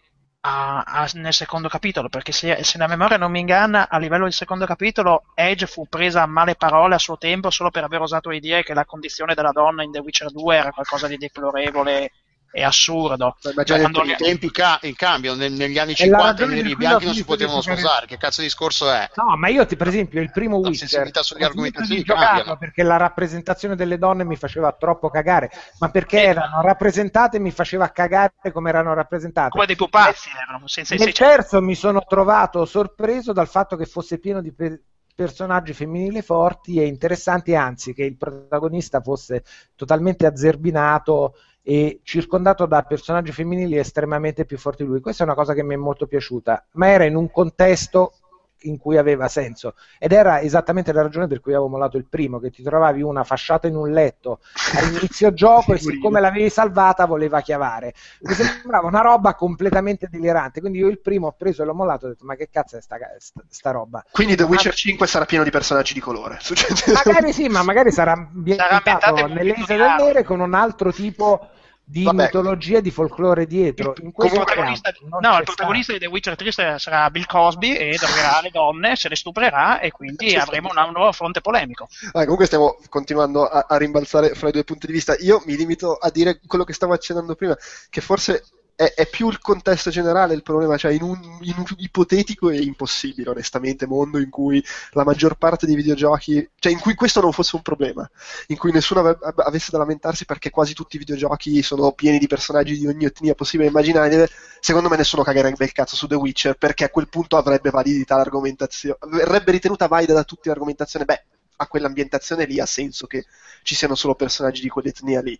nel secondo capitolo, perché se la memoria non mi inganna, a livello del secondo capitolo Edge fu presa a male parole a suo tempo solo per aver osato di dire che la condizione della donna in The Witcher 2 era qualcosa di deplorevole e assurdo. Ma già detto, i tempi cambiano, negli anni 50 i neri bianchi non si potevano sposare, che cazzo di discorso è? No, ma io per esempio il primo Witcher sulle argomentazioni cambiano perché la rappresentazione delle donne mi faceva troppo cagare, ma perché erano rappresentate e mi faceva cagare come erano rappresentate. Come dei pupazzi erano. Nel terzo mi sono trovato sorpreso dal fatto che fosse pieno di personaggi femminili forti e interessanti, anzi che il protagonista fosse totalmente azzerbinato e circondato da personaggi femminili estremamente più forti di lui. Questa è una cosa che mi è molto piaciuta, ma era in un contesto in cui aveva senso, ed era esattamente la ragione per cui avevo mollato il primo, che ti trovavi una fasciata in un letto all'inizio gioco e siccome l'avevi salvata voleva chiavare. Mi sembrava una roba completamente delirante, quindi io il primo ho preso e l'ho mollato e ho detto ma che cazzo è sta roba. Quindi The Witcher 5 sarà pieno di personaggi di colore. Magari sì, ma magari sarà ambientato nelle Isole del Nere con un altro tipo di mitologia e di folklore dietro. Il protagonista di The Witcher 3 sarà Bill Cosby e drogerà le donne, se le stuprerà e quindi avremo un nuovo fronte polemico. Comunque stiamo continuando a rimbalzare fra i due punti di vista. Io mi limito a dire quello che stavo accennando prima, che forse è più il contesto generale il problema, cioè in un ipotetico e impossibile onestamente mondo in cui la maggior parte dei videogiochi, cioè in cui questo non fosse un problema, in cui nessuno avesse da lamentarsi perché quasi tutti i videogiochi sono pieni di personaggi di ogni etnia possibile e immaginabile, secondo me nessuno cagherebbe il cazzo su The Witcher, perché a quel punto avrebbe validità l'argomentazione, verrebbe ritenuta valida da tutti l'argomentazione, a quell'ambientazione lì ha senso che ci siano solo personaggi di quell'etnia lì.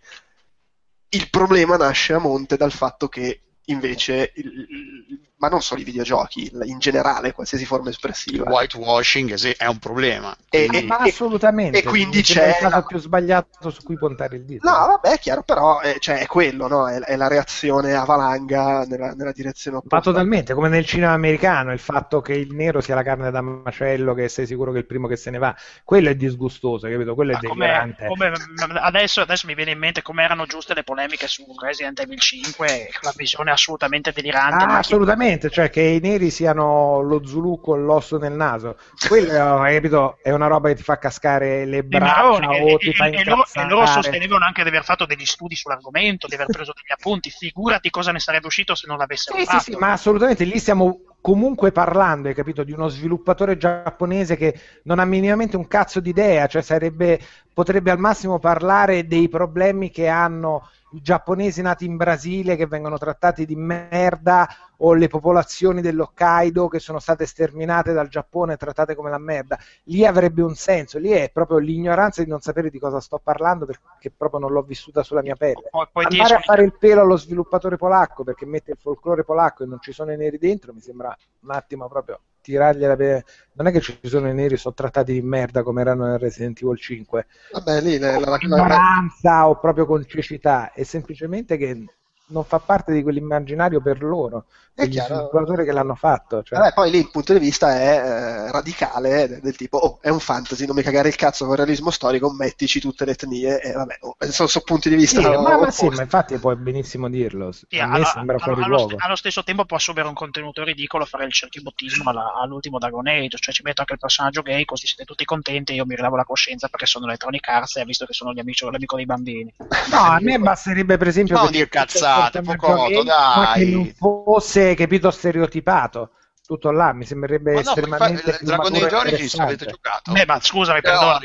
Il problema nasce a monte dal fatto che invece, ma non solo i videogiochi, in generale, qualsiasi forma espressiva. Whitewashing è un problema. Ma assolutamente. E quindi c'è il caso più sbagliato su cui puntare il dito. No, vabbè, è chiaro, però è quello, no? È la reazione a valanga nella direzione opposta. Ma totalmente, come nel cinema americano, il fatto che il nero sia la carne da macello, che sei sicuro che è il primo che se ne va, quello è disgustoso, capito? Quello è delirante. Adesso mi viene in mente come erano giuste le polemiche su Resident Evil 5, la visione assolutamente delirante. Assolutamente, cioè che i neri siano lo Zulu con l'osso nel naso, quello hai capito, è una roba che ti fa cascare le braccia o ti fa incazzare. E loro sostenevano anche di aver fatto degli studi sull'argomento, di aver preso degli appunti, figurati cosa ne sarebbe uscito se non l'avessero fatto. Sì, ma assolutamente, lì stiamo comunque parlando, hai capito, di uno sviluppatore giapponese che non ha minimamente un cazzo di idea, cioè potrebbe al massimo parlare dei problemi che hanno i giapponesi nati in Brasile che vengono trattati di merda, o le popolazioni dell'Hokkaido che sono state sterminate dal Giappone e trattate come la merda. Lì avrebbe un senso, lì è proprio l'ignoranza di non sapere di cosa sto parlando perché proprio non l'ho vissuta sulla mia pelle. Andare a fare il pelo allo sviluppatore polacco perché mette il folklore polacco e non ci sono i neri dentro mi sembra un attimo proprio tirargliela per... Non è che ci sono i neri, sono trattati di merda come erano nel Resident Evil 5. Vabbè, lì ignoranza o proprio con cecità, è semplicemente che non fa parte di quell'immaginario per loro, degli sviluppatori che l'hanno fatto. Cioè. Vabbè, poi lì il punto di vista è radicale, del tipo, è un fantasy, non mi cagare il cazzo con il realismo storico, mettici tutte le etnie, e vabbè, sono punti di vista ma infatti puoi benissimo dirlo, a me sembra fuori luogo. Allo stesso tempo può assumere un contenuto ridicolo fare il cerchibottismo all'ultimo Dragon Age, cioè ci metto anche il personaggio gay, così siete tutti contenti, io mi rilavo la coscienza perché sono Electronic Arts, visto che sono l'amico dei bambini. No, a me basterebbe per esempio non dire cazzate, Pocotto, dai, ma che non fosse, capito, stereotipato. Tutto là mi sembrerebbe estremamente Dragon Age Origins avete giocato? Ma scusami, perdono,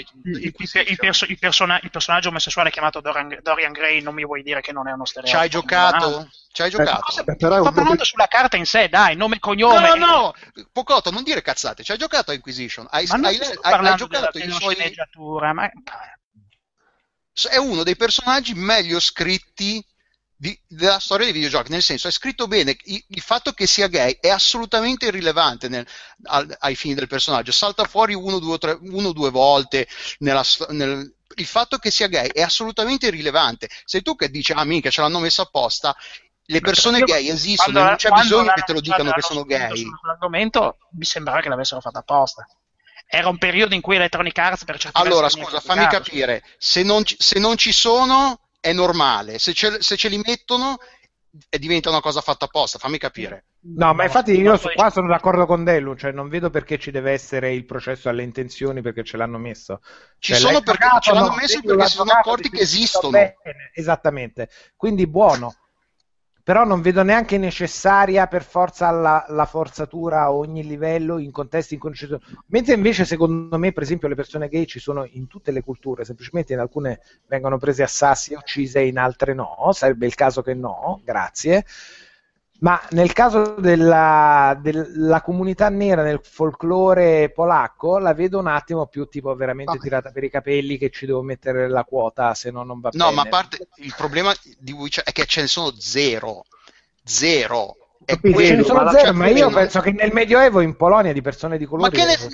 il personaggio omosessuale chiamato Dorian Gray, non mi vuoi dire che non è uno stereotipo? Ci hai giocato? Sto parlando sulla carta in sé, dai, nome e cognome. No, Pocotto, non dire cazzate, ci hai giocato a Inquisition? Hai giocato i suoi... sceneggiatura, ma... È uno dei personaggi meglio scritti della storia dei videogiochi, nel senso, è scritto bene, il fatto che sia gay è assolutamente irrilevante ai fini del personaggio, salta fuori uno o due volte il fatto che sia gay è assolutamente irrilevante. Sei tu che dici mica ce l'hanno messo apposta, le persone gay esistono, non c'è bisogno che te lo dicano che sono gay. Sull'argomento mi sembrava che l'avessero fatto apposta. Era un periodo in cui Electronic Arts per certi allora versi scusa, fammi capire, se non ci sono è normale, se ce li mettono diventa una cosa fatta apposta, fammi capire. No, ma infatti io qua sono d'accordo con Dellu, cioè non vedo perché ci deve essere il processo alle intenzioni perché ce l'hanno messo. Ci sono perché ce l'hanno messo perché si sono accorti che esistono. Bene, esattamente, quindi buono. Però non vedo neanche necessaria per forza la forzatura a ogni livello in contesti inconosciuti. Mentre invece secondo me per esempio le persone gay ci sono in tutte le culture, semplicemente in alcune vengono prese a sassi e uccise, in altre no, sarebbe il caso che no, grazie. Ma nel caso della comunità nera nel folklore polacco la vedo un attimo più tipo veramente tirata per i capelli, che ci devo mettere la quota, se no non va bene. No, ma a parte il problema di Witcher è che ce ne sono zero. Ce ne sono zero, ma io penso che nel Medioevo in Polonia di persone di colore...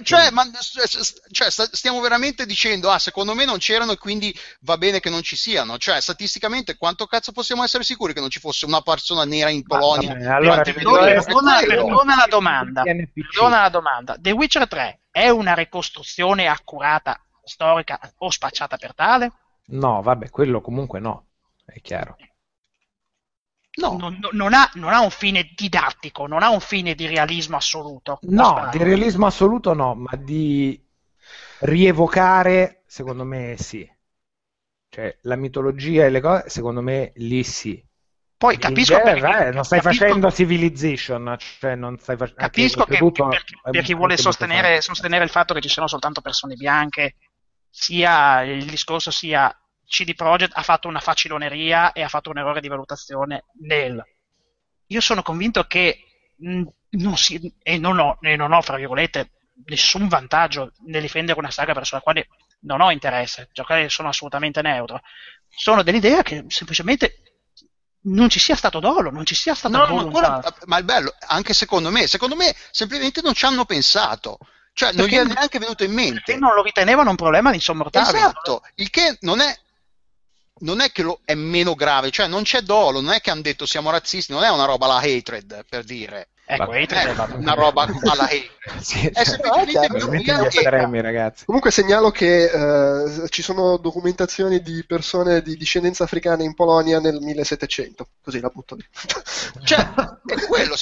stiamo veramente dicendo, secondo me non c'erano e quindi va bene che non ci siano. Cioè, statisticamente, quanto cazzo possiamo essere sicuri che non ci fosse una persona nera in Polonia? Allora, perdona la domanda. The Witcher 3 è una ricostruzione accurata, storica o spacciata per tale? No, vabbè, quello comunque no, è chiaro. No. Non ha un fine didattico, non ha un fine di realismo assoluto. No, di realismo assoluto no, ma di rievocare, secondo me sì. Cioè, la mitologia e le cose, secondo me lì sì. Poi capisco perché non stai facendo Civilization, cioè non stai capisco che per chi vuole sostenere il fatto che ci siano soltanto persone bianche, sia il discorso sia CD Projekt ha fatto una faciloneria e ha fatto un errore di valutazione io sono convinto che non ho fra virgolette nessun vantaggio nel difendere una saga verso la quale non ho interesse, giocare sono assolutamente neutro. Sono dell'idea che semplicemente non ci sia stato dolo, non ci sia stata volontà. Ma il bello, anche secondo me semplicemente non ci hanno pensato. Cioè non gli è neanche venuto in mente. Perché non lo ritenevano un problema di insommortabile. Esatto, il che non è che è meno grave, cioè non c'è dolo, non è che hanno detto siamo razzisti, non è una roba alla hatred, per dire. Ecco, è una roba alla hatred. Sì, è semplicemente gli estremi, ragazzi. Comunque segnalo che ci sono documentazioni di persone di discendenza africana in Polonia nel 1700, così la butto lì. Cioè, è quello,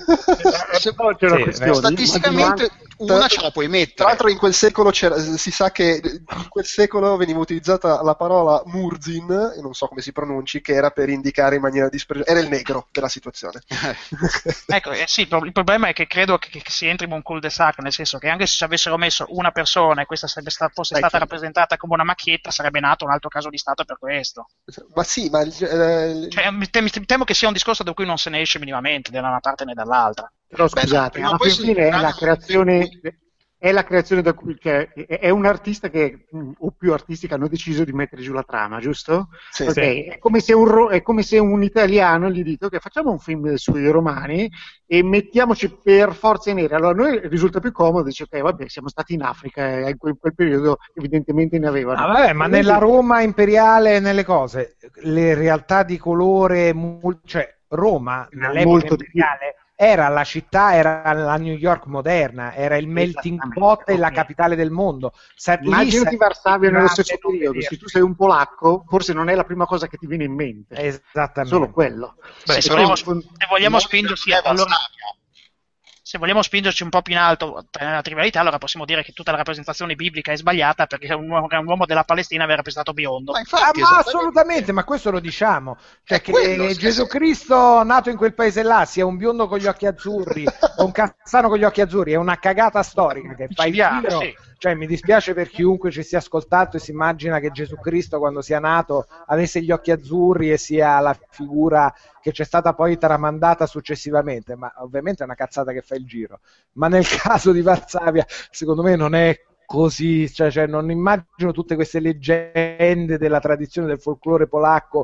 statisticamente una ce la puoi mettere. Tra l'altro in quel secolo si sa che in quel secolo veniva utilizzata la parola Murzin, e non so come si pronunci, che era per indicare in maniera dispregiativa, era il negro della situazione. Ecco, sì, il problema è che credo che si entri in un cul-de-sac, nel senso che anche se ci avessero messo una persona e questa fosse stata rappresentata come una macchietta, sarebbe nato un altro caso di Stato per questo. Ma sì, ma temo che sia un discorso da cui non se ne esce minimamente, né da una parte né dall'altra. Però scusate, alla fine è la creazione da cui è un artista o più artisti che hanno deciso di mettere giù la trama, giusto? Sì, okay. sì. È come se un italiano gli dice ok, facciamo un film sui romani e mettiamoci per forza i neri. Allora a noi risulta più comodo, dice ok, vabbè, siamo stati in Africa e in quel periodo evidentemente ne avevano. Vabbè, ma nella Roma imperiale, nelle cose, le realtà di colore, cioè Roma nell'epoca imperiale era la città, era la New York moderna, era il melting pot e la capitale del mondo. Immaginati Varsavia nello stesso periodo. Se tu sei un polacco, forse non è la prima cosa che ti viene in mente. Esattamente. Solo quello. Beh, se vogliamo spingersi se vogliamo spingerci un po' più in alto nella trivialità, allora possiamo dire che tutta la rappresentazione biblica è sbagliata perché un uomo della Palestina aveva rappresentato biondo. Ma assolutamente, ma questo lo diciamo. Cioè che Gesù Cristo nato in quel paese là sia un biondo con gli occhi azzurri o un cazzano con gli occhi azzurri è una cagata storica che fa il giro. Sì. Cioè mi dispiace per chiunque ci sia ascoltato e si immagina che Gesù Cristo quando sia nato avesse gli occhi azzurri e sia la figura che c'è stata poi tramandata successivamente, ma ovviamente è una cazzata che fa il giro. Ma nel caso di Varsavia secondo me non è così, cioè non immagino tutte queste leggende della tradizione del folklore polacco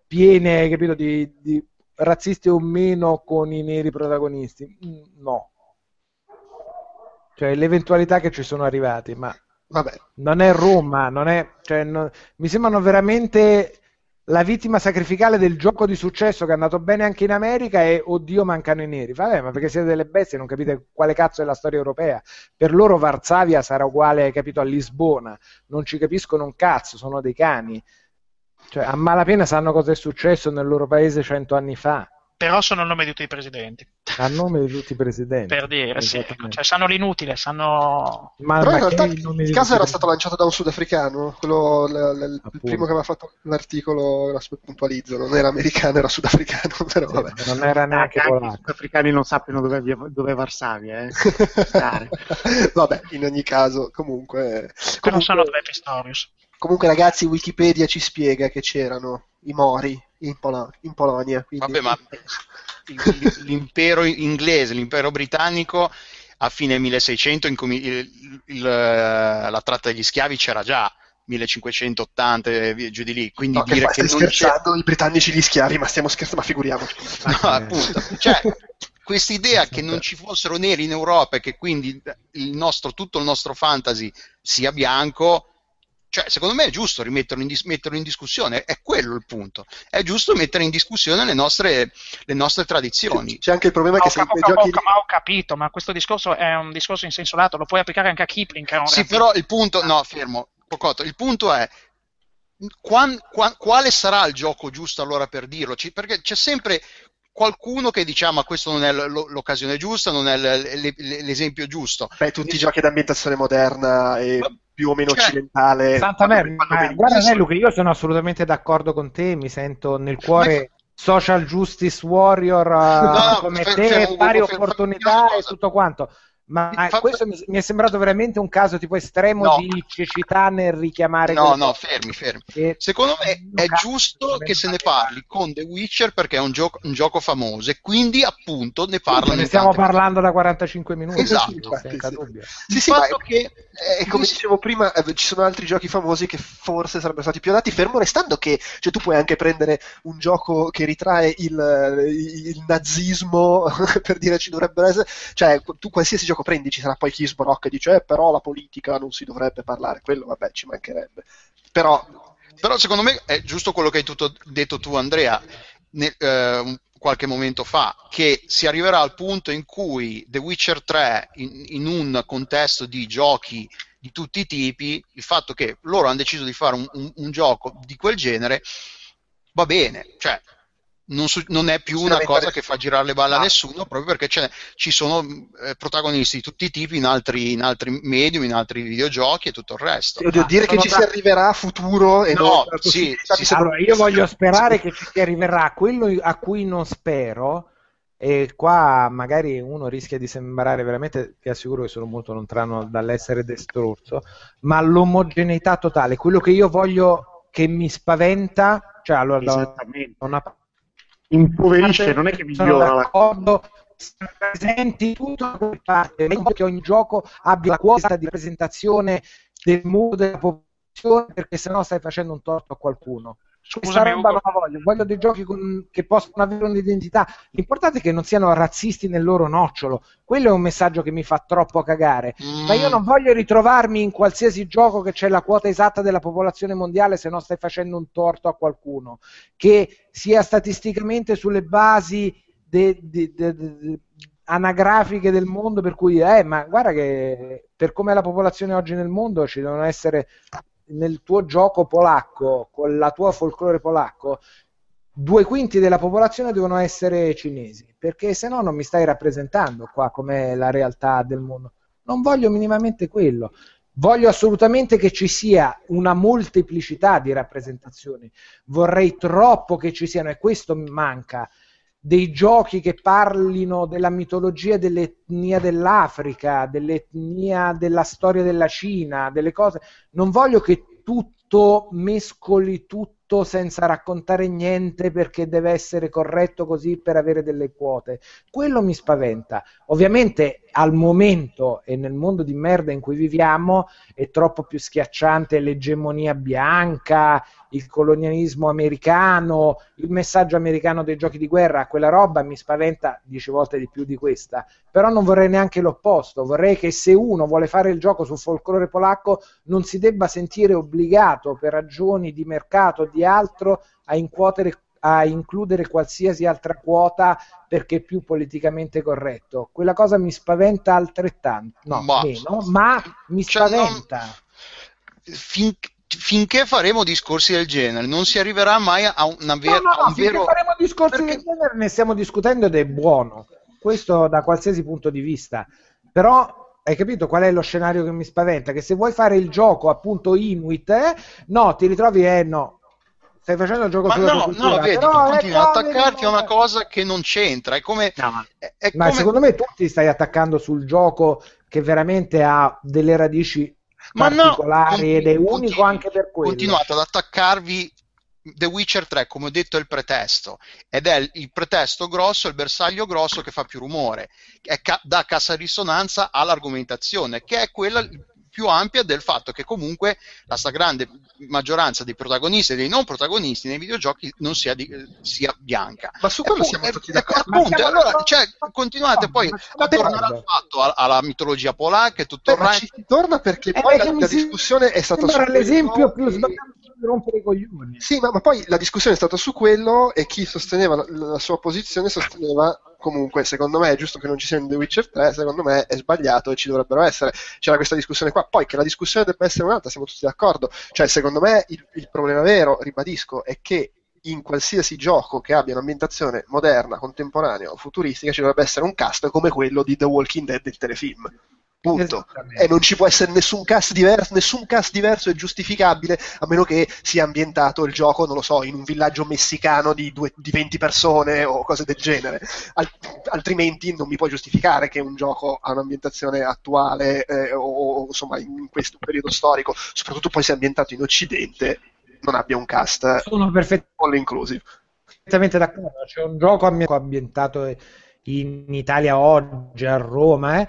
piene, capito, di razzisti o meno con i neri protagonisti. No. Cioè, l'eventualità che ci sono arrivati, ma vabbè, non è Roma, non è, cioè, mi sembrano veramente la vittima sacrificale del gioco di successo che è andato bene anche in America e oddio mancano i neri. Vabbè, ma perché siete delle bestie, non capite quale cazzo è la storia europea. Per loro Varsavia sarà uguale, capito, a Lisbona. Non ci capiscono un cazzo, sono dei cani. Cioè, a malapena sanno cosa è successo nel loro paese 100 anni fa. Però sono il nome di tutti i presidenti. A nome di tutti i presidenti. Per dire, sì. Cioè, sanno l'inutile, sanno... Però in realtà il caso era stato lanciato da un sudafricano, quello, il primo che aveva fatto l'articolo, la puntualizzo, non era americano, era sudafricano, però vabbè. Non era neanche polacco. I sudafricani non sappiano dove è Varsavia, Vabbè, in ogni caso, comunque non sono due Pistorius. Comunque ragazzi, Wikipedia ci spiega che c'erano i Mori in Polonia. Quindi... Vabbè, ma l'impero inglese, l'impero britannico a fine 1600 la tratta degli schiavi c'era già, 1580 e giù di lì, quindi dire che non scherzando, i britannici gli schiavi, ma stiamo scherzando, ma figuriamoci. No, appunto, cioè questa idea che non ci fossero neri in Europa e che quindi tutto il nostro fantasy sia bianco, cioè secondo me è giusto metterlo in discussione, è quello il punto, è giusto mettere in discussione le nostre tradizioni. C'è anche il problema che ho capito, ma questo discorso è un discorso in senso lato, lo puoi applicare anche a Kipling, che è un però il punto, no, fermo, Pocotto, il punto è quale sarà il gioco giusto allora per dirlo, perché c'è sempre qualcuno che dice ma questo non è l'occasione giusta, non è l'esempio giusto. Beh, tutti i giochi d'ambientazione moderna e più o meno occidentale. Santa merda, guarda Luca, io sono assolutamente d'accordo con te, mi sento nel cuore social justice warrior come te, pari opportunità e tutto quanto. Ma questo mi è sembrato veramente un caso tipo estremo di cecità nel richiamare. No, fermi. Secondo me è giusto che se ne parli con The Witcher perché è un gioco famoso e quindi appunto ne parlano. Ne stiamo parlando da 45 minuti. Esatto. Senza dubbio. Sì, come dicevo prima, ci sono altri giochi famosi che forse sarebbero stati più adatti, fermo restando che cioè, tu puoi anche prendere un gioco che ritrae il nazismo, per dire ci dovrebbero essere, cioè tu qualsiasi gioco prendi ci sarà poi chi sbrocca e dice però la politica non si dovrebbe parlare, quello vabbè ci mancherebbe, però secondo me è giusto quello che hai detto tu Andrea qualche momento fa, che si arriverà al punto in cui The Witcher 3 in un contesto di giochi di tutti i tipi, il fatto che loro hanno deciso di fare un gioco di quel genere va bene, cioè non è più una cosa che fa girare le balle a nessuno, proprio perché ci sono protagonisti di tutti i tipi in altri medium, in altri videogiochi e tutto il resto. Devo dire che ci si arriverà a futuro e allora, io voglio sperare che ci si arriverà. Quello a cui non spero, e qua magari uno rischia di sembrare veramente, ti assicuro che sono molto lontano dall'essere destrorso, ma l'omogeneità totale, quello che io voglio, che mi spaventa, cioè allora impoverisce, non è che migliora l'accordo, presenti tutto che ogni gioco abbia la quota di rappresentazione del mondo della popolazione, perché sennò stai facendo un torto a qualcuno. Questa roba non la voglio dei giochi che possono avere un'identità. L'importante è che non siano razzisti nel loro nocciolo. Quello è un messaggio che mi fa troppo cagare. Ma io non voglio ritrovarmi in qualsiasi gioco che c'è la quota esatta della popolazione mondiale, se no stai facendo un torto a qualcuno. Che sia statisticamente sulle basi anagrafiche del mondo, per cui ma guarda che per come è la popolazione oggi nel mondo ci devono essere nel tuo gioco polacco, con la tua folklore polacco, 2/5 della popolazione devono essere cinesi, perché se no non mi stai rappresentando qua com'è la realtà del mondo. Non voglio minimamente quello. Voglio assolutamente che ci sia una molteplicità di rappresentazioni. Vorrei troppo che ci siano, e questo mi manca, dei giochi che parlino della mitologia dell'etnia dell'Africa, dell'etnia della storia della Cina, delle cose. Non voglio che mescoli tutto senza raccontare niente perché deve essere corretto così per avere delle quote. Quello mi spaventa. Ovviamente al momento e nel mondo di merda in cui viviamo è troppo più schiacciante l'egemonia bianca, il colonialismo americano, il messaggio americano dei giochi di guerra. Quella roba mi spaventa 10 volte di più di questa. Però non vorrei neanche l'opposto, vorrei che se uno vuole fare il gioco sul folklore polacco non si debba sentire obbligato per ragioni di mercato o di altro a includere qualsiasi altra quota perché è più politicamente corretto. Quella cosa mi spaventa altrettanto, meno, ma mi spaventa. Finché faremo discorsi del genere non si arriverà mai a un vero... faremo discorsi del genere ne stiamo discutendo ed è buono, questo da qualsiasi punto di vista, però hai capito qual è lo scenario che mi spaventa? Che se vuoi fare il gioco appunto Inuit, no, ti ritrovi no, stai facendo il gioco sulla cultura, vedi, però continui ad attaccarti a una cosa che non c'entra, è come... ma secondo me tu ti stai attaccando sul gioco che veramente ha delle radici particolari ed è unico anche per quello. Continuate ad attaccarvi The Witcher 3, come ho detto, è il pretesto, ed è il pretesto grosso, il bersaglio grosso che fa più rumore, dà cassa risonanza all'argomentazione, che è quella più ampia del fatto che comunque la stragrande maggioranza dei protagonisti e dei non protagonisti nei videogiochi non sia bianca. Ma su quello siamo tutti d'accordo. Appunto, allora, continuate poi a tornare al fatto, alla mitologia polacca e tutto il resto. Ci torna perché poi la discussione è stata su l'esempio più sbagliato di rompere i coglioni. Sì, ma poi la discussione è stata su quello e chi sosteneva la sua posizione sosteneva comunque, secondo me è giusto che non ci sia in The Witcher 3, secondo me è sbagliato e ci dovrebbero essere. C'era questa discussione qua, poi che la discussione debba essere un'altra, siamo tutti d'accordo. Cioè, secondo me il problema vero, ribadisco, è che in qualsiasi gioco che abbia un'ambientazione moderna, contemporanea o futuristica ci dovrebbe essere un cast come quello di The Walking Dead del telefilm. Punto. E non ci può essere nessun cast diverso è giustificabile a meno che sia ambientato il gioco, non lo so, in un villaggio messicano di 20 persone o cose del genere. Altrimenti non mi puoi giustificare che un gioco ha un'ambientazione attuale o insomma in questo periodo storico, soprattutto poi se è ambientato in Occidente, non abbia un cast all inclusive. Perfettamente d'accordo. C'è un gioco ambientato in Italia oggi, a Roma,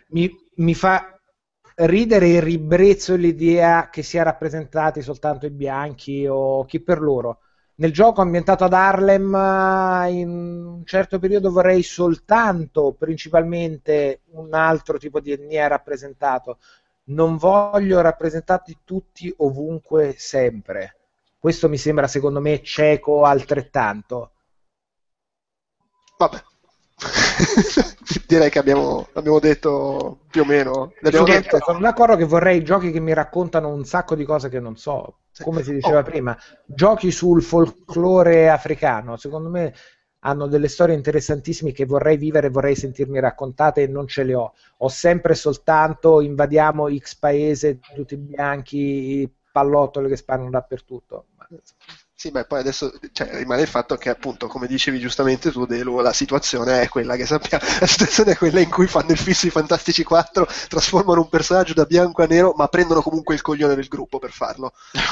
mi fa ridere e ribrezzo l'idea che sia rappresentati soltanto i bianchi o chi per loro. Nel gioco ambientato ad Harlem in un certo periodo vorrei soltanto, principalmente, un altro tipo di etnia rappresentato. Non voglio rappresentati tutti ovunque sempre. Questo mi sembra, secondo me, cieco altrettanto. Vabbè. Direi che abbiamo detto più o meno. Sono d'accordo che vorrei giochi che mi raccontano un sacco di cose che non so, come si diceva prima, giochi sul folklore africano, secondo me hanno delle storie interessantissime che vorrei vivere, vorrei sentirmi raccontate e non ce le ho sempre soltanto invadiamo X paese, tutti bianchi, pallottole che sparano dappertutto. Sì, ma poi adesso rimane il fatto che appunto, come dicevi giustamente tu, Delu, la situazione è quella che sappiamo, la situazione è quella in cui fanno il fisso i Fantastici 4, trasformano un personaggio da bianco a nero, ma prendono comunque il coglione del gruppo per farlo.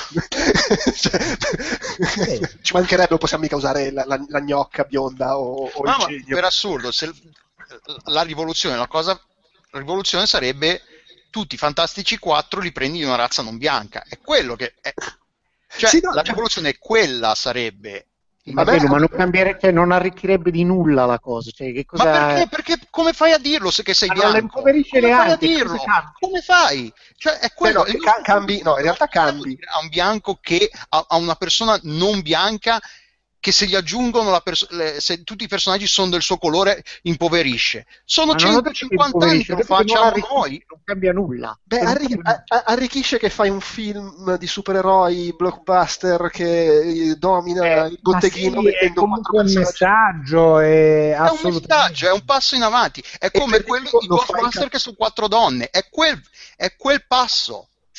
Ci mancherebbe, non possiamo mica usare la gnocca bionda o il genio. Ma per assurdo, se la rivoluzione sarebbe tutti i Fantastici 4 li prendi di una razza non bianca, è quello che è. Cioè, sì, la rivoluzione è quella, sarebbe. Ma non cambierebbe, non arricchirebbe di nulla la cosa. Cioè, che cosa... Ma perché come fai a dirlo se che sei bianco? Non impoverisce come neanche, fai a dirlo? Come fai? Cioè, è quello. Cambi, no, in realtà cambi. A un bianco che a una persona non bianca che se gli aggiungono se tutti i personaggi sono del suo colore impoverisce. Sono 150 anni che lo facciamo noi. Non cambia nulla. Beh, arricchisce che fai un film di supereroi blockbuster che domina il botteghino mettendo comunque un messaggio è un messaggio, è un passo in avanti. È come quello di Ghostbuster che sono 4 donne. È quel passo.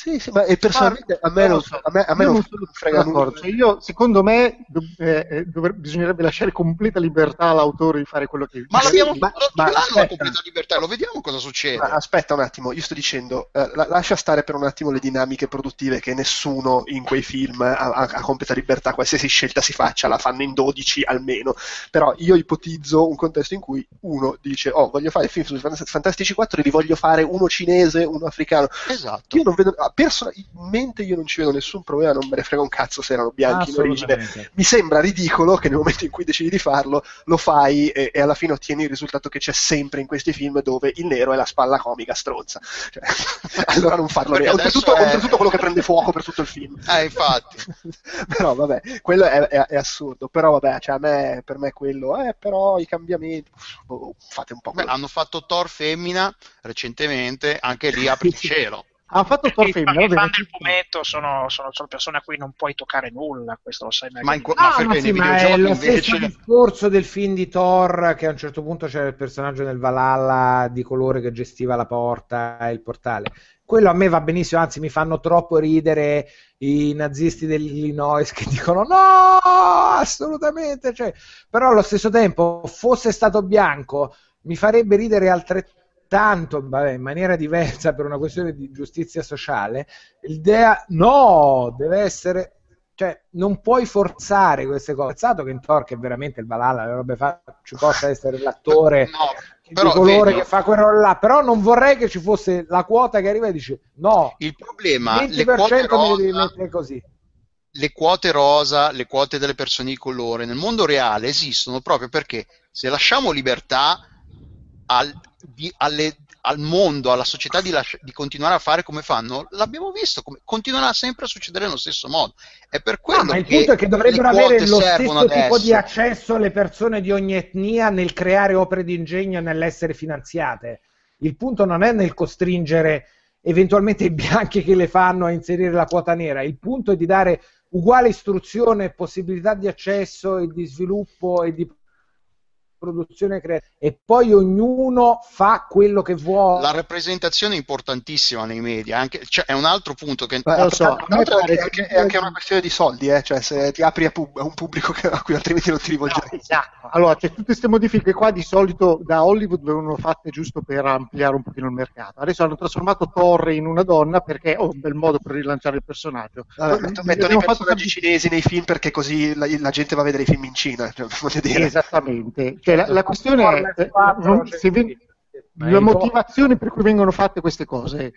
Sì, ma personalmente a me non frega nulla. Cioè io, secondo me, bisognerebbe lasciare completa libertà all'autore di fare quello che... Ma l'hanno ma la completa libertà, lo vediamo cosa succede. Ma aspetta un attimo, io sto dicendo, lascia stare per un attimo le dinamiche produttive, che nessuno in quei film ha completa libertà, qualsiasi scelta si faccia la fanno in 12 almeno, però io ipotizzo un contesto in cui uno dice voglio fare film sui Fantastici 4 e li voglio fare uno cinese, uno africano. Esatto. Io non vedo, personalmente io non ci vedo nessun problema, non me ne frega un cazzo se erano bianchi in origine. Mi sembra ridicolo che nel momento in cui decidi di farlo lo fai e alla fine ottieni il risultato che c'è sempre in questi film, dove il nero è la spalla comica stronza, cioè, allora non farlo nero. Oltretutto quello che prende fuoco per tutto il film, infatti. però vabbè, quello è assurdo, però vabbè, cioè per me quello però i cambiamenti fate un po'. Hanno fatto Thor femmina recentemente, anche lì apri il cielo. Ha fatto Thor I fan femmina, del fumetto sono persone a cui non puoi toccare nulla, questo lo sai meglio. Ma è lo stesso discorso del film di Thor, che a un certo punto c'era il personaggio del Valhalla di colore che gestiva la porta e il portale. Quello a me va benissimo, anzi mi fanno troppo ridere i nazisti dell'Illinois che dicono no, assolutamente, cioè, però allo stesso tempo fosse stato bianco mi farebbe ridere altrettanto, vabbè, in maniera diversa per una questione di giustizia sociale, l'idea no, deve essere, cioè non puoi forzare queste cose. Pensato che in Thor, che veramente il Valhalla, le robe ci possa essere l'attore di colore che fa quello là, però non vorrei che ci fosse la quota che arriva e dice no, il problema, 20% me li devi mettere così. Le quote rosa, le quote delle persone di colore nel mondo reale esistono proprio perché se lasciamo libertà al mondo, alla società di continuare a fare come fanno, l'abbiamo visto, continuerà sempre a succedere nello stesso modo. È per quello ma il punto è che dovrebbero avere lo stesso adesso. Tipo di accesso alle persone di ogni etnia nel creare opere di ingegno e nell'essere finanziate. Il punto non è nel costringere eventualmente i bianchi che le fanno a inserire la quota nera, il punto è di dare uguale istruzione, possibilità di accesso e di sviluppo e di produzione creativa, e poi ognuno fa quello che vuole. La rappresentazione è importantissima nei media, cioè, è un altro punto che è anche una questione di soldi, cioè se ti apri a un pubblico a cui altrimenti non ti rivolgerei. Esatto. Allora, tutte queste modifiche qua di solito da Hollywood vengono fatte giusto per ampliare un pochino il mercato. Adesso hanno trasformato Thor in una donna perché è un bel modo per rilanciare il personaggio. Mettono i personaggi cinesi nei film perché così la gente va a vedere i film in Cina, cioè, voglio dire. Esattamente. Cioè, la questione è la motivazione per cui vengono fatte queste cose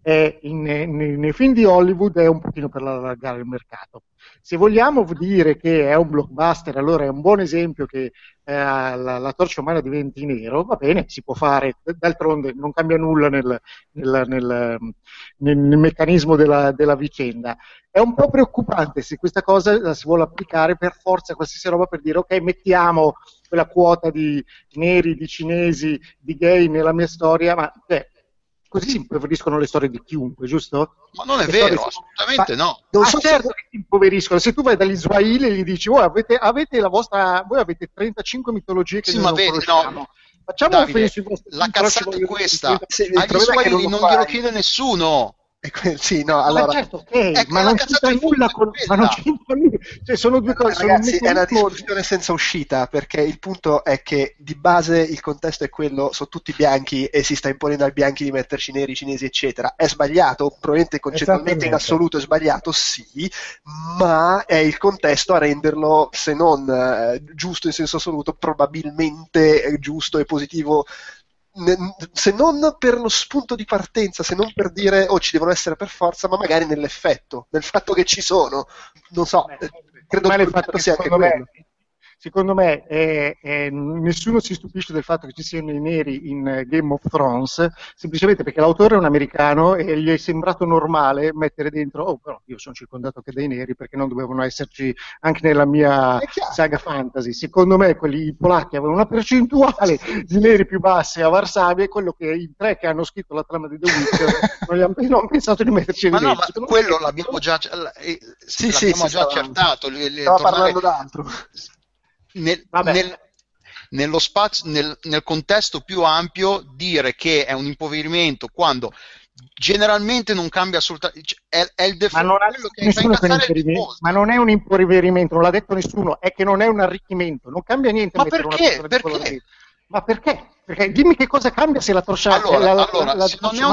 nei film di Hollywood è un pochino per allargare il mercato. Se vogliamo dire che è un blockbuster, allora è un buon esempio che la torcia umana diventi nero, va bene, si può fare, d'altronde non cambia nulla nel meccanismo della vicenda. È un po' preoccupante se questa cosa la si vuole applicare per forza a qualsiasi roba, per dire ok, mettiamo quella quota di neri, di cinesi, di gay nella mia storia, ma così si impoveriscono le storie di chiunque, giusto? Ma non è vero, assolutamente no. Non so certo che si impoveriscono. Se tu vai dall'Israele e gli dici voi avete voi avete 35 mitologie che non conosciamo. No. Facciamo Davide, un film la cazzata è questa. Agli Swahili non glielo chiede nessuno. Sì, no, allora, certo, okay, ma non c'entra nulla ma non c'entra nulla. Cioè, sono due cose. Ragazzi, è una discussione senza uscita, perché il punto è che di base il contesto è quello, sono tutti bianchi e si sta imponendo ai bianchi di metterci neri, cinesi, eccetera. È sbagliato, probabilmente concettualmente in assoluto è sbagliato, sì, ma è il contesto a renderlo, se non giusto in senso assoluto, probabilmente giusto e positivo, se non per lo spunto di partenza, se non per dire ci devono essere per forza, ma magari nell'effetto, nel fatto che ci sono, non so, credo che il fatto sia anche quello. Secondo me nessuno si stupisce del fatto che ci siano i neri in Game of Thrones, semplicemente perché l'autore è un americano e gli è sembrato normale mettere dentro, però io sono circondato anche dai neri, perché non dovevano esserci anche nella mia saga fantasy. Secondo me quelli polacchi avevano una percentuale di neri più basse a Varsavia, e quello che i tre che hanno scritto la trama di The Witcher non hanno pensato di metterci ma dentro. No, ma quello l'abbiamo già già accertato. Stavo parlando d'altro. Nello spazio, nel contesto più ampio, dire che è un impoverimento quando generalmente non cambia assolutamente, è il Ma non ha quello che fa nessuno che incazzare il tifoso. ma non è un impoverimento, non l'ha detto nessuno, è che non è un arricchimento, non cambia niente Ma mettere perché? una persona di colore vivo. Ma perché? Perché dimmi che cosa cambia se la troscia Allora,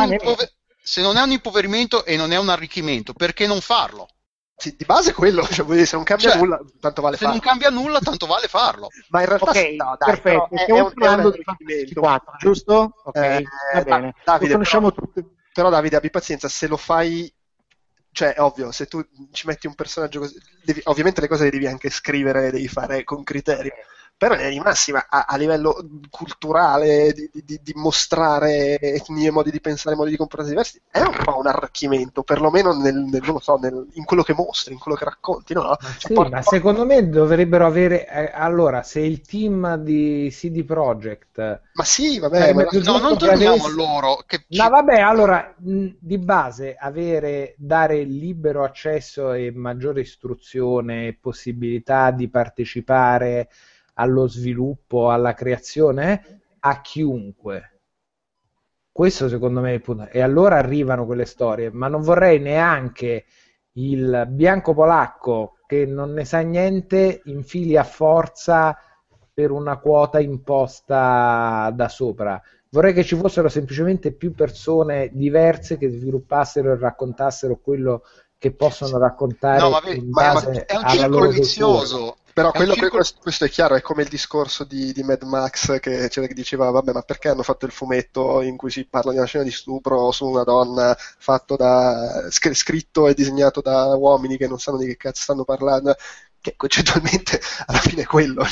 se non è un impoverimento e non è un arricchimento, perché non farlo? Sì, di base è quello, cioè, vuol dire, se non cambia nulla, tanto vale se farlo. non cambia nulla, tanto vale farlo. Ma in realtà ok, no, dai, perfetto, stiamo parlando di Fantasy 4, giusto? Ok, va bene. Davide, lo conosciamo tutti. Però Davide, abbi pazienza, se lo fai, cioè è ovvio, se tu ci metti un personaggio così, ovviamente le cose le devi anche scrivere, le devi fare con criteri, però in linea di massima a livello culturale di mostrare etnie, modi di pensare, modi di comportarsi diversi, è un po' un arricchimento, perlomeno non lo so, in quello che mostri, in quello che racconti, no? Sì, ma secondo me dovrebbero avere allora, se il team di CD Projekt, ma sì, vabbè, no, non torniamo a loro no, vabbè, allora di base dare libero accesso e maggiore istruzione e possibilità di partecipare allo sviluppo, alla creazione a chiunque. Questo secondo me è il punto. E allora arrivano quelle storie, ma non vorrei neanche il bianco polacco che non ne sa niente infili a forza per una quota imposta da sopra. Vorrei che ci fossero semplicemente più persone diverse che sviluppassero e raccontassero quello che possono raccontare in base è un alla circolo loro vizioso. cultura. Però questo è chiaro, è come il discorso di Mad Max che diceva, vabbè, ma perché hanno fatto il fumetto in cui si parla di una scena di stupro su una donna fatto scritto e disegnato da uomini che non sanno di che cazzo stanno parlando, che concettualmente alla fine è quello.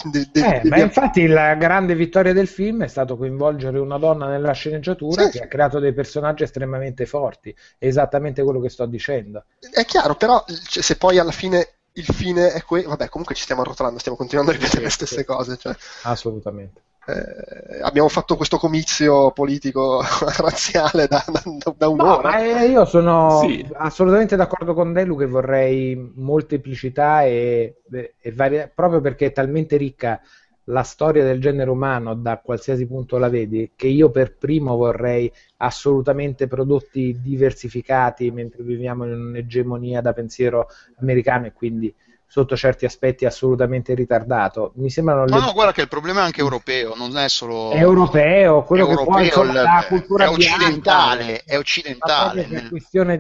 Ma infatti la grande vittoria del film è stato coinvolgere una donna nella sceneggiatura che ha creato dei personaggi estremamente forti, è esattamente quello che sto dicendo. È chiaro, però se poi alla fine il fine è quello, vabbè, comunque ci stiamo arrotolando, stiamo continuando a ripetere le stesse cose, cioè. Assolutamente. Abbiamo fatto questo comizio politico razziale da un'ora. Io sono assolutamente d'accordo con Delu che vorrei molteplicità e proprio perché è talmente ricca la storia del genere umano da qualsiasi punto la vedi, che io per primo vorrei assolutamente prodotti diversificati, mentre viviamo in un'egemonia da pensiero americano e quindi sotto certi aspetti assolutamente ritardato. Mi sembrano no, guarda che il problema è anche europeo, non è solo europeo, quello europeo, che può, insomma, la cultura è occidentale, è occidentale. È questione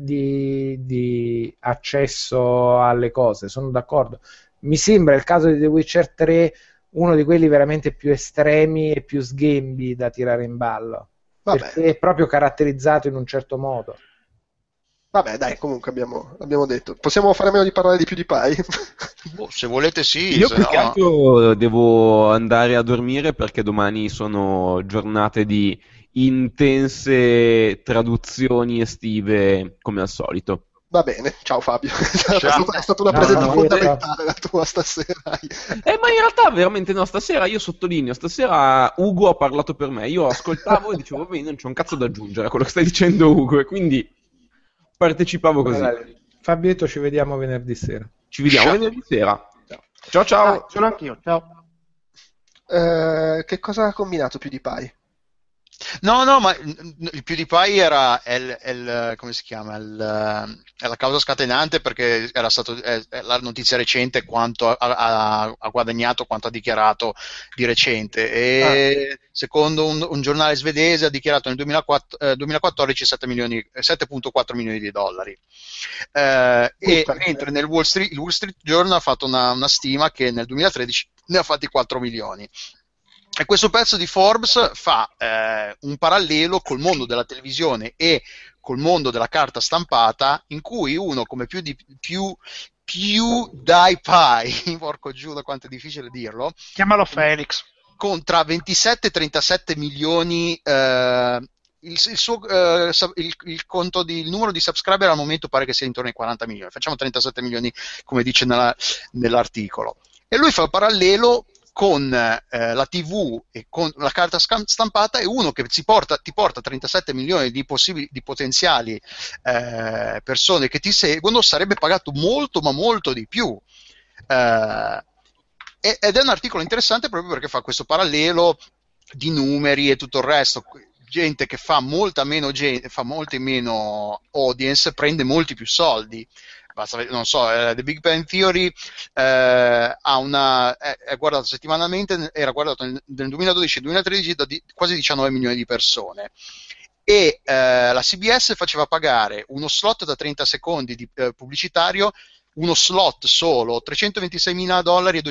di accesso alle cose, sono d'accordo. Mi sembra il caso di The Witcher 3 uno di quelli veramente più estremi e più sghembi da tirare in ballo. Vabbè. Perché è proprio caratterizzato in un certo modo. Vabbè, dai, comunque abbiamo detto. Possiamo fare a meno di parlare di PewDiePie? Se volete sì. Io più che altro devo andare a dormire perché domani sono giornate di intense traduzioni estive come al solito. Va bene, ciao Fabio. È stata una presenza fondamentale la tua stasera. Ma in realtà veramente no, stasera io sottolineo, stasera Ugo ha parlato per me, io ascoltavo e dicevo, vabbè, non c'è un cazzo da aggiungere a quello che stai dicendo Ugo, e quindi partecipavo così. Fabietto, ci vediamo venerdì sera. Ci vediamo venerdì sera. Ciao. Sono anch'io, ciao. Che cosa ha combinato PewDiePie? No, ma il PewDiePie era come si chiama? È la causa scatenante perché era stato la notizia recente quanto ha guadagnato, quanto ha dichiarato di recente. E secondo un giornale svedese ha dichiarato nel 2014 $7.4 milioni. E mentre il Wall Street Journal ha fatto una stima che nel 2013 ne ha fatti 4 milioni. E questo pezzo di Forbes fa un parallelo col mondo della televisione e col mondo della carta stampata, in cui uno come PewDiePie, porco Giuda quanto è difficile dirlo, chiamalo Felix, con tra 27 e 37 milioni il conto il numero di subscriber al momento pare che sia intorno ai 40 milioni, facciamo 37 milioni come dice nell'articolo, e lui fa il parallelo con la TV e con la carta stampata, e uno che ti porta 37 milioni di potenziali persone che ti seguono sarebbe pagato molto ma molto di più, ed è un articolo interessante proprio perché fa questo parallelo di numeri e tutto il resto. gente che fa molta meno fa molti meno audience prende molti più soldi. Non so, The Big Bang Theory è guardato settimanalmente, era guardato nel 2012 e 2013 da quasi 19 milioni di persone, e la CBS faceva pagare uno slot da 30 secondi di pubblicitario, uno slot solo, $326.000 e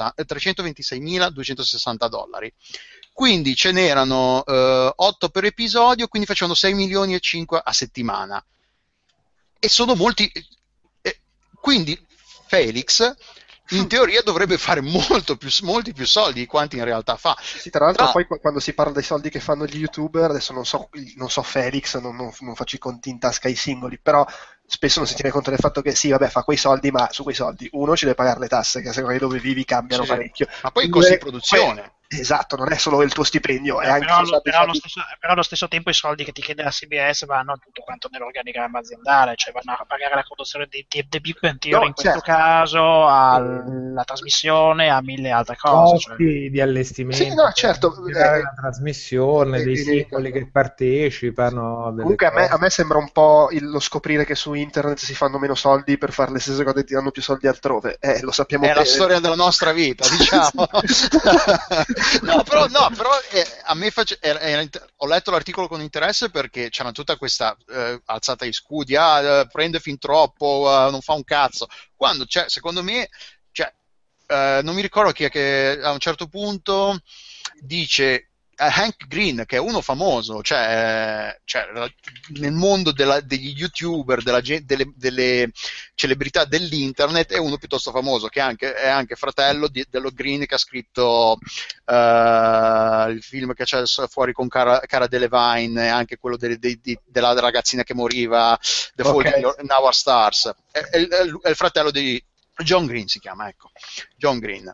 $326.260. Quindi ce n'erano 8 per episodio, quindi facevano 6 milioni e 5 a settimana, e sono molti. Quindi Felix in teoria dovrebbe fare molti più soldi di quanti in realtà fa. Sì, tra l'altro poi quando si parla dei soldi che fanno gli YouTuber, adesso non so Felix, non faccio i conti in tasca ai singoli, però spesso non si tiene conto del fatto che sì, vabbè, fa quei soldi, ma su quei soldi uno ci deve pagare le tasse, che a seconda di dove vivi cambiano parecchio. Ma poi i costi di produzione. Esatto, non è solo il tuo stipendio, è anche però allo stesso tempo i soldi che ti chiede la CBS vanno tutto quanto nell'organigramma aziendale, cioè vanno a pagare la produzione di The Big Bang Theory, in questo caso, alla trasmissione, a 1000 altre cose. Costi di allestimento, sì, no, certo, la trasmissione, dei singoli che partecipano. Comunque a me sembra un po' lo scoprire che su internet si fanno meno soldi per fare le stesse cose e ti danno più soldi altrove. Lo sappiamo bene. È la storia della nostra vita, diciamo. No, però a me ho letto l'articolo con interesse, perché c'era tutta questa alzata di scudi, prende fin troppo, non fa un cazzo, quando secondo me non mi ricordo chi è che a un certo punto dice Hank Green, che è uno famoso, nel mondo degli YouTuber, delle celebrità dell'internet, è uno piuttosto famoso, che è anche fratello dello Green, che ha scritto il film che c'è fuori con Cara Delevingne, e anche quello della ragazzina che moriva, The Fault in Our Stars. È il fratello di John Green, si chiama, ecco, John Green.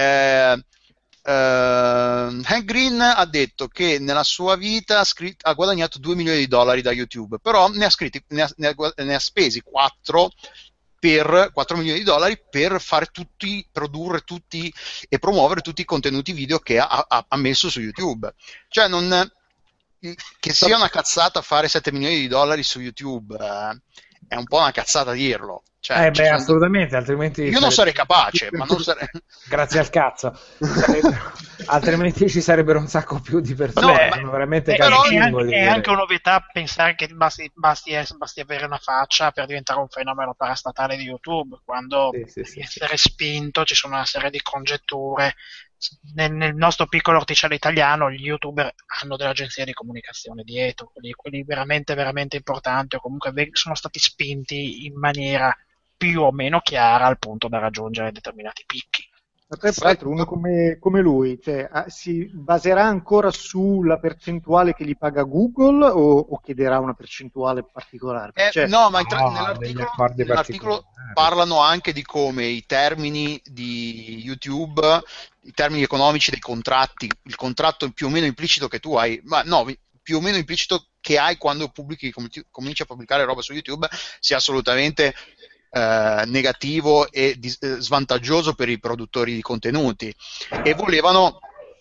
Hank Green ha detto che nella sua vita ha guadagnato $2 milioni da YouTube, però ne ha spesi 4 milioni per produrre tutti e promuovere tutti i contenuti video che ha messo su YouTube. Cioè, che sia una cazzata fare $7 milioni su YouTube, è un po' una cazzata dirlo. Assolutamente, altrimenti io non sarei capace, ma non sarei. Grazie al cazzo. Altrimenti ci sarebbero un sacco più di persone. Sono veramente è anche una novità pensare che basti avere una faccia per diventare un fenomeno parastatale di YouTube, quando devi essere spinto, ci sono una serie di congetture. Nel nostro piccolo orticello italiano gli YouTuber hanno delle agenzie di comunicazione dietro, quelli veramente veramente importanti, o comunque sono stati spinti in maniera più o meno chiara al punto da raggiungere determinati picchi. Tra l'altro uno come lui, si baserà ancora sulla percentuale che gli paga Google o chiederà una percentuale particolare? Nell'articolo parlano anche di come i termini di YouTube, i termini economici dei contratti, il contratto più o meno implicito che tu hai, più o meno implicito che hai quando cominci a pubblicare roba su YouTube, sia assolutamente negativo e svantaggioso per i produttori di contenuti, e volevano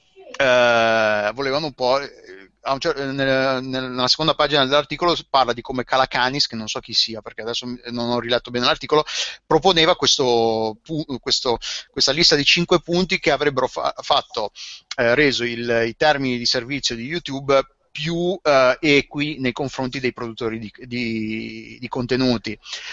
un po'. Nella seconda pagina dell'articolo parla di come Calacanis, che non so chi sia perché adesso non ho riletto bene l'articolo, proponeva questa lista di 5 punti che avrebbero reso i termini di servizio di YouTube più equi nei confronti dei produttori di contenuti.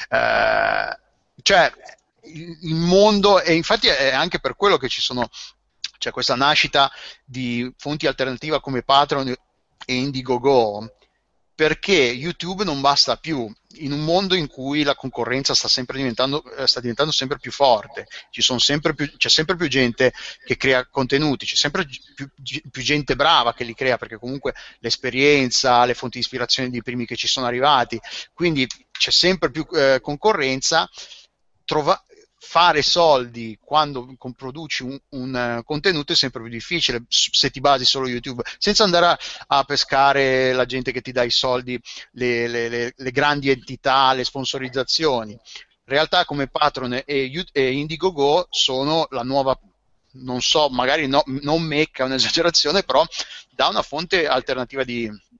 Il mondo, e infatti è anche per quello che c'è questa nascita di fonti alternative come Patreon e Indiegogo, perché YouTube non basta più in un mondo in cui la concorrenza sta diventando sempre più forte, c'è sempre più gente che crea contenuti, c'è sempre più gente brava che li crea, perché comunque l'esperienza, le fonti di ispirazione dei primi che ci sono arrivati, quindi c'è sempre più concorrenza. Fare soldi quando produci un contenuto è sempre più difficile se ti basi solo YouTube, senza andare a pescare la gente che ti dà i soldi, le grandi entità, le sponsorizzazioni. Realtà come Patreon e Indiegogo sono la nuova, non so, magari non Mecca, è un'esagerazione, però da una fonte alternativa di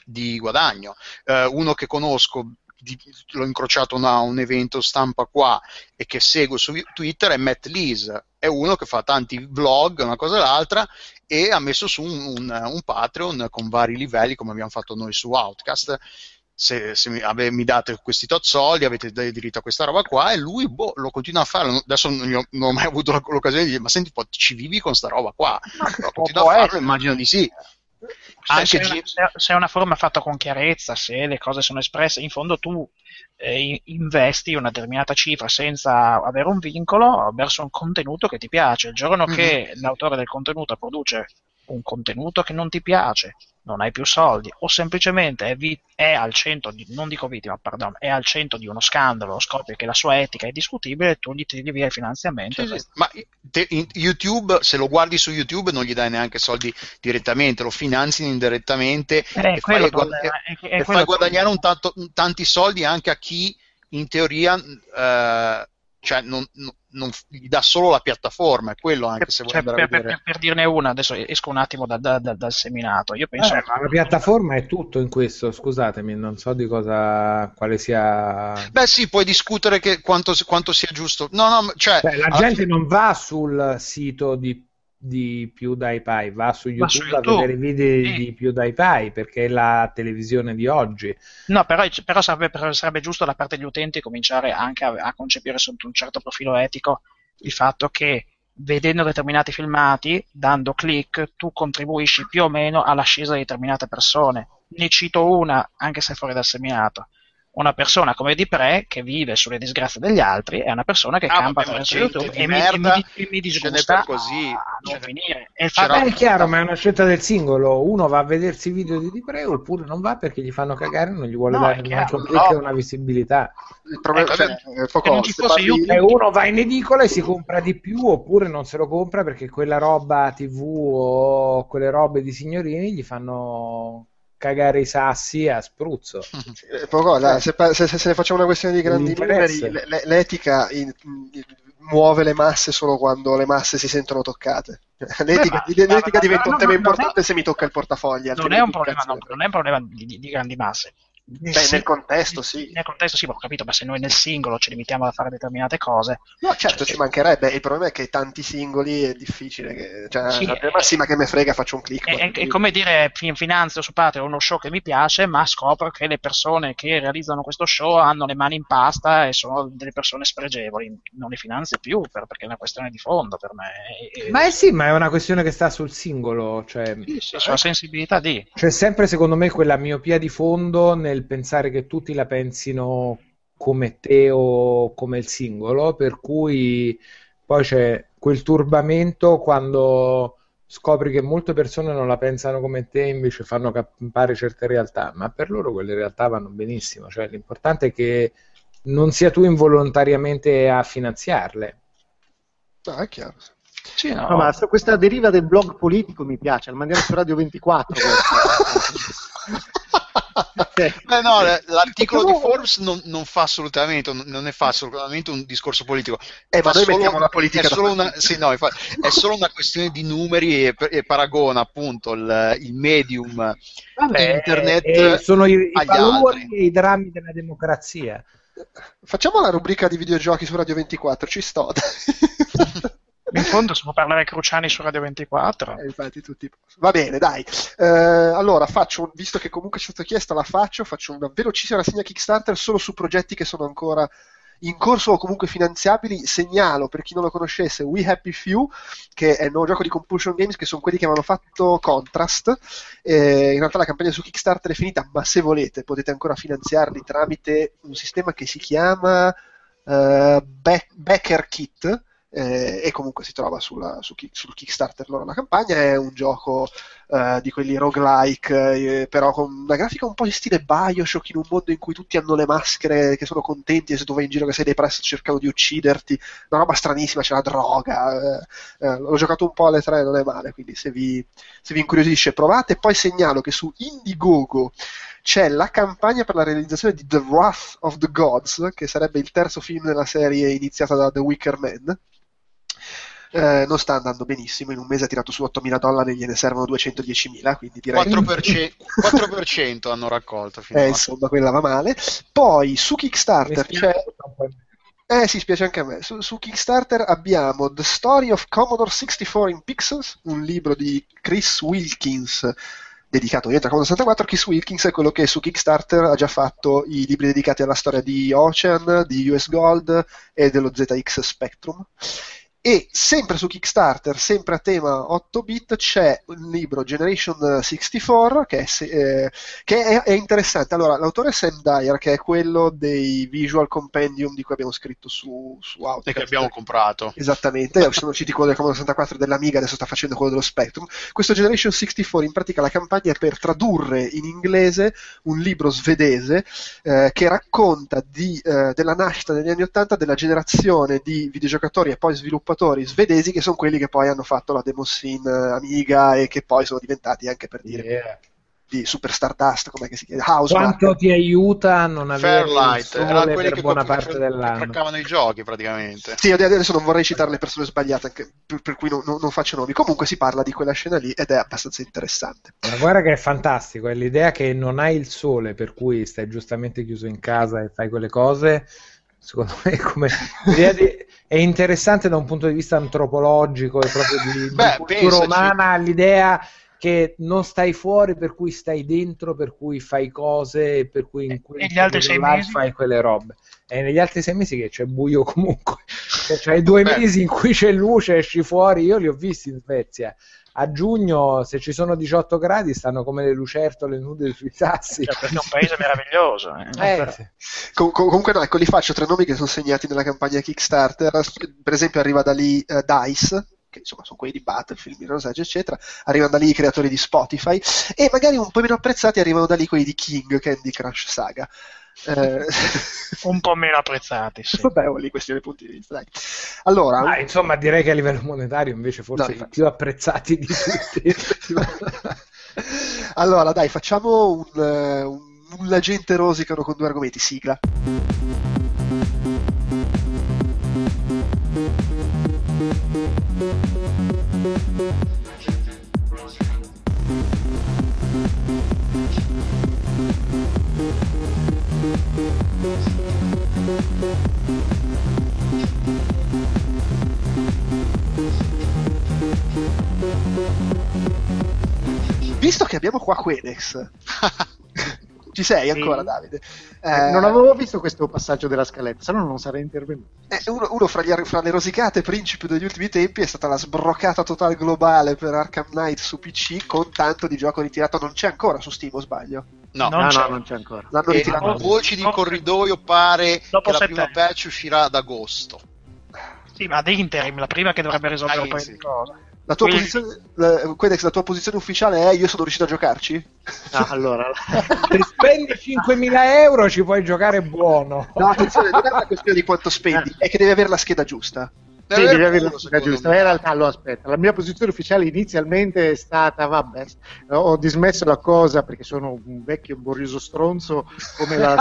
di guadagno. Uno che conosco, l'ho incrociato a un evento stampa qua e che seguo su Twitter, è Matt Lees, è uno che fa tanti vlog, una cosa e l'altra, e ha messo su un Patreon con vari livelli, come abbiamo fatto noi su Outcast. Se mi date questi tot soldi, avete diritto a questa roba qua, e lui lo continua a fare. Adesso non ho mai avuto l'occasione di dire: ma senti, ci vivi con sta roba qua? Però continua a farlo, immagino di sì. Se è una forma fatta con chiarezza, se le cose sono espresse, in fondo tu investi una determinata cifra senza avere un vincolo verso un contenuto che ti piace. Il giorno che l'autore del contenuto produce un contenuto che non ti piace, non hai più soldi, o semplicemente è al centro non dico vittima, pardon, è al centro di uno scandalo, scopri che la sua etica è discutibile, tu gli tiri via il finanziamento. Sì. Ma YouTube, se lo guardi su YouTube, non gli dai neanche soldi direttamente, lo finanzi indirettamente e fai guadagnare tanti soldi anche a chi in teoria cioè non gli dà solo la piattaforma, è quello anche se vuoi andare a vedere. Per dirne una, adesso esco un attimo dal seminato. Io penso ma la piattaforma è tutto in questo, scusatemi, non so di quale sia. Beh sì, puoi discutere che quanto sia giusto. Cioè, la gente non va sul sito di PewDiePie, va su YouTube a vedere i video di PewDiePie, perché è la televisione di oggi. No, però sarebbe giusto da parte degli utenti cominciare anche a concepire sotto un certo profilo etico il fatto che vedendo determinati filmati, dando click, tu contribuisci più o meno all'ascesa di determinate persone. Ne cito una, anche se fuori dal seminato. Una persona come Dipre, che vive sulle disgrazie degli altri, è una persona che campa attraverso YouTube e mi disgusta così non finire. È chiaro, ma è una scelta del singolo. Uno va a vedersi i video di Dipre oppure non va perché gli fanno cagare e non gli vuole dare neanche un click e una visibilità. Il problema è uno va in edicola e si compra di più, oppure non se lo compra perché quella roba TV o quelle robe di signorini gli fanno cagare i sassi a spruzzo. Se ne facciamo una questione di grandi numeri, l'etica muove le masse solo quando le masse si sentono toccate. L'etica diventa un tema importante se mi tocca il portafoglio. Non è un problema di grandi masse. Nel contesto sì. Nel contesto sì, ho capito, ma se noi nel singolo ci limitiamo a fare determinate cose... No, certo, ci mancherebbe. Il problema è che tanti singoli è difficile. La massima che me frega faccio un click. È come dire finanzio su Patreon uno show che mi piace, ma scopro che le persone che realizzano questo show hanno le mani in pasta e sono delle persone spregevoli. Non le finanzio più perché è una questione di fondo per me. Ma ma è una questione che sta sul singolo. Cioè, sì, sulla sensibilità di... C'è sempre secondo me quella miopia di fondo nel pensare che tutti la pensino come te o come il singolo, per cui poi c'è quel turbamento quando scopri che molte persone non la pensano come te, invece fanno campare certe realtà, ma per loro quelle realtà vanno benissimo, cioè l'importante è che non sia tu involontariamente a finanziarle. No, è chiaro. Sì, no, ma questa deriva del blog politico mi piace, la mandiamo su Radio 24. No, l'articolo di Forbes non fa assolutamente, non ne fa assolutamente un discorso politico. Ma noi mettiamo la politica è solo è solo una questione di numeri e paragona appunto il medium di internet sono i valori altri. e i drammi della democrazia. Facciamo la rubrica di videogiochi su Radio 24, ci sto. In fondo si può parlare Cruciani su Radio 24. Infatti tutti. Va bene, dai. Allora visto che comunque ci è stato chiesto, faccio una velocissima rassegna Kickstarter solo su progetti che sono ancora in corso o comunque finanziabili. Segnalo, per chi non lo conoscesse, We Happy Few, che è il nuovo gioco di Compulsion Games, che sono quelli che avevano fatto Contrast. In realtà la campagna su Kickstarter è finita, ma se volete potete ancora finanziarli tramite un sistema che si chiama Backer Kit, e comunque si trova sul Kickstarter loro la campagna. È un gioco di quelli roguelike, però con una grafica un po' in stile Bioshock, in un mondo in cui tutti hanno le maschere che sono contenti e se tu vai in giro che sei depresso cercano di ucciderti, una roba stranissima, c'è la droga. L'ho giocato un po' alle 3, non è male, quindi se vi incuriosisce provate. Poi segnalo che su Indiegogo c'è la campagna per la realizzazione di The Wrath of the Gods, che sarebbe il terzo film della serie iniziata da The Wicker Man. Non sta andando benissimo, in un mese ha tirato su $8.000, gliene servono 210.000, quindi direi 4% hanno raccolto finora. Insomma, quella va male. Poi su Kickstarter c'è... sì, spiace anche a me. Su Kickstarter abbiamo The Story of Commodore 64 in Pixels, un libro di Chris Wilkins dedicato ovviamente a Commodore 64. Chris Wilkins è quello che su Kickstarter ha già fatto i libri dedicati alla storia di Ocean, di US Gold e dello ZX Spectrum. E sempre su Kickstarter, sempre a tema 8-bit, c'è un libro Generation 64 che è interessante. Allora, l'autore è Sam Dyer, che è quello dei Visual Compendium di cui abbiamo scritto su Outcast. E che abbiamo comprato. Esattamente, sono usciti quello del Commodore 64 e dell'Amiga, adesso sta facendo quello dello Spectrum. Questo Generation 64, in pratica la campagna è per tradurre in inglese un libro svedese che racconta della nascita negli anni 80 della generazione di videogiocatori e poi sviluppatori svedesi che sono quelli che poi hanno fatto la demo scene Amiga e che poi sono diventati, anche per dire, di Super Stardust, com'è che si chiama? Quanto ti aiuta a non avere Fairlight, erano quelli per buona parte dell'anno. craccavano i giochi praticamente. Sì, adesso non vorrei citare le persone sbagliate, anche per cui non faccio nomi. Comunque si parla di quella scena lì ed è abbastanza interessante. Ma guarda che è fantastico, è l'idea che non hai il sole, per cui stai giustamente chiuso in casa e fai quelle cose. Secondo me è interessante da un punto di vista antropologico e proprio di cultura umana, l'idea che non stai fuori, per cui stai dentro, per cui fai cose, per cui in quel gli altri 6 mesi fai quelle robe. E negli altri 6 mesi che c'è buio comunque, c'hai 2 mesi in cui c'è luce, esci fuori. Io li ho visti in Svezia. A giugno, se ci sono 18 gradi, stanno come le lucertole nude sui sassi. Perché è un paese meraviglioso. Sì. Comunque no, ecco, li faccio 3 nomi che sono segnati nella campagna Kickstarter. Per esempio arriva da lì DICE, che insomma sono quelli di Battlefield, Mirror's Edge, eccetera. Arrivano da lì i creatori di Spotify. E magari un po' meno apprezzati arrivano da lì quelli di King, Candy Crush Saga. Un po' meno apprezzati, sì. Vabbè, lì questione di punti di vista, dai. Allora, insomma, direi che a livello monetario invece forse i più apprezzati di tutti. Allora, dai, facciamo un gente rosicano con 2 argomenti. Sigla. Visto che abbiamo qua Quedex, ci sei ancora, sì. Davide? Non avevo visto questo passaggio della scaletta, se no non sarei intervenuto. Uno fra le rosicate principi degli ultimi tempi è stata la sbroccata totale globale per Arkham Knight su PC, con tanto di gioco ritirato. Non c'è ancora su Steam, o sbaglio? No, non c'è ancora. L'hanno ritirato. Voci di corridoio pare che la prima patch uscirà ad agosto. Sì, ma ad interim, la prima che dovrebbe risolvere un po' di cose. La tua posizione, Quedex, la tua posizione ufficiale è: io sono riuscito a giocarci? Allora, se spendi 5.000 euro ci puoi giocare buono. No, attenzione, non è una questione di quanto spendi, è che devi avere la scheda giusta. Sì, devi avere la scheda giusta. In realtà, aspetta, la mia posizione ufficiale inizialmente è stata: vabbè, ho dismesso la cosa perché sono un vecchio borioso stronzo, come la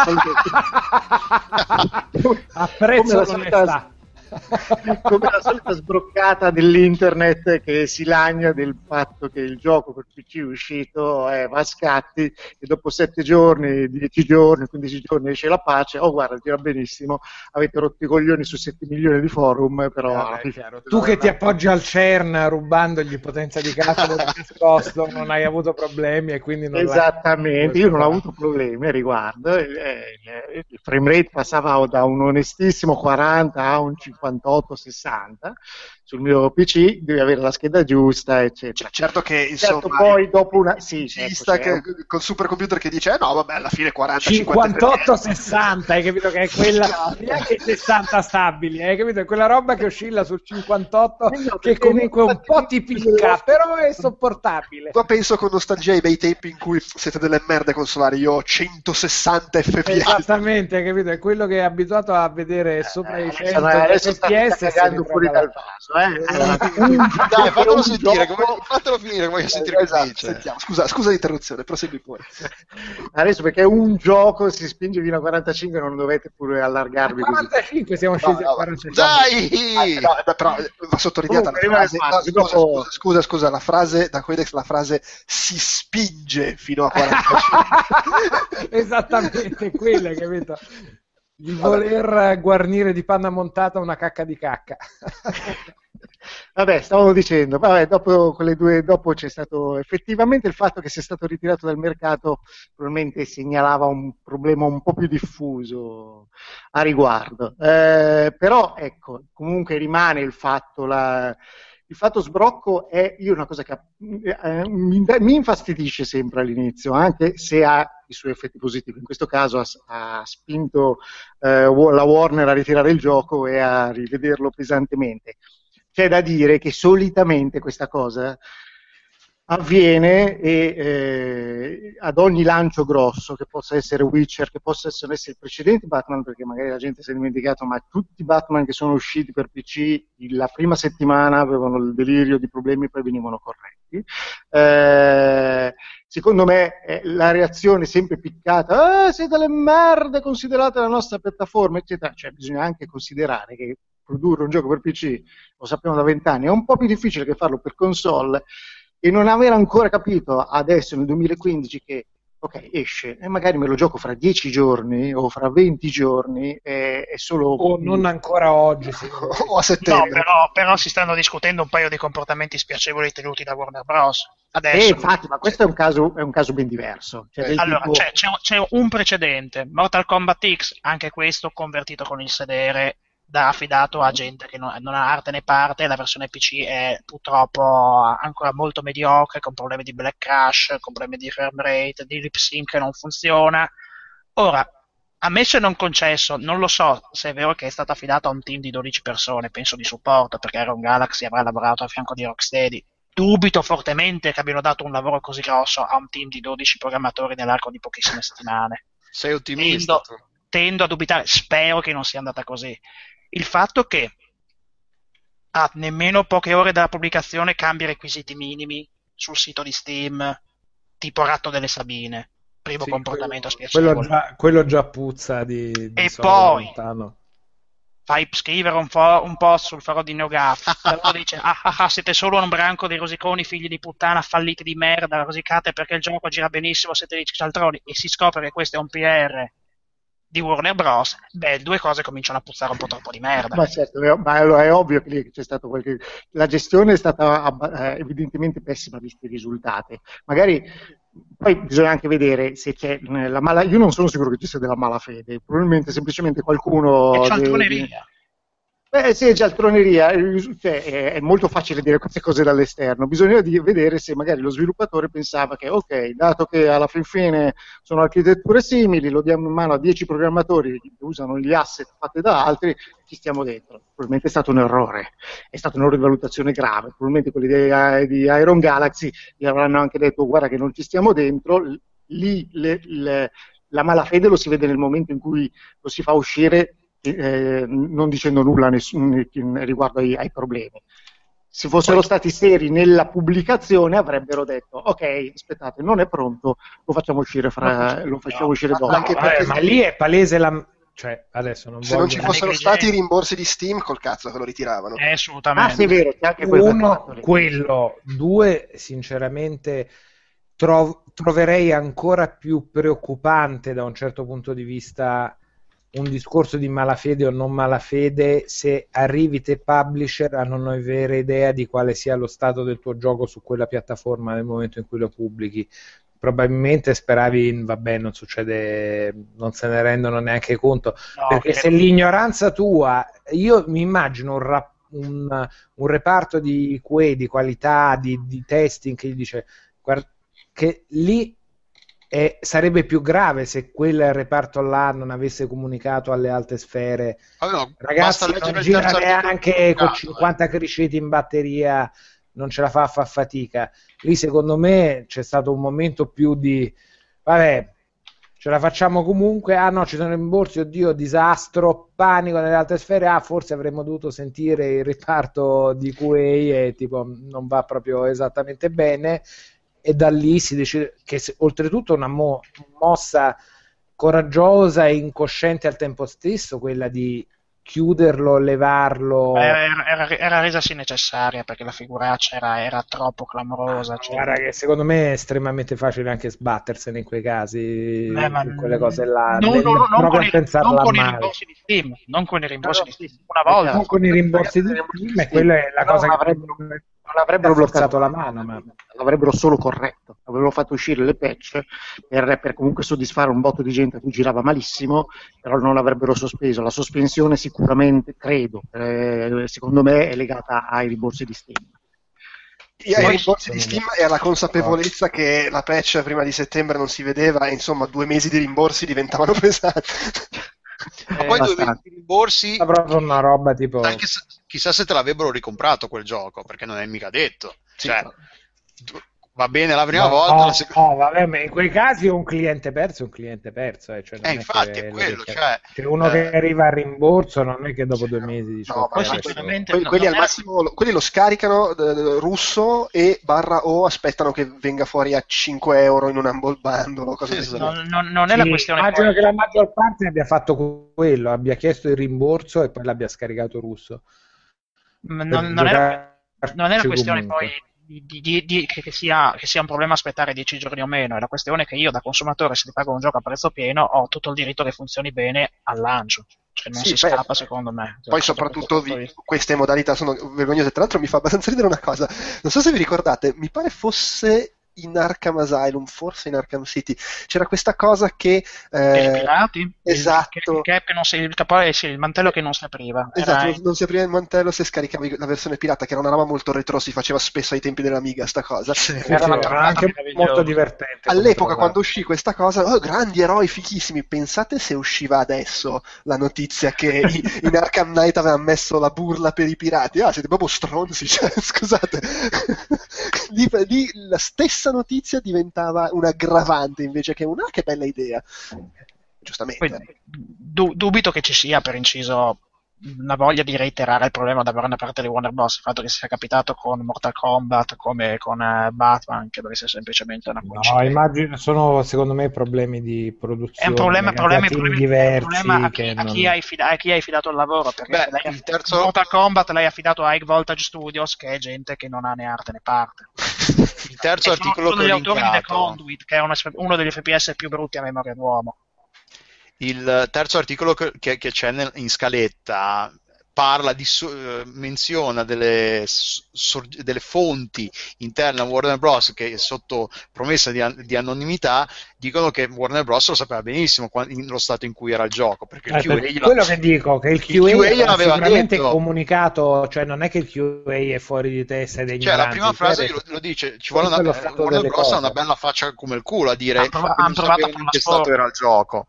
solita. Apprezzo l'onestà. Come la solita sbroccata dell'internet che si lagna del fatto che il gioco per PC è uscito, va a scatti, e dopo 7 giorni, 10 giorni, 15 giorni esce la pace. Guarda, ti va benissimo, avete rotto i coglioni su 7 milioni di forum, però tu che ti appoggi al CERN rubandogli potenza di calcolo nascosto, non hai avuto problemi e quindi non esattamente, io non ho avuto problemi a riguardo. Il frame rate passava da un onestissimo 40 a un 58-60 sul mio PC, devi avere la scheda giusta, eccetera. Certo che insomma, poi dopo una col supercomputer che dice no, vabbè, alla fine 58-60, hai capito che è quella, neanche 60 stabili, hai capito? È quella roba che oscilla sul 58 che comunque un po' ti picca, però è sopportabile. Ma penso con nostalgia ai bei tempi in cui siete delle merde consolari, io ho 160 fps. Esattamente, hai capito? È quello che è abituato a vedere sopra i 100. FPS cagando fuori dal vaso, Dai, fatelo sentire, fatelo finire, voglio sentire cosa dice. Scusa l'interruzione, prosegui pure. Adesso perché è un gioco, si spinge fino a 45, non dovete pure allargarvi a 45 così. Siamo scesi a 45. Dai! Però va sottolineata la frase. Scusa, la frase da Codex, la frase si spinge fino a 45. Esattamente quella, capito? Di voler guarnire di panna montata una cacca di cacca. Vabbè, stavo dicendo, dopo c'è stato effettivamente il fatto che sia stato ritirato dal mercato, probabilmente segnalava un problema un po' più diffuso a riguardo. Però ecco, comunque rimane il fatto sbrocco è una cosa che mi infastidisce sempre all'inizio, anche se ha i suoi effetti positivi. In questo caso ha spinto la Warner a ritirare il gioco e a rivederlo pesantemente. C'è da dire che solitamente questa cosa avviene ad ogni lancio grosso, che possa essere Witcher, che possa essere i precedenti Batman, perché magari la gente si è dimenticato, ma tutti i Batman che sono usciti per PC la prima settimana avevano il delirio di problemi e poi venivano corretti. Secondo me la reazione sempre piccata, siete le merde, considerate la nostra piattaforma, eccetera. Cioè bisogna anche considerare che produrre un gioco per PC, lo sappiamo da 20 anni, è un po' più difficile che farlo per console, e non aver ancora capito adesso nel 2015 che ok, esce e magari me lo gioco fra 10 giorni o fra 20 giorni, è solo o non ancora oggi o a settembre. No, però si stanno discutendo un paio di comportamenti spiacevoli tenuti da Warner Bros. Adesso. Infatti, ma questo è un caso ben diverso. Allora, c'è un precedente, Mortal Kombat X, anche questo convertito con il sedere, da affidato a gente che non ha arte né parte. La versione PC è purtroppo ancora molto mediocre, con problemi di black crash, con problemi di frame rate, di lip sync che non funziona. Ora, ammesso e non concesso, non lo so se è vero che è stato affidato a un team di 12 persone, penso di supporto, perché Iron Galaxy avrà lavorato a fianco di Rocksteady. Dubito fortemente che abbiano dato un lavoro così grosso a un team di 12 programmatori nell'arco di pochissime settimane. Sei ottimista? Tendo a dubitare, spero che non sia andata così. Il fatto che a nemmeno poche ore dalla pubblicazione cambia i requisiti minimi sul sito di Steam, tipo Ratto delle Sabine, primo comportamento spiacevole. Quello già puzza di e poi lontano. Fai scrivere un post sul foro di NeoGAF, allora dice siete solo un branco di rosiconi, figli di puttana, falliti di merda, rosicate perché il gioco gira benissimo, siete dei cialtroni, e si scopre che questo è un PR di Warner Bros. Due cose cominciano a puzzare un po' troppo di merda. Ma certo, ma è ovvio che c'è stato la gestione è stata evidentemente pessima visti i risultati. Magari poi bisogna anche vedere se c'è io non sono sicuro che ci sia della malafede, probabilmente semplicemente qualcuno è cialtroneria. Sì, è cialtroneria, è molto facile dire queste cose dall'esterno, bisogna vedere se magari lo sviluppatore pensava che ok, dato che alla fin fine sono architetture simili, lo diamo in mano a 10 programmatori che usano gli asset fatti da altri, ci stiamo dentro. Probabilmente è stato un errore, è stato un errore di valutazione grave, probabilmente quelli di Iron Galaxy gli avranno anche detto guarda che non ci stiamo dentro, lì la malafede lo si vede nel momento in cui lo si fa uscire non dicendo nulla riguardo ai problemi. Se fossero stati seri nella pubblicazione avrebbero detto ok, aspettate, non è pronto, lo facciamo uscire dopo. Ma lì è palese cioè, adesso non ci fossero stati i rimborsi di Steam, col cazzo che lo ritiravano. Assolutamente. Sì, è vero, c'è anche quello. Due, sinceramente troverei ancora più preoccupante da un certo punto di vista un discorso di malafede o non malafede se arrivi te publisher a non avere idea di quale sia lo stato del tuo gioco su quella piattaforma nel momento in cui lo pubblichi. Probabilmente speravi, vabbè, non succede, non se ne rendono neanche conto, perché se l'ignoranza tua, io mi immagino un reparto di QA, di qualità, di testing che gli dice guarda, che lì sarebbe più grave se quel reparto là non avesse comunicato alle alte sfere ragazzi non gira neanche con 50 cresciti in batteria, non ce la fa fatica. Lì secondo me c'è stato un momento più di vabbè, ce la facciamo comunque, ah no, ci sono rimborsi, oddio, disastro, panico nelle altre sfere, ah forse avremmo dovuto sentire il riparto di QA e tipo non va proprio esattamente bene, e da lì si decide che oltretutto una mossa coraggiosa e incosciente al tempo stesso, quella di chiuderlo, levarlo. Era resasi necessaria perché la figuraccia era troppo clamorosa. Cioè... Guarda che secondo me è estremamente facile anche sbattersene in quei casi, in quelle cose là. Non con i rimborsi di Steam, non con i rimborsi di Steam, una volta. Non con i rimborsi di Steam, e quella è la cosa che non avrebbero bloccato la mano, ma l'avrebbero solo corretto, avrebbero fatto uscire le patch per comunque soddisfare un botto di gente a cui girava malissimo, però non l'avrebbero sospeso. La sospensione sicuramente, credo, secondo me è legata ai rimborsi di Steam. Ai rimborsi di Steam e alla consapevolezza che la patch prima di settembre non si vedeva e insomma 2 mesi di rimborsi diventavano pesanti. Ma poi 2 mesi di rimborsi è proprio una roba tipo chissà se te l'avrebbero ricomprato quel gioco, perché non è mica detto, cioè, va bene la prima volta, la seconda... no, vabbè, ma in quei casi un cliente perso, cioè non infatti è quello, cioè uno che arriva al rimborso non è che dopo 2 mesi dice no, quelli al massimo quelli lo scaricano russo e /o aspettano che venga fuori a 5 euro in un humble bundle, non è la questione. Immagino che la maggior parte abbia fatto quello, abbia chiesto il rimborso e poi l'abbia scaricato russo. Non è la questione poi che sia un problema aspettare 10 giorni o meno, è la questione che io da consumatore, se ti pago un gioco a prezzo pieno, ho tutto il diritto che funzioni bene al lancio, cioè non si scappa secondo me. Poi soprattutto queste modalità sono vergognose. Tra l'altro mi fa abbastanza ridere una cosa, non so se vi ricordate, mi pare fosse in Arkham Asylum, forse in Arkham City, c'era questa cosa che i pirati? Esatto, il mantello che non si apriva, esatto, non si apriva il mantello se scaricavi la versione pirata, che era una roba molto retro, si faceva spesso ai tempi dell'Amiga sta cosa, era anche molto divertente all'epoca quando uscì questa cosa. Grandi eroi fichissimi, pensate se usciva adesso la notizia che in Arkham Knight aveva messo la burla per i pirati, siete proprio stronzi, cioè, scusate. Lì la stessa notizia diventava un aggravante invece che che bella idea, giustamente. Poi, dubito che ci sia, per inciso, una voglia di reiterare il problema da una parte di Warner Bros. Il fatto che sia capitato con Mortal Kombat come con Batman, che deve essere semplicemente una coincidenza. No, immagino, sono secondo me problemi di produzione. È un problema diversi a chi hai fidato il lavoro, perché Mortal Kombat l'hai affidato a High Voltage Studios, che è gente che non ha né arte né parte. Il terzo articolo sono gli autori di The Conduit, che è uno degli FPS più brutti a memoria d'uomo. Il terzo articolo che c'è in scaletta menziona delle fonti interne a Warner Bros. Che sotto promessa di anonimità dicono che Warner Bros. Lo sapeva benissimo lo stato in cui era il gioco, perché il QA quello che dico, che il QA l'aveva sicuramente comunicato, cioè non è che il QA è fuori di testa ed è ignorante. Cioè la prima frase lo dice, ci vuole Warner Bros. Ha una bella faccia come il culo a dire che non sapevano in che stato era il gioco.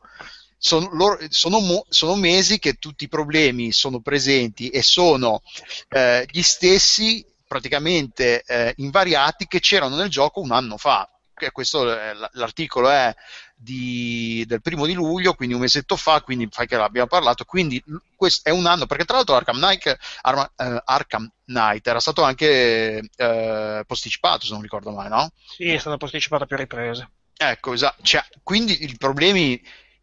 Sono mesi che tutti i problemi sono presenti e sono gli stessi praticamente invariati che c'erano nel gioco un anno fa. Questo l'articolo è del 1° di luglio, quindi un mesetto fa, quindi fai che l'abbiamo parlato, quindi questo è un anno, perché tra l'altro Arkham Knight era stato anche posticipato, se non ricordo male, no? Sì, è stato posticipato a più riprese. Ecco, esatto. Quindi i problemi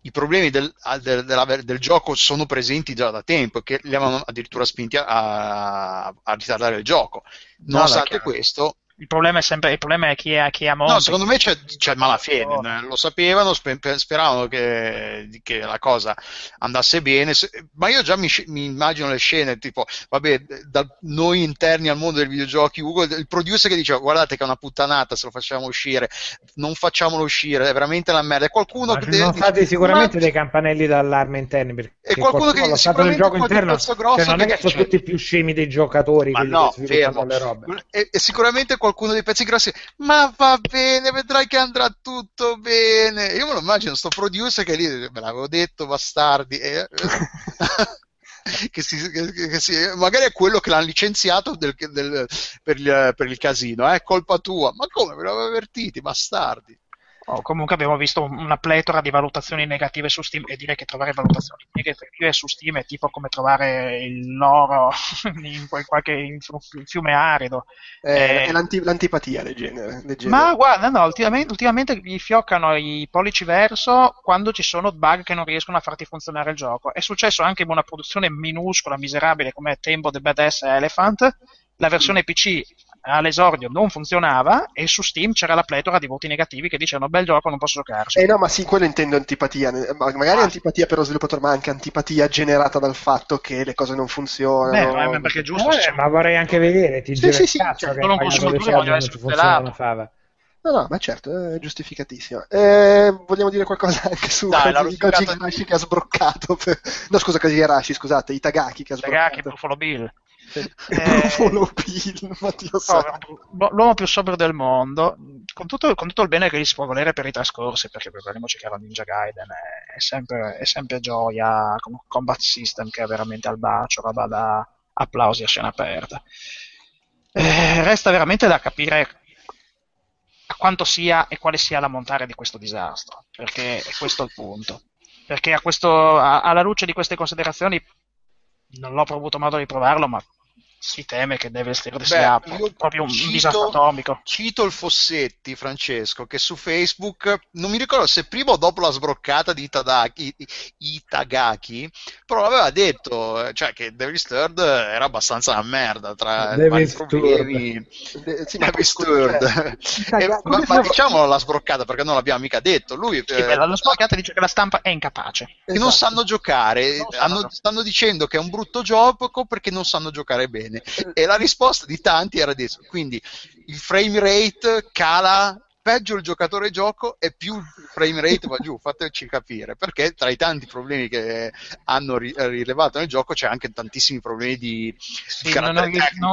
del gioco sono presenti già da tempo, che li avevano addirittura spinti a ritardare il gioco. Nonostante questo, il problema è chi ha monte. No, secondo me c'è malafede, lo sapevano, speravano che la cosa andasse bene, ma io già mi immagino le scene tipo, vabbè, noi interni al mondo dei videogiochi, Ugo, il producer che diceva guardate che è una puttanata se lo facciamo uscire, non facciamolo uscire, è veramente la merda. E qualcuno che sono stati sicuramente dei campanelli d'allarme interni, perché e qualcuno che lo stato del gioco interno, cioè non è che sono tutti più scemi dei giocatori, ma quelli no, che sviluppano le robe. E sicuramente qualcuno dei pezzi grossi, ma va bene, vedrai che andrà tutto bene. Io me lo immagino sto producer che lì, me l'avevo detto, bastardi, magari è quello che l'hanno licenziato per il casino, è colpa tua, ma come, ve l'avevo avvertiti, bastardi. Comunque abbiamo visto una pletora di valutazioni negative su Steam, e direi che trovare valutazioni negative su Steam è tipo come trovare l'oro in qualche fiume arido. È l'antipatia del genere. Ma guarda, no, ultimamente gli fioccano i pollici verso quando ci sono bug che non riescono a farti funzionare il gioco. È successo anche in una produzione minuscola, miserabile come Tembo the Badass Elephant. La versione PC all'esordio non funzionava e su Steam c'era la pletora di voti negativi che dicevano bel gioco, non posso giocarci. No, ma sì, quello intendo antipatia, magari antipatia per lo sviluppatore, ma anche antipatia generata dal fatto che le cose non funzionano. Beh, perché è giusto. Ma vorrei anche vedere, ti gira il cazzo che non consumatore voglio essere tutelato. No, ma certo, è giustificatissimo. Vogliamo dire qualcosa anche su Koji Igarashi che ha sbroccato no, scusa, Koji Igarashi, scusate, Itagaki che ha sbroccato. Itagaki, Buffalo Bill. Buffalo Bill, l'uomo più sobrio del mondo, con tutto il bene che gli si può volere per i trascorsi, perché ricordiamoci che era Ninja Gaiden, è sempre gioia, con combat system che è veramente al bacio, roba da applausi a scena aperta. Resta veramente da capire a quanto sia e quale sia l'ammontare di questo disastro, perché è questo il punto. Perché alla luce di queste considerazioni non l'ho avuto modo di provarlo, ma si teme che Devil Third sia proprio un disastro atomico. Cito il Fossetti, Francesco, che su Facebook, non mi ricordo se prima o dopo la sbroccata di Itagaki, però l'aveva detto, cioè che Devil's Third era abbastanza una merda tra i vari problemi. Devil's Third. Ma diciamo la sbroccata perché non l'abbiamo mica detto. Lui la sbroccata dice che la stampa è incapace. Che non sanno giocare, stanno dicendo che è un brutto gioco perché non sanno giocare bene. E la risposta di tanti era adesso, quindi il frame rate cala, peggio il giocatore gioco e più il frame rate va giù, fateci capire, perché tra i tanti problemi che hanno rilevato nel gioco c'è anche tantissimi problemi di non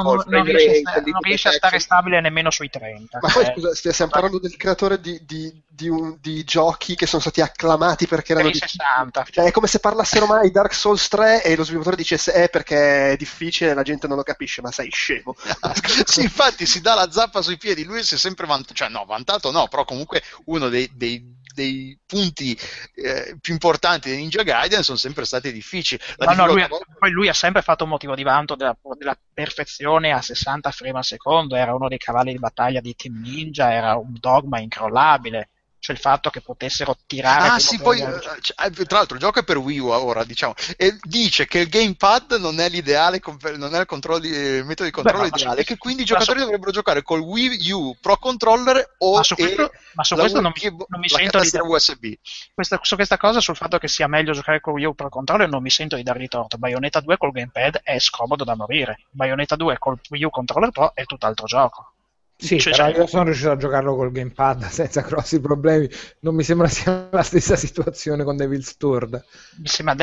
riesce a stare stabile nemmeno sui 30. Ma poi scusa, stiamo parlando del creatore di giochi che sono stati acclamati perché erano 60. Cioè è come se parlassero mai di Dark Souls 3 e lo sviluppatore dicesse perché è difficile e la gente non lo capisce, ma sei scemo. Sì, infatti si dà la zappa sui piedi, lui si è sempre vantato no, però comunque uno dei punti più importanti di Ninja Gaiden sono sempre stati difficili. Poi lui ha sempre fatto un motivo di vanto della perfezione a 60 frame al secondo, era uno dei cavalli di battaglia di Team Ninja, era un dogma incrollabile. Cioè il fatto che potessero tirare poi tra l'altro il gioco è per Wii U ora, diciamo, e dice che il gamepad non è l'ideale, non è il metodo di controllo ideale, che quindi i giocatori dovrebbero giocare col Wii U Pro Controller o su questo non mi sento di USB. Su questa cosa, sul fatto che sia meglio giocare col Wii U Pro Controller, non mi sento di dargli torto. Bayonetta 2 col gamepad è scomodo da morire, Bayonetta 2 col Wii U Controller Pro è tutt'altro gioco. Sì, però io sono riuscito a giocarlo col gamepad senza grossi problemi. Non mi sembra sia la stessa situazione con Devil's Third. Sì, ma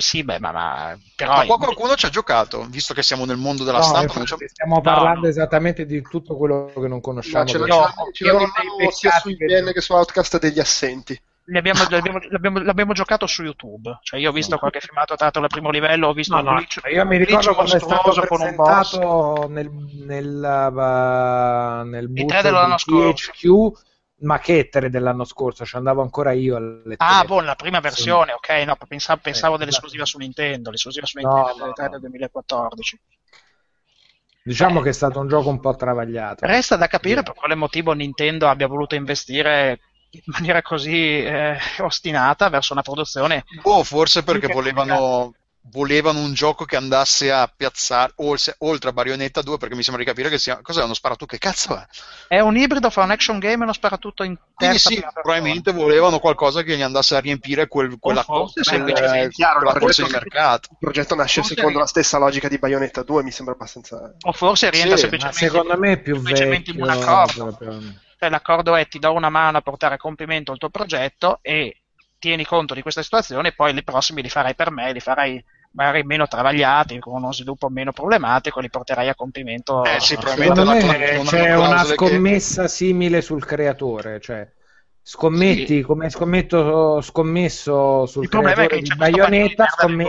però qua qualcuno ci ha giocato, visto che siamo nel mondo della stampa. Stiamo parlando esattamente di tutto quello che non conosciamo. Sia su IGN che su Outcast degli assenti. L'abbiamo giocato su YouTube, cioè io ho visto qualche filmato tratto dal primo livello, ho visto io mi ricordo quando è stato presentato nel booth di THQ Macchettere dell'anno scorso, ci andavo ancora io alle la prima versione, ok, no, pensavo dell'esclusiva su Nintendo, l'esclusiva su Nintendo del 2014. Diciamo che è stato un gioco un po' travagliato. Resta da capire per quale motivo Nintendo abbia voluto investire in maniera così ostinata verso una produzione. Forse perché volevano un gioco che andasse a piazzare oltre a Bayonetta 2, perché mi sembra di capire che cos'è uno sparatutto, che cazzo è? È un ibrido fra un action game e uno sparatutto in terza. Sì, probabilmente volevano qualcosa che gli andasse a riempire quella porzione di mercato. Il progetto nasce secondo la stessa logica di Bayonetta 2, mi sembra abbastanza. O forse rientra semplicemente, secondo me è più vecchio in un accordo. Cioè, l'accordo è: ti do una mano a portare a compimento il tuo progetto e tieni conto di questa situazione, e poi i prossimi li farai per me, li farai magari meno travagliati, con uno sviluppo meno problematico, li porterai a compimento. Secondo me c'è una scommessa simile sul creatore, cioè scommetti come scommesso sul creatore di Bayonetta,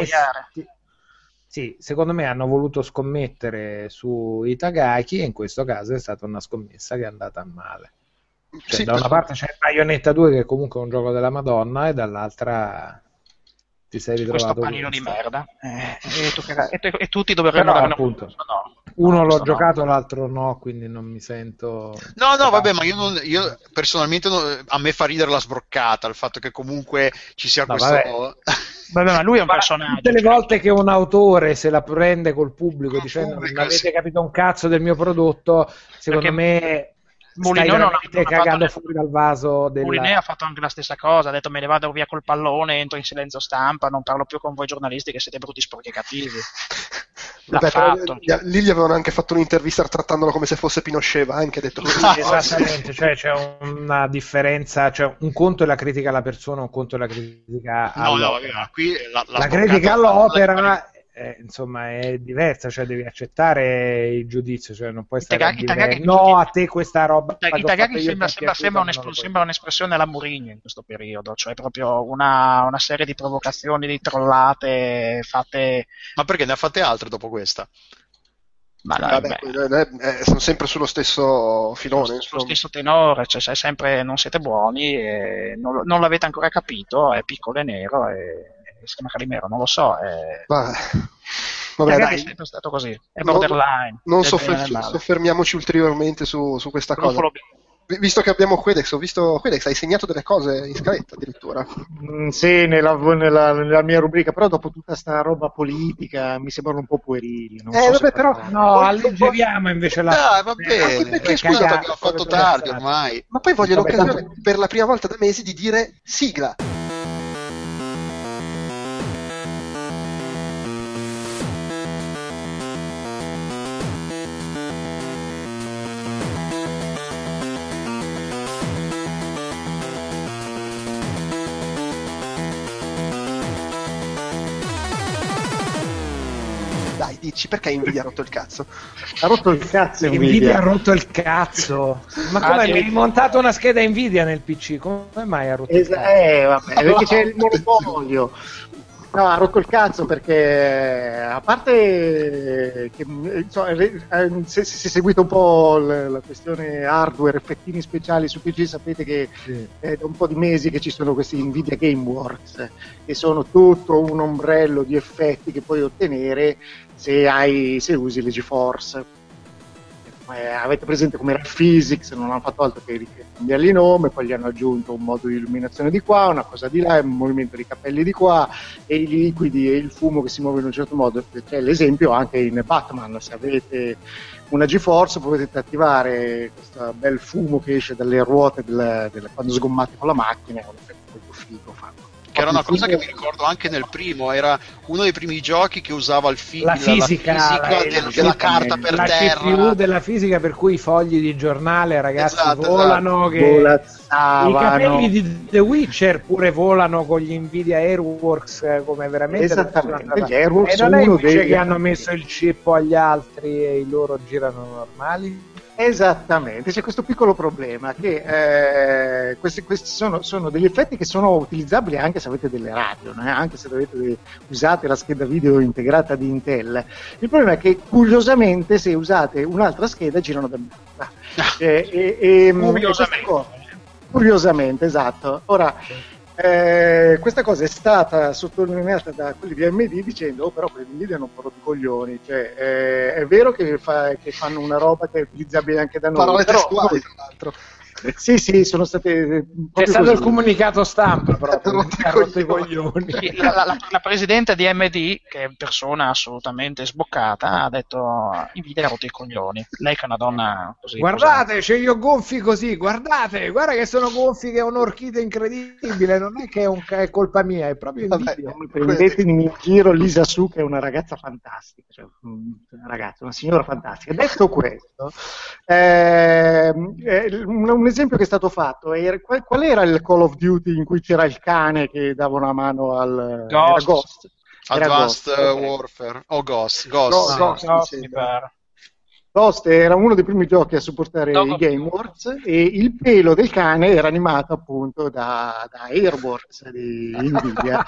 sì, secondo me hanno voluto scommettere su Itagaki e in questo caso è stata una scommessa che è andata male. Cioè, Sì, da una parte c'è Bayonetta 2 che è comunque un gioco della Madonna e dall'altra ti sei questo ritrovato panino di questo. merda. E tutti dovrebbero Però avere appunto no. uno l'ho questo no. giocato, l'altro no, quindi non mi sento... No, vabbè, ma io personalmente a me fa ridere la sbroccata, il fatto che comunque ci sia No, questo... Vabbè, ma lui è un Ma personaggio. tutte le cioè, volte che un autore se la prende col pubblico dicendo pubblico, non avete sì. capito un cazzo del mio prodotto, secondo Perché me stai Moulineux non ha veramente cagando fuori dal vaso Moulineux ha fatto anche la stessa cosa, ha detto me ne vado via col pallone, entro in silenzio stampa, non parlo più con voi giornalisti che siete brutti, sporchi e cattivi. L'ha Vabbè, però fatto. lì gli avevano anche fatto un'intervista trattandolo come se fosse Pinochet, va anche detto così. Esattamente, cioè c'è una differenza, cioè un conto è la critica alla persona, un conto è la critica all'opera. vabbè, ma qui La critica all'opera insomma è diversa, cioè devi accettare il giudizio, cioè non puoi stare a dire no a te questa roba Itagaki sembra un'espressione alla Mourinho in questo periodo, cioè proprio una serie di provocazioni, di trollate fatte. Ma perché ne ha fatte altre dopo questa? Ma Vabbè, sono sempre sullo stesso filone, sullo stesso tenore, cioè sei sempre non siete buoni e non l'avete ancora capito, è piccolo e nero e si chiama Calimero, non lo so. Vabbè, dai. È sempre stato così, è borderline. Non soffermiamoci ulteriormente su questa cosa. Visto che abbiamo Quedex, ho visto Quedex, hai segnato delle cose in scaletta addirittura. Sì, nella mia rubrica, però dopo tutta sta roba politica mi sembrano un po' puerili. Vabbè, però no, alleggeriamo invece la... va bene, perché scusa, abbiamo fatto tardi ormai. Ma poi voglio l'occasione per la prima volta da mesi di dire sigla. Dai, dici, perché Nvidia ha rotto il cazzo? Ha rotto il cazzo Nvidia ha rotto il cazzo. Ma come mi hai montato una scheda Nvidia nel PC? Come mai ha rotto il cazzo? Vabbè, perché c'è il monopolio. No, ha rotto il cazzo perché, a parte che se seguite un po' la questione hardware, effettini speciali su PC, sapete che è da un po' di mesi che ci sono questi Nvidia GameWorks, che sono tutto un ombrello di effetti che puoi ottenere se usi le GeForce. Avete presente come era Physics, non hanno fatto altro che cambiargli nome, poi gli hanno aggiunto un modo di illuminazione di qua, una cosa di là, un movimento di capelli di qua e i liquidi e il fumo che si muove in un certo modo. C'è l'esempio anche in Batman, se avete una GeForce potete attivare questo bel fumo che esce dalle ruote quando sgommate con la macchina, è un effetto molto figo fatto. Che era una cosa che mi ricordo anche nel primo, era uno dei primi giochi che usava la fisica della carta per la terra, CPU della fisica, per cui i fogli di giornale, ragazzi, volano, volazzavano. I capelli di The Witcher pure volano con gli Nvidia Airworks, come veramente esattamente. Gli Airworks e non è invece dei... che hanno messo il chip agli altri e i loro girano normali. Esattamente, c'è questo piccolo problema che questi sono degli effetti che sono utilizzabili anche se avete delle radio, anche se usate la scheda video integrata di Intel. Il problema è che curiosamente se usate un'altra scheda girano da curiosamente, esatto. Ora questa cosa è stata sottolineata da quelli di AMD dicendo però quelli di Nvidia non porro di coglioni, cioè è vero che fanno una roba che è utilizzabile anche da noi, parole testuali tra l'altro. Sì, sono state c'è stato così. Il comunicato stampa proprio ha rotto i coglioni. La presidente di AMD, che è persona assolutamente sboccata, ha detto Nvidia ha rotto i coglioni. Lei che è una donna così, guardate, ce li ho gonfi così, guarda che sono gonfi, che è un'orchidea incredibile, non è che è colpa mia, è proprio Nvidia. Prendetemi in giro Lisa Su, che è una ragazza fantastica, cioè una signora fantastica. Detto questo, un esempio che è stato fatto qual era il Call of Duty in cui c'era il cane che dava una mano al Ghost? Advanced Warfare o Ghost mi pare. Ghost era uno dei primi giochi a supportare i GameWorks e il pelo del cane era animato appunto da Airworks di Nvidia.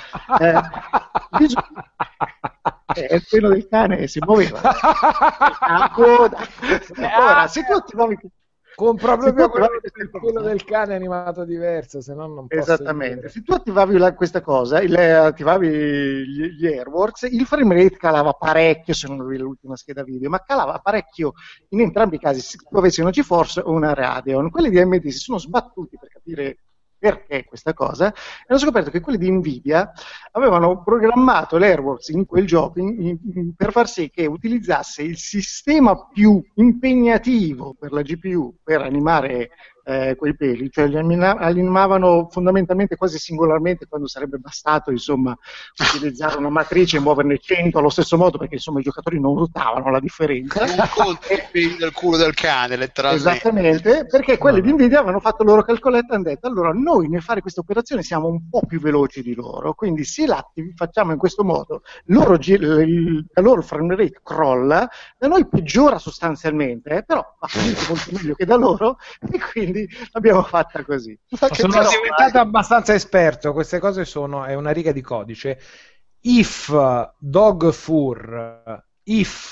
Il pelo del cane si muoveva a coda. Ora, se tu attivavi Compro proprio quello del cane animato diverso, se no non posso. Esattamente. Dire. Se tu attivavi questa cosa, attivavi gli Airworks, il frame rate calava parecchio, se non avevi l'ultima scheda video, ma calava parecchio in entrambi i casi, se tu avessi una GeForce o una Radeon. Quelli di AMD si sono sbattuti per capire perché questa cosa, e hanno scoperto che quelli di Nvidia avevano programmato l'Airworks in quel gioco per far sì che utilizzasse il sistema più impegnativo per la GPU per animare quei peli, cioè li animavano fondamentalmente quasi singolarmente, quando sarebbe bastato insomma utilizzare una matrice e muoverne 100 allo stesso modo, perché insomma i giocatori non notavano la differenza. Un conto i peli del culo del cane, letteralmente. Esattamente, perché quelli di Nvidia avevano fatto il loro calcoletto e hanno detto: allora noi nel fare questa operazione siamo un po' più veloci di loro, quindi se l'attivi facciamo in questo modo, la loro frame rate crolla, da noi peggiora sostanzialmente, però va molto meglio che da loro, e quindi l'abbiamo fatta così. Sono diventato abbastanza esperto, queste cose è una riga di codice. If dog fur, if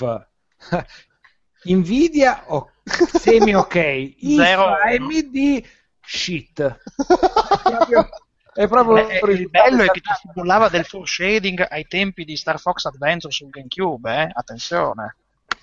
Nvidia semi ok, if AMD shit. È proprio il bello è che ti simulava del full shading ai tempi di Star Fox Adventure sul GameCube, attenzione.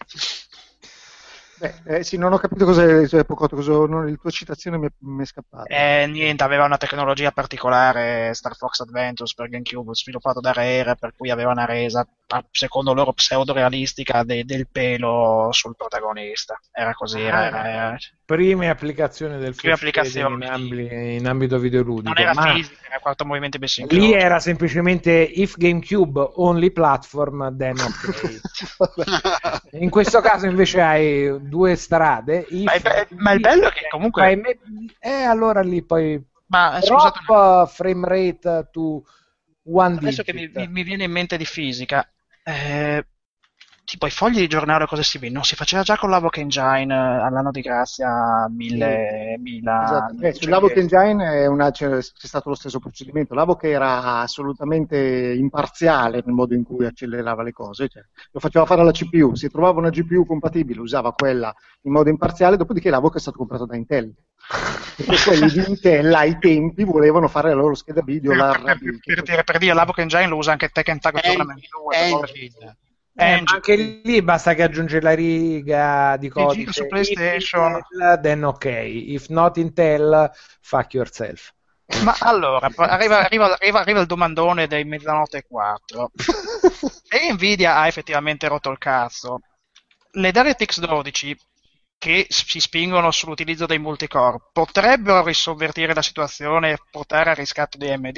Sì, non ho capito la tua citazione mi è scappata. Niente, aveva una tecnologia particolare Star Fox Adventures per GameCube, sviluppato da Rare, per cui aveva una resa, secondo loro, pseudo-realistica del pelo sul protagonista. Era così, era prime applicazioni del full shading in ambito videoludico. Non era fisica, era quattro movimenti messi in lì croce. Era semplicemente if GameCube only platform, then ok. In questo caso invece hai due strade. Ma il bello è che comunque allora lì poi scusate, frame rate to one adesso digit. che mi viene in mente di fisica, tipo i fogli di giornale o cose simili non si faceva già con l'Avoc Engine all'anno di grazia 1000. Esatto. Sull'Avoc Engine c'è stato lo stesso procedimento. l'Avoc era assolutamente imparziale nel modo in cui accelerava le cose, cioè, lo faceva fare alla CPU, se trovava una GPU compatibile usava quella in modo imparziale, dopodiché l'Avoc è stato comprato da Intel, perché quelli di Intel ai tempi volevano fare la loro scheda video per dire l'Avoc Engine lo usa anche Tekken Tag Tournament 2. Anche lì basta che aggiunge la riga di codice su PlayStation, Intel, then ok, if not Intel, fuck yourself. Ma allora arriva il domandone dei mezzanotte e 4 e Nvidia ha effettivamente rotto il cazzo. Le DirectX 12 che si spingono sull'utilizzo dei multicore potrebbero risovvertire la situazione e portare al riscatto di AMD?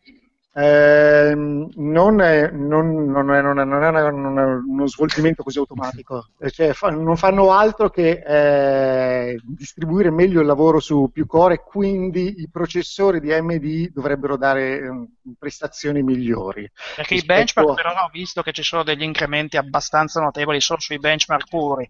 Non è uno svolgimento così automatico, cioè non fanno altro che distribuire meglio il lavoro su più core, quindi i processori di AMD dovrebbero dare prestazioni migliori. Perché i benchmark però ho visto che ci sono degli incrementi abbastanza notevoli solo sui benchmark puri,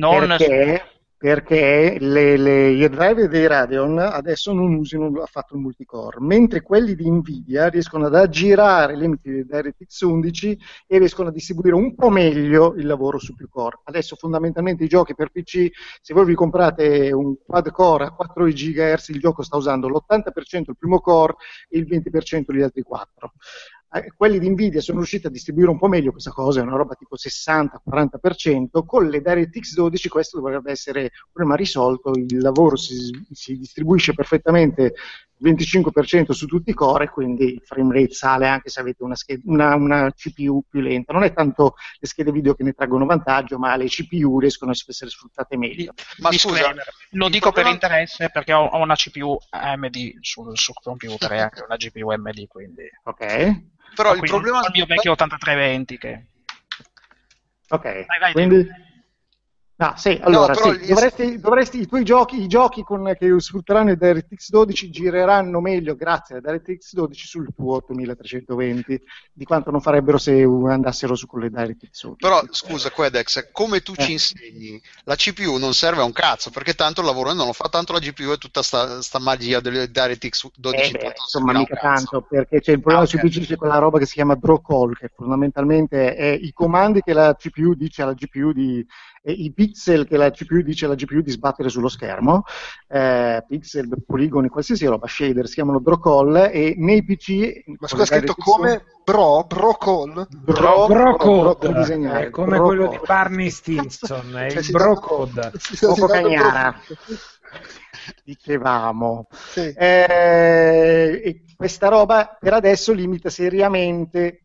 perché i driver dei Radeon adesso non usano affatto il multicore, mentre quelli di Nvidia riescono ad aggirare i limiti di DirectX 11 e riescono a distribuire un po' meglio il lavoro su più core. Adesso fondamentalmente i giochi per PC, se voi vi comprate un quad core a 4 GHz, il gioco sta usando l'80% il primo core e il 20% gli altri 4. Quelli di Nvidia sono riusciti a distribuire un po' meglio questa cosa, è una roba tipo 60-40%, con le DirectX 12 questo dovrebbe essere un problema risolto, il lavoro si distribuisce perfettamente 25% su tutti i core, quindi il frame rate sale anche se avete una CPU più lenta. Non è tanto le schede video che ne traggono vantaggio, ma le CPU riescono a essere sfruttate meglio. Ma scusa, lo dico per interesse perché ho una CPU AMD sul computer e anche una GPU AMD, quindi ok. Però il problema il mio vecchio 8320 che ok, vai, quindi allora dovresti i tuoi giochi, i giochi che sfrutteranno il DirectX 12 gireranno meglio grazie al DirectX 12 sul tuo 8320 di quanto non farebbero se andassero su con le DirectX 11. Però scusa Quedex, come tu ci insegni, la CPU non serve a un cazzo, perché tanto il lavoro non lo fa tanto la GPU e tutta sta magia delle DirectX 12 insomma mica tanto, perché c'è il problema su PC, c'è quella roba che si chiama draw call, che fondamentalmente è i comandi che la CPU dice alla GPU di i pixel che la CPU dice alla GPU di sbattere sullo schermo, pixel, poligoni, qualsiasi roba, shader, si chiamano Brocol, e nei PC... Ma scusa, scritto come Brocol? Brocode disegnare. È come quello di Barney Stinson, è il Brocode. Poco cagnara. Dicevamo. Sì. E questa roba per adesso limita seriamente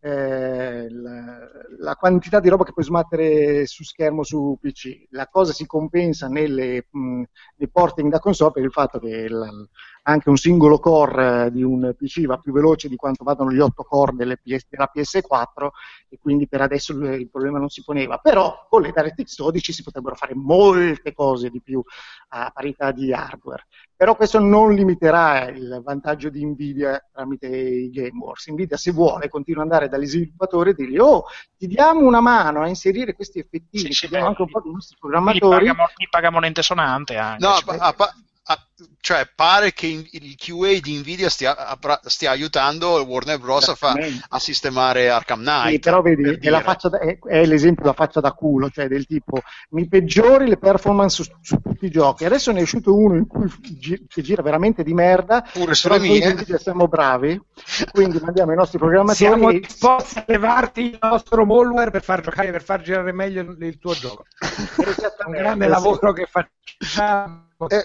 la quantità di roba che puoi sbattere su schermo su PC. La cosa si compensa nei porting da console per il fatto che anche un singolo core di un PC va più veloce di quanto vadano gli 8 core della PS4, e quindi per adesso il problema non si poneva. Però con le DirectX 12 si potrebbero fare molte cose di più a parità di hardware. Però questo non limiterà il vantaggio di Nvidia tramite i GameWorks. Nvidia, se vuole, continua ad andare dagli sviluppatori e dirgli: oh, ti diamo una mano a inserire questi effettini, chiediamo anche un po' dei nostri programmatori. Gli paghiamo l'ente sonante anche. No, cioè pare che il QA di Nvidia stia aiutando Warner Bros. a sistemare Arkham Knight. Sì, però vedi, è l'esempio della faccia da culo, cioè del tipo: mi peggiori le performance su tutti i giochi. Adesso ne è uscito uno in cui che gira veramente di merda, pure sulle però mie. Nvidia siamo bravi, quindi mandiamo i nostri programmatori. Siamo disposti a levarti il nostro malware per far giocare, per far girare meglio il tuo gioco. Un grande lavoro che facciamo.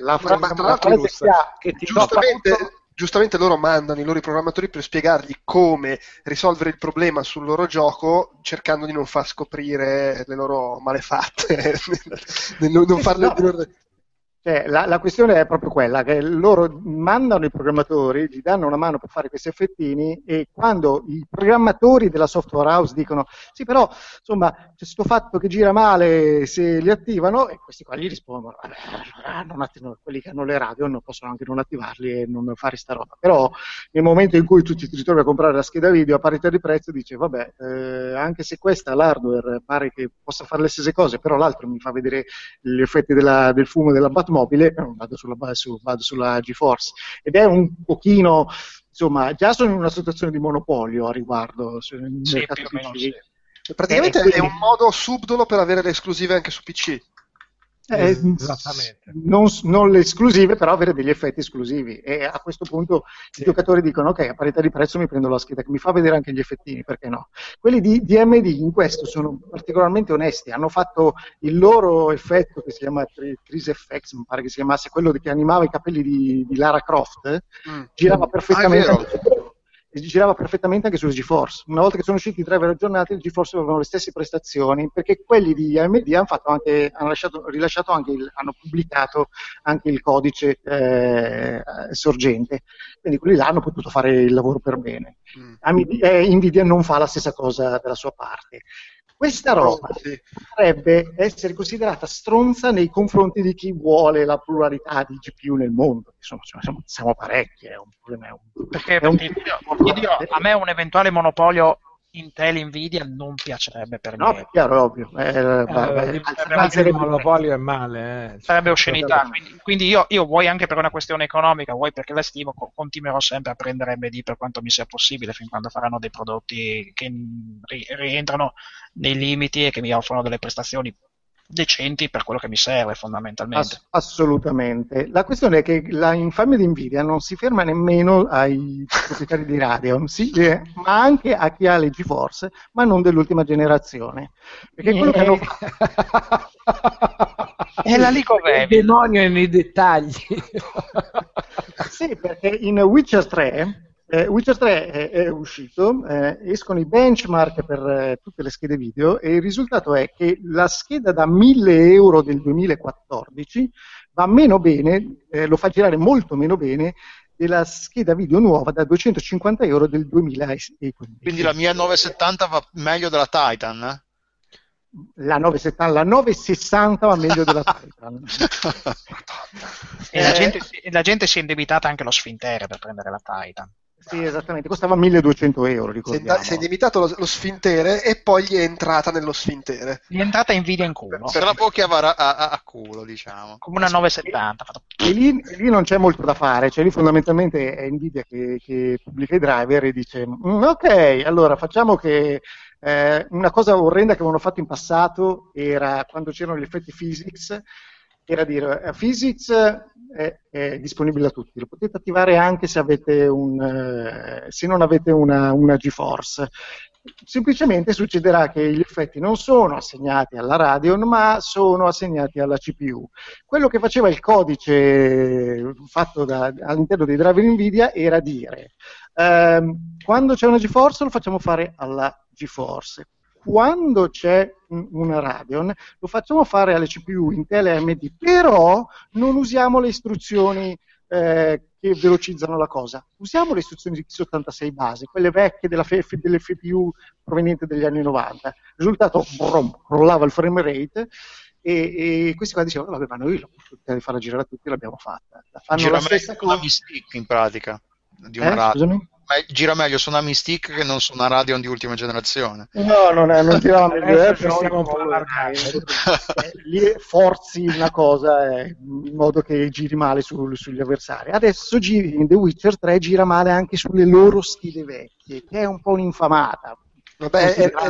Giustamente loro mandano i loro programmatori per spiegargli come risolvere il problema sul loro gioco, cercando di non far scoprire le loro malefatte, non farle... Cioè, la questione è proprio quella, che loro mandano i programmatori, gli danno una mano per fare questi effettini, e quando i programmatori della software house dicono: sì, però insomma c'è questo fatto che gira male se li attivano, e questi qua gli rispondono: quelli che hanno le radio non possono anche non attivarli e non fare sta roba. Però nel momento in cui tu ti ritrovi a comprare la scheda video a parità di prezzo, dici: vabbè, anche se questa, l'hardware, pare che possa fare le stesse cose, però l'altro mi fa vedere gli effetti del fumo della Batmobile, vado sulla GeForce. Ed è un pochino, insomma, già sono in una situazione di monopolio a riguardo. Sì, più o meno sì. Praticamente è un modo subdolo per avere le esclusive anche su PC. Esattamente. Non le esclusive, però avere degli effetti esclusivi, e a questo punto i giocatori dicono: ok, a parità di prezzo mi prendo la scheda che mi fa vedere anche gli effettini, perché no? Quelli di AMD in questo sono particolarmente onesti, hanno fatto il loro effetto che si chiama Trees FX, mi pare che si chiamasse, quello che animava i capelli di Lara Croft, girava perfettamente anche sulle GeForce. Una volta che sono usciti i driver aggiornati, le GeForce avevano le stesse prestazioni, perché quelli di AMD hanno pubblicato anche il codice sorgente, quindi quelli là hanno potuto fare il lavoro per bene. Nvidia non fa la stessa cosa dalla sua parte. Questa roba potrebbe essere considerata stronza nei confronti di chi vuole la pluralità di GPU nel mondo. Insomma, siamo parecchi, è un problema. Perché a me un eventuale monopolio Intel-Nvidia non piacerebbe per me. No, è chiaro, ovvio. Il monopolio è male. Sarebbe oscenità. Quindi io vuoi anche per una questione economica, vuoi perché la stimo, continuerò sempre a prendere AMD per quanto mi sia possibile, fin quando faranno dei prodotti che rientrano nei limiti e che mi offrono delle prestazioni decenti per quello che mi serve fondamentalmente. Assolutamente. La questione è che la infamia di Nvidia non si ferma nemmeno ai proprietari di Radeon, ma anche a chi ha le GeForce, ma non dell'ultima generazione. Perché quello che hanno è la League of Evil. Il demonio è nei dettagli. Sì, perché in Witcher 3 è uscito, escono i benchmark per tutte le schede video, e il risultato è che la scheda da 1.000 euro del 2014 va meno bene, lo fa girare molto meno bene della scheda video nuova da 250 euro del 2015. Quindi la mia 970 va meglio della Titan? La 960 va meglio della Titan. E la gente si è indebitata anche lo sfintere per prendere la Titan. Sì, esattamente, costava 1.200 euro, ricordiamo. Si è indebitato lo sfintere e poi gli è entrata nello sfintere. Gli è entrata Nvidia in culo. Se la può chiamare a culo, diciamo. Come una 970. E lì non c'è molto da fare, cioè lì fondamentalmente è Nvidia che pubblica i driver e dice: ok, allora facciamo che Una cosa orrenda che avevano fatto in passato era, quando c'erano gli effetti physics, era dire physics è disponibile a tutti, lo potete attivare anche se se non avete una GeForce. Semplicemente succederà che gli effetti non sono assegnati alla Radeon, ma sono assegnati alla CPU. Quello che faceva il codice fatto all'interno dei driver Nvidia era dire quando c'è una GeForce lo facciamo fare alla GeForce. Quando c'è una Radeon lo facciamo fare alle CPU Intel e AMD, però non usiamo le istruzioni che velocizzano la cosa. Usiamo le istruzioni x86 base, quelle vecchie delle FPU provenienti dagli anni 90. Il risultato, crollava il frame rate e questi qua dicevano, vabbè, ma noi l'opportunità di farla girare a tutti l'abbiamo fatta. Fanno gira la stessa meglio su una MiStick in pratica di una Radeon. Scusami? Gira meglio su una MiStick che non su una Radeon di ultima generazione. No, non tirava meglio. Stiamo un po' allargando. Lì forzi una cosa in modo che giri male sugli avversari. Adesso in The Witcher 3 gira male anche sulle loro schede vecchie, che è un po' un'infamata. Vabbè, è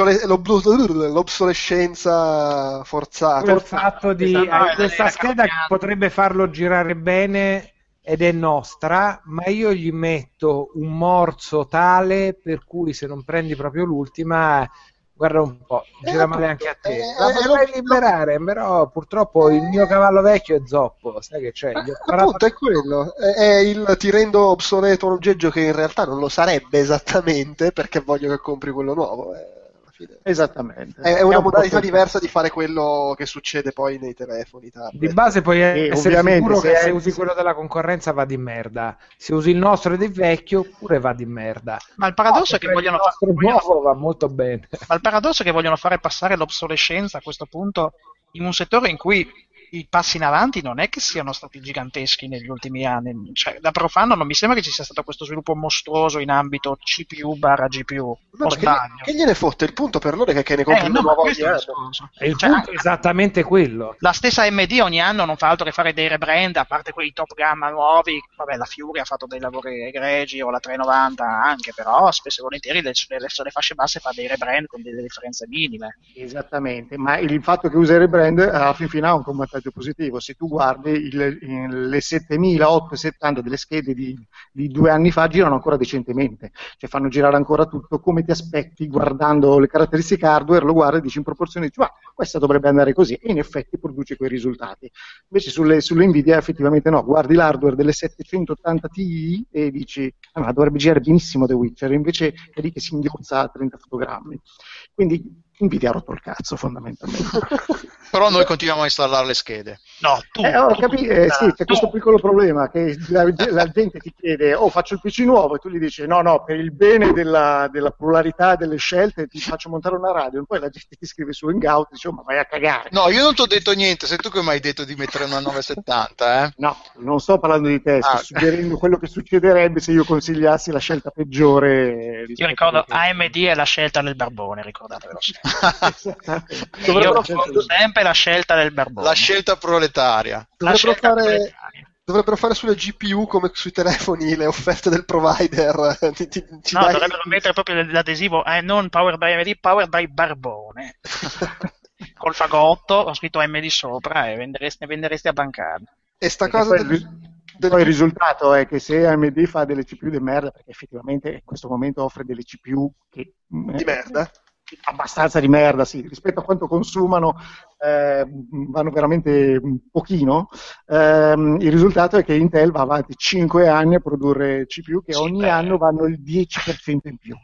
l'obsolescenza forzata. Il fatto di questa scheda potrebbe farlo girare bene ed è nostra, ma io gli metto un morso tale per cui se non prendi proprio l'ultima, guarda un po', gira male anche a te. La potrei liberare, però purtroppo il mio cavallo vecchio è zoppo, sai che c'è? Appunto, è quello, ti rendo obsoleto un oggeggio che in realtà non lo sarebbe esattamente perché voglio che compri quello nuovo. Esattamente. È una modalità diversa di fare quello che succede poi nei telefoni. Di base puoi essere sicuro che se usi quello della concorrenza va di merda, se usi il nostro ed è vecchio pure va di merda. Ma il paradosso è che vogliono va molto bene. Ma il paradosso è che vogliono fare passare l'obsolescenza a questo punto in un settore in cui i passi in avanti non è che siano stati giganteschi negli ultimi anni, cioè, da profano non mi sembra che ci sia stato questo sviluppo mostruoso in ambito CPU/GPU. No, che gliene fotte? Il punto per loro è che ne compri una nuova ogni anno. E il punto è esattamente quello. La stessa AMD ogni anno non fa altro che fare dei rebrand, a parte quelli top gamma nuovi. Vabbè, la Fury ha fatto dei lavori egregi, o la 390 anche, però spesso e volentieri le fasce basse fa dei rebrand con delle differenze minime. Esattamente, ma il fatto che usa il rebrand alla fin fine ha un vantaggio positivo. Se tu guardi le 7870 delle schede di 2 anni fa girano ancora decentemente, cioè fanno girare ancora tutto come ti aspetti guardando le caratteristiche hardware, lo guardi e dici in proporzione, dici, ma questa dovrebbe andare così, e in effetti produce quei risultati. Invece sulle Nvidia effettivamente no, guardi l'hardware delle 780 Ti e dici ma dovrebbe girare benissimo The Witcher, invece è lì che si inghiozza a 30 fotogrammi. Quindi Nvidia ha rotto il cazzo fondamentalmente. Però noi continuiamo a installare le schede. No, tu. Sì, c'è questo piccolo problema che la gente ti chiede, faccio il PC nuovo, e tu gli dici no, per il bene della pluralità delle scelte ti faccio montare una Radeon. Poi la gente ti scrive su Hangout e dice ma vai a cagare. No, io non ti ho detto niente, sei tu che mi hai detto di mettere una 970, No, non sto parlando di te, sto suggerendo quello che succederebbe se io consigliassi la scelta peggiore. Io ricordo AMD è la scelta del barbone, ricordatelo. Io sempre la scelta del barbone. La scelta proletaria. Dovrebbero fare sulle GPU come sui telefoni le offerte del provider. Dovrebbero mettere proprio l'adesivo non Powered by AMD, Powered by Barbone. Col fagotto, ho scritto AMD sopra e venderesti a bancare. E sta cosa poi il risultato è che se AMD fa delle CPU di merda, perché effettivamente in questo momento offre delle CPU che di merda, abbastanza di merda, sì, rispetto a quanto consumano vanno veramente un pochino. Il risultato è che Intel va avanti 5 anni a produrre CPU che ogni anno vanno il 10% in più.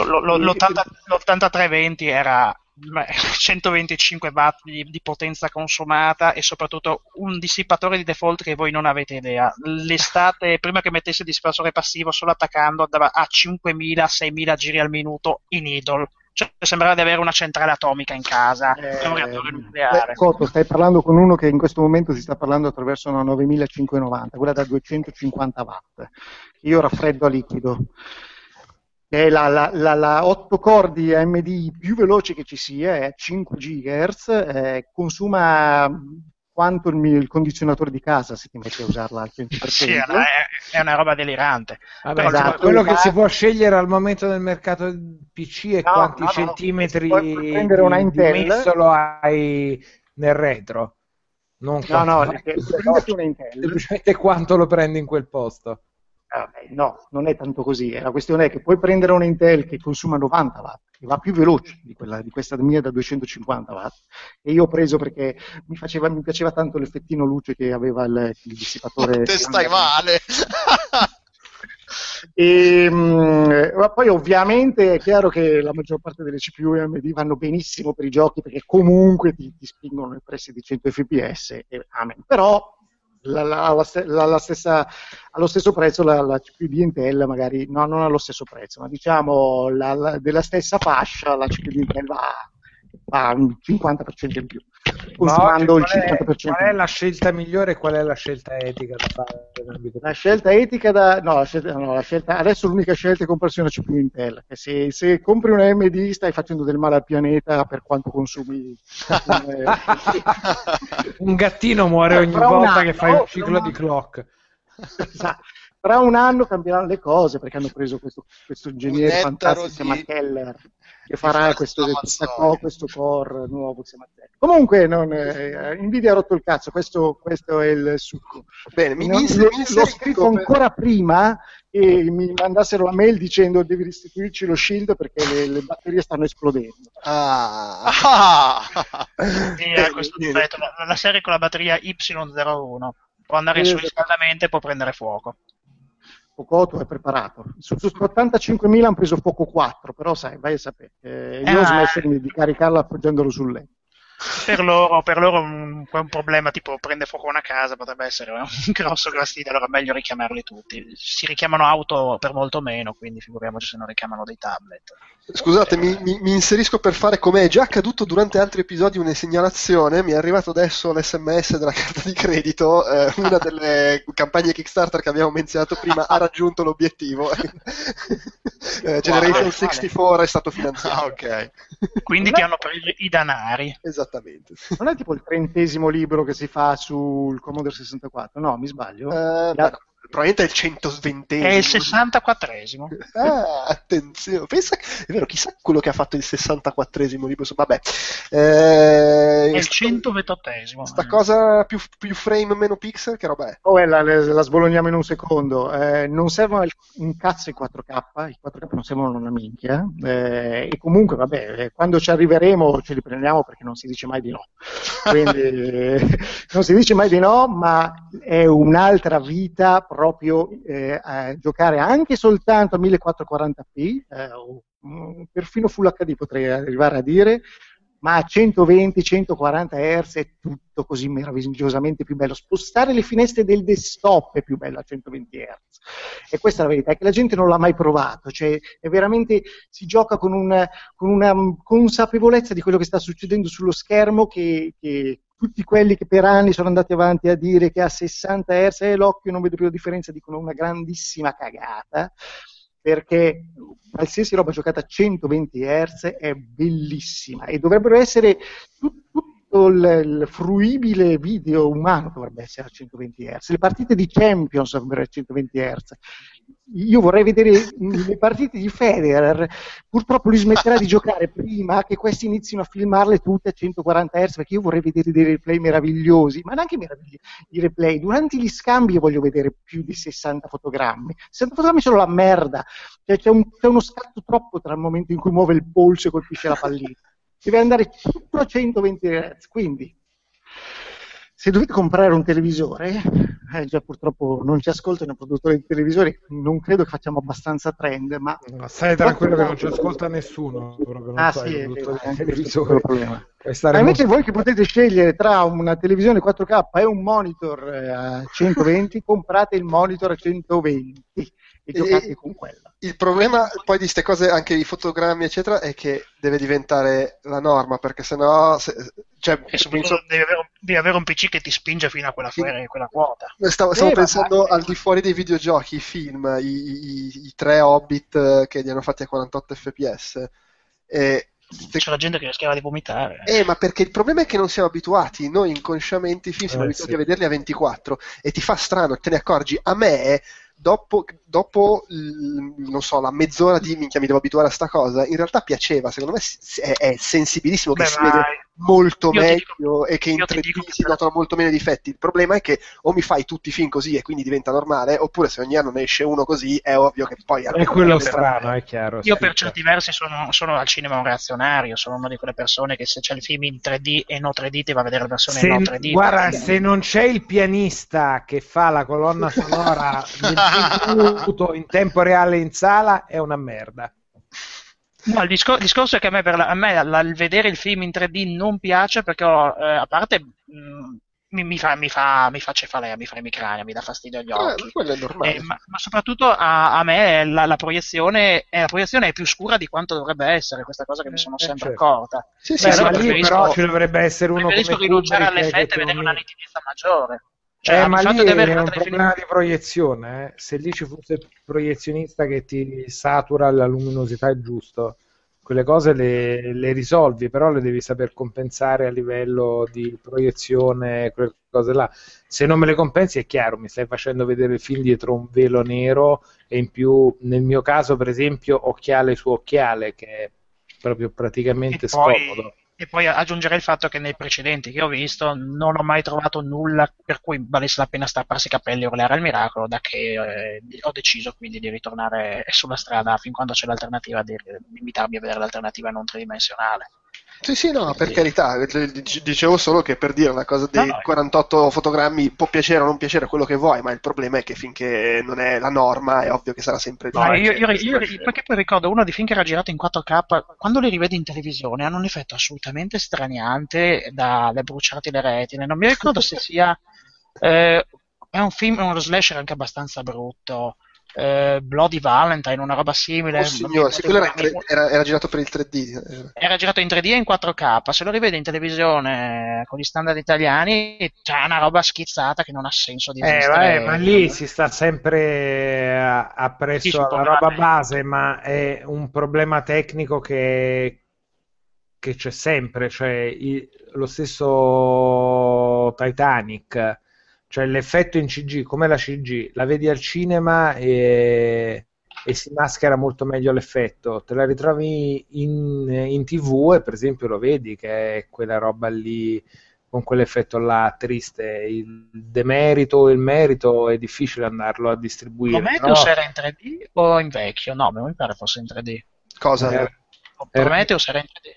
L'8320 era 125 watt di potenza consumata e soprattutto un dissipatore di default che voi non avete idea. L'estate, prima che mettesse il dissipatore passivo, solo attaccando andava a 5.000-6.000 giri al minuto in idle. Cioè, sembrava di avere una centrale atomica in casa, un reattore nucleare. Cotto, stai parlando con uno che in questo momento si sta parlando attraverso una 9590, quella da 250 watt. Io raffreddo a liquido. È la 8 core di AMD più veloce che ci sia, è a 5 GHz, consuma quanto il condizionatore di casa se ti metti a usarla al 100%. Sì, è una roba delirante. Vabbè, Però esatto, quello che si può scegliere al momento del mercato PC è quanti centimetri puoi prendere una di Intel. messolo hai nel retro. Non prenditi una Intel. semplicemente quanto lo prendi in quel posto. No, non è tanto così. La questione è che puoi prendere una Intel che consuma 90 watt, che va più veloce di questa mia da 250 watt. E io ho preso perché mi piaceva tanto l'effettino luce che aveva il dissipatore. Te stai male. Ma poi ovviamente è chiaro che la maggior parte delle CPU AMD vanno benissimo per i giochi perché comunque ti spingono nei pressi di 100 fps, amen. Però allo stesso prezzo la CPU di Intel magari, no, non allo stesso prezzo, ma diciamo della stessa fascia la CPU di Intel va un 50% in più, consumando il 50%. Qual è la scelta migliore e qual è la scelta etica da fare? La scelta etica adesso l'unica scelta è comprarsi una CPU Intel, che se compri una AMD stai facendo del male al pianeta per quanto consumi. Un gattino muore ogni volta che fai un ciclo di clock. Esatto. Tra un anno cambieranno le cose perché hanno preso questo ingegnere fantastico che si chiama Keller, che farà questo core nuovo che si chiama Keller. Comunque Nvidia ha rotto il cazzo, questo è il succo. Bene, l'ho scritto ancora prima e mi mandassero la mail dicendo devi restituirci lo shield perché le batterie stanno esplodendo. Questo difetto, la serie con la batteria Y01 può andare su immediatamente e può prendere fuoco. Fuoco è preparato. Su 85.000 hanno preso fuoco 4, però sai, vai a sapere. Io ho smesso di caricarla appoggiandolo sul letto. Per loro un problema tipo prende fuoco una casa potrebbe essere un grosso gastidio, allora è meglio richiamarli tutti. Si richiamano auto per molto meno, quindi figuriamoci se non richiamano dei tablet. Scusate, mi inserisco per fare, come è già accaduto durante altri episodi, una segnalazione. Mi è arrivato adesso l'SMS della carta di credito. Una delle campagne Kickstarter che abbiamo menzionato prima ha raggiunto l'obiettivo. Generation 64 è stato finanziato. Ok. Quindi ti hanno preso i danari. Esattamente. Non è tipo il 30° libro che si fa sul Commodore 64? No, mi sbaglio? Probabilmente è il 120esimo. È il 64esimo. Attenzione, pensa che è vero, chissà quello che ha fatto il 64esimo libro. Vabbè, è il 128esimo. Sta cosa più frame, meno pixel, che roba è? La sbologniamo in un secondo. Non servono un cazzo i 4K, i 4K non servono una minchia. E comunque, vabbè, quando ci arriveremo ce li prendiamo perché non si dice mai di no. Quindi non si dice mai di no, ma è un'altra vita proprio giocare anche soltanto a 1440p, perfino Full HD potrei arrivare a dire, ma a 120-140 Hz è tutto così meravigliosamente più bello. Spostare le finestre del desktop è più bello a 120 Hz. E questa è la verità, è che la gente non l'ha mai provato, cioè è veramente, si gioca con una consapevolezza di quello che sta succedendo sullo schermo che tutti quelli che per anni sono andati avanti a dire che a 60 Hz l'occhio non vede più la differenza dicono una grandissima cagata, perché qualsiasi roba giocata a 120 Hz è bellissima e dovrebbero essere tutto il fruibile video umano dovrebbe essere a 120 Hz. Le partite di Champions dovrebbero essere a 120 Hz. Io vorrei vedere le partite di Federer, purtroppo lui smetterà di giocare prima che questi inizino a filmarle tutte a 140 Hz, perché io vorrei vedere dei replay meravigliosi, ma neanche meravigliosi, i replay. Durante gli scambi io voglio vedere più di 60 fotogrammi. 60 fotogrammi sono la merda, cioè, c'è uno scatto troppo tra il momento in cui muove il polso e colpisce la pallina. Deve andare tutto a 120 Hz, quindi se dovete comprare un televisore, già purtroppo non ci ascoltano i produttori di televisori, non credo che facciamo abbastanza trend, ma stai tranquillo che non ci ascolta nessuno. Sì, è il problema. Ma invece voi che potete scegliere tra una televisione 4K e un monitor a 120, comprate il monitor a 120 e giocate con quella. Il problema poi di queste cose, anche i fotogrammi eccetera, è che deve diventare la norma, perché sennò devi avere un PC che ti spinge fino a quella quota. Stavo pensando al di fuori dei videogiochi, i film, i 3 Hobbit che li hanno fatti a 48 fps, c'era gente che rischiava di vomitare. Ma perché il problema è che non siamo abituati, noi inconsciamente i film siamo abituati a vederli a 24 e ti fa strano, te ne accorgi. A me dopo non so, la mezz'ora di minchia mi devo abituare a sta cosa, in realtà piaceva, secondo me è sensibilissimo che si vede molto meglio e che in 3D si notano molto meno i difetti. Il problema è che o mi fai tutti i film così e quindi diventa normale, oppure se ogni anno ne esce uno così è ovvio che poi è quello strano, è chiaro. Io per certi versi sono al cinema un reazionario, sono una di quelle persone che se c'è il film in 3D e no 3D ti va a vedere la versione non 3D. Guarda, se non c'è il pianista che fa la colonna sonora del film in tempo reale in sala è una merda. No, il discorso è che a me il vedere il film in 3D non piace perché a parte mi fa cefalea, mi fa emicrania, mi dà fastidio agli occhi. Quello è normale. Ma soprattutto a me la proiezione è più scura di quanto dovrebbe essere, questa cosa che mi sono sempre accorta. Sì, allora lì però ci dovrebbe essere uno come preferisco rinunciare all'effetto e vedere una nitidezza maggiore. Ma lì è un problema di proiezione. Se lì ci fosse il proiezionista che ti satura la luminosità giusto, quelle cose le risolvi, però le devi saper compensare a livello di proiezione, quelle cose là. Se non me le compensi è chiaro, mi stai facendo vedere il film dietro un velo nero e in più, nel mio caso per esempio, occhiale su occhiale, che è proprio praticamente scomodo. E poi aggiungere il fatto che nei precedenti che ho visto non ho mai trovato nulla per cui valesse la pena strapparsi i capelli e urlare al miracolo, da che ho deciso quindi di ritornare sulla strada fin quando c'è l'alternativa, di limitarmi a vedere l'alternativa non tridimensionale. Sì, no, per carità, dicevo solo che per dire una cosa dei 48 fotogrammi può piacere o non piacere quello che vuoi, ma il problema è che finché non è la norma è ovvio che sarà sempre perché poi ricordo uno dei film che era girato in 4K, quando li rivedi in televisione hanno un effetto assolutamente straniante da bruciarti le retine, non mi ricordo se sia è un film, uno slasher anche abbastanza brutto, Bloody Valentine, una roba simile. Oh signore, quello era girato per il 3D. Era girato in 3D e in 4K. Se lo rivede in televisione con gli standard italiani, c'è una roba schizzata che non ha senso di esistere. Ma lì si sta sempre appresso alla roba base, ma è un problema tecnico che c'è sempre. Cioè lo stesso Titanic. Cioè l'effetto in CG, come la CG, la vedi al cinema e si maschera molto meglio l'effetto. Te la ritrovi in TV e per esempio lo vedi che è quella roba lì, con quell'effetto là triste. Il demerito o il merito è difficile andarlo a distribuire. Prometheus era in 3D o in vecchio? No, mi pare fosse in 3D. Cosa? Prometheus era in 3D.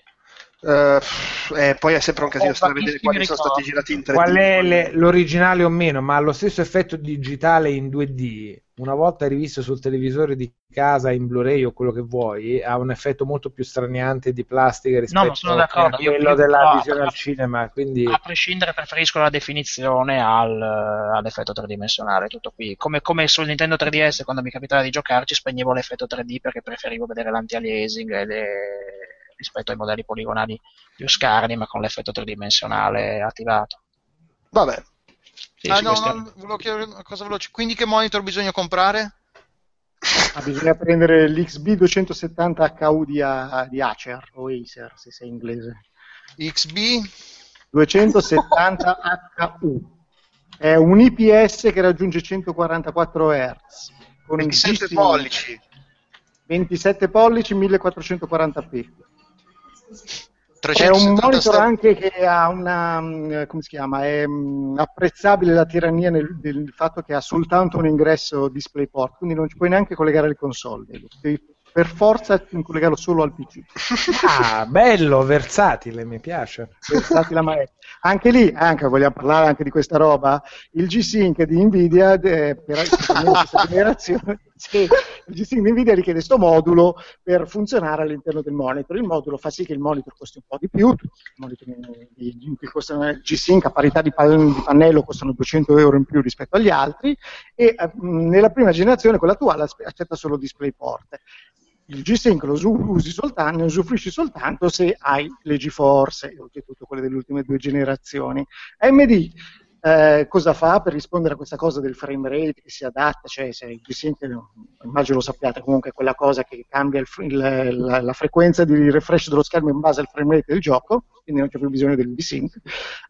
Poi è sempre un casino stare a vedere quali sono stati girati in 3D. Qual è l'originale o meno, ma lo stesso effetto digitale in 2D, una volta rivisto sul televisore di casa in Blu-ray o quello che vuoi, ha un effetto molto più straniante di plastica rispetto a quello della visione al cinema. Quindi a prescindere preferisco la definizione all'effetto tridimensionale, tutto qui. Come sul Nintendo 3DS, quando mi capitava di giocarci spegnevo l'effetto 3D perché preferivo vedere l'anti-aliasing rispetto ai modelli poligonali più scarni, ma con l'effetto tridimensionale attivato. Vabbè. Sì, volevo chiedere una cosa veloce. Quindi che monitor bisogna comprare? Bisogna prendere l'XB270HU di Acer o Acer, se sei inglese. XB 270HU. È un IPS che raggiunge 144 Hz. Con 27 pollici. 27 pollici, 1440p. È 370 un monitor anche che ha una, come si chiama, è apprezzabile la tirannia del fatto che ha soltanto un ingresso DisplayPort, quindi non ci puoi neanche collegare le console, devi per forza collegarlo solo al PC. Bello, versatile, mi piace. Versatile maestro. Anche lì, vogliamo parlare anche di questa roba, il G-Sync di Nvidia per questa generazione, il G-Sync di Nvidia richiede questo modulo per funzionare all'interno del monitor. Il modulo fa sì che il monitor costi un po' di più, i monitor che costano il G-Sync a parità di pannello costano 200 euro in più rispetto agli altri, e nella prima generazione, quella attuale, accetta solo DisplayPort. Il G-Sync ne usufruisci soltanto se hai le GeForce, oltretutto quelle delle ultime 2 generazioni. AMD Cosa fa per rispondere a questa cosa del frame rate che si adatta, cioè se il G-Sync, immagino lo sappiate, comunque è quella cosa che cambia la frequenza di refresh dello schermo in base al frame rate del gioco, quindi non c'è più bisogno del G-Sync.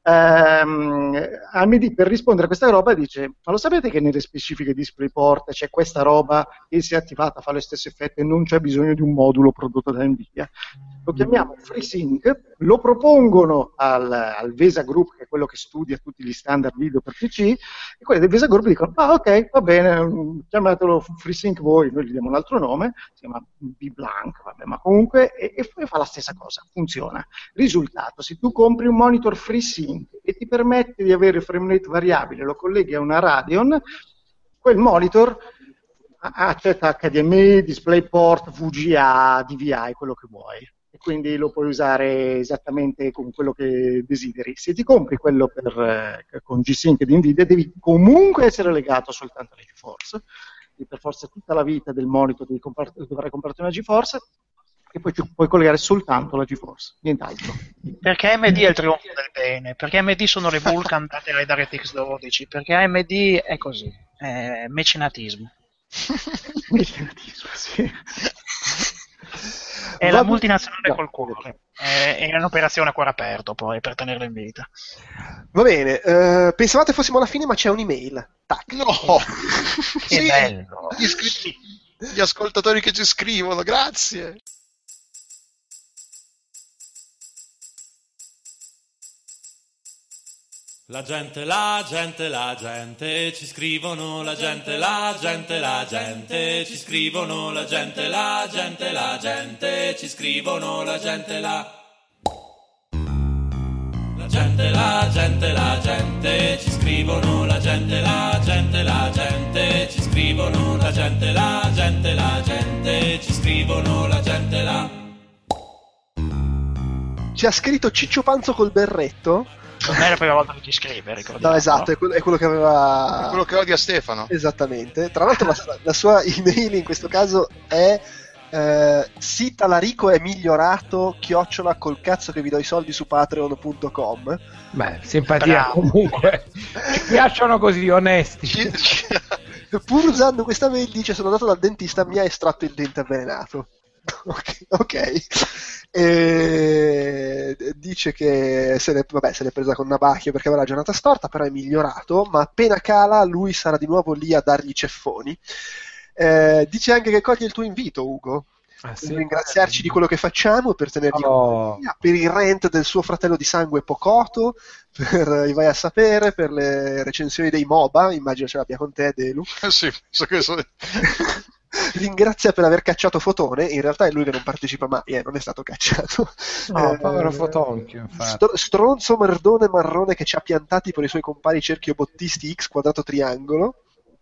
AMD per rispondere a questa roba dice: ma lo sapete che nelle specifiche DisplayPort c'è questa roba che se attivata fa lo stesso effetto e non c'è bisogno di un modulo prodotto da Nvidia? Lo chiamiamo FreeSync, lo propongono al VESA Group, che è quello che studia tutti gli standard video per PC, e quelli del VESA Group dicono: ok, va bene, chiamatelo FreeSync voi, noi gli diamo un altro nome, si chiama B-Blank, vabbè, ma comunque, e fa la stessa cosa, funziona. Risultato: se tu compri un monitor FreeSync e ti permette di avere frame rate variabile, lo colleghi a una Radeon, quel monitor accetta HDMI, DisplayPort, VGA, DVI, quello che vuoi. Quindi lo puoi usare esattamente con quello che desideri. Se ti compri quello con G-Sync di Nvidia, devi comunque essere legato soltanto alla GeForce, e per forza tutta la vita del monitor dovrai comprarti una GeForce, e poi puoi collegare soltanto la GeForce, nient'altro. Perché AMD è il trionfo del bene, perché AMD sono le Vulkan date ai DirectX 12, perché AMD è così, è mecenatismo. Mecenatismo, sì. È la multinazionale col cuore, è un'operazione a cuore aperto poi per tenerlo in vita. Va bene, pensavate fossimo alla fine, ma c'è un'email. Tac. No! Che bello! Gli ascoltatori che ci scrivono, grazie! La gente ci scrivono, la gente ci scrivono, la gente ci scrivono, la gente ci scrivono, la gente ci scrivono, la gente ci scrivono, la gente Ci ha scritto Ciccio Panzo col berretto. Non è la prima volta che ti scrive, ricordiamo. No, esatto, è quello che aveva... È quello che odia Stefano. Esattamente. Tra l'altro la sua email in questo caso è sì, Talarico è migliorato, @ col cazzo che vi do i soldi su patreon.com. Beh, simpatia. Bravo. Comunque ci piacciono così onesti. Pur usando questa mail dice: sono andato dal dentista, mi ha estratto il dente avvelenato. Ok. E dice che se l'è presa con Nabacchio perché aveva la giornata storta, però è migliorato, ma appena cala lui sarà di nuovo lì a dargli ceffoni. Dice anche che coglie il tuo invito, Ugo, sì? per ringraziarci di quello che facciamo, per tenergli compagnia, per il rant del suo fratello di sangue Pocoto, per i vai a sapere, per le recensioni dei MOBA, immagino ce l'abbia con te, Delu. Sì, so che Ringrazia per aver cacciato Fotone, in realtà è lui che non partecipa mai, non è stato cacciato. No, povero Fotonchio, infatti. Stronzo merdone marrone che ci ha piantati per i suoi compari cerchio bottisti X quadrato triangolo.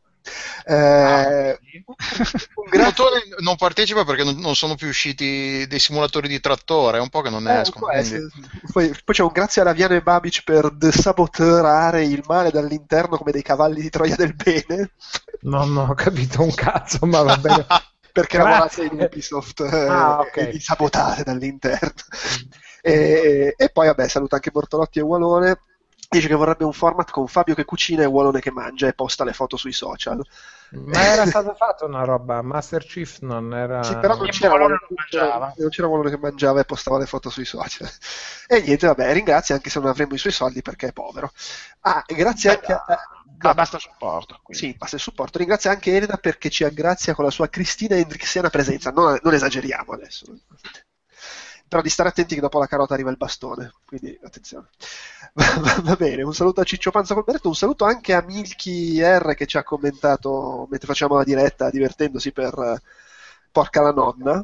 Fotone non partecipa perché non sono più usciti dei simulatori di trattore, è un po' che non escono. Poi c'è un grazie a Laviano e Babic per desaboterare il male dall'interno come dei cavalli di Troia del bene. Non ho capito un cazzo, ma va bene. Perché lavorate in Ubisoft e li sabotate dall'interno. E poi vabbè, saluta anche Bortolotti e Walone. Dice che vorrebbe un format con Fabio che cucina e Walone che mangia e posta le foto sui social. Ma era stata fatta una roba, Master Chief non era... Sì, però non c'era Walone che mangiava e postava le foto sui social. E niente, vabbè, ringrazia anche se non avremo i suoi soldi perché è povero. Grazie anche a... basta supporto. Quindi. Sì, basta il supporto. Ringrazia anche Elena perché ci aggrazia con la sua Cristina Hendrixiana presenza. Non esageriamo adesso. Però di stare attenti che dopo la carota arriva il bastone, quindi attenzione. Va bene, un saluto a Ciccio Panza col berretto, un saluto anche a Milky R che ci ha commentato mentre facciamo la diretta divertendosi per porca la nonna.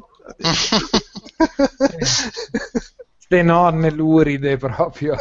Ste nonne luride proprio.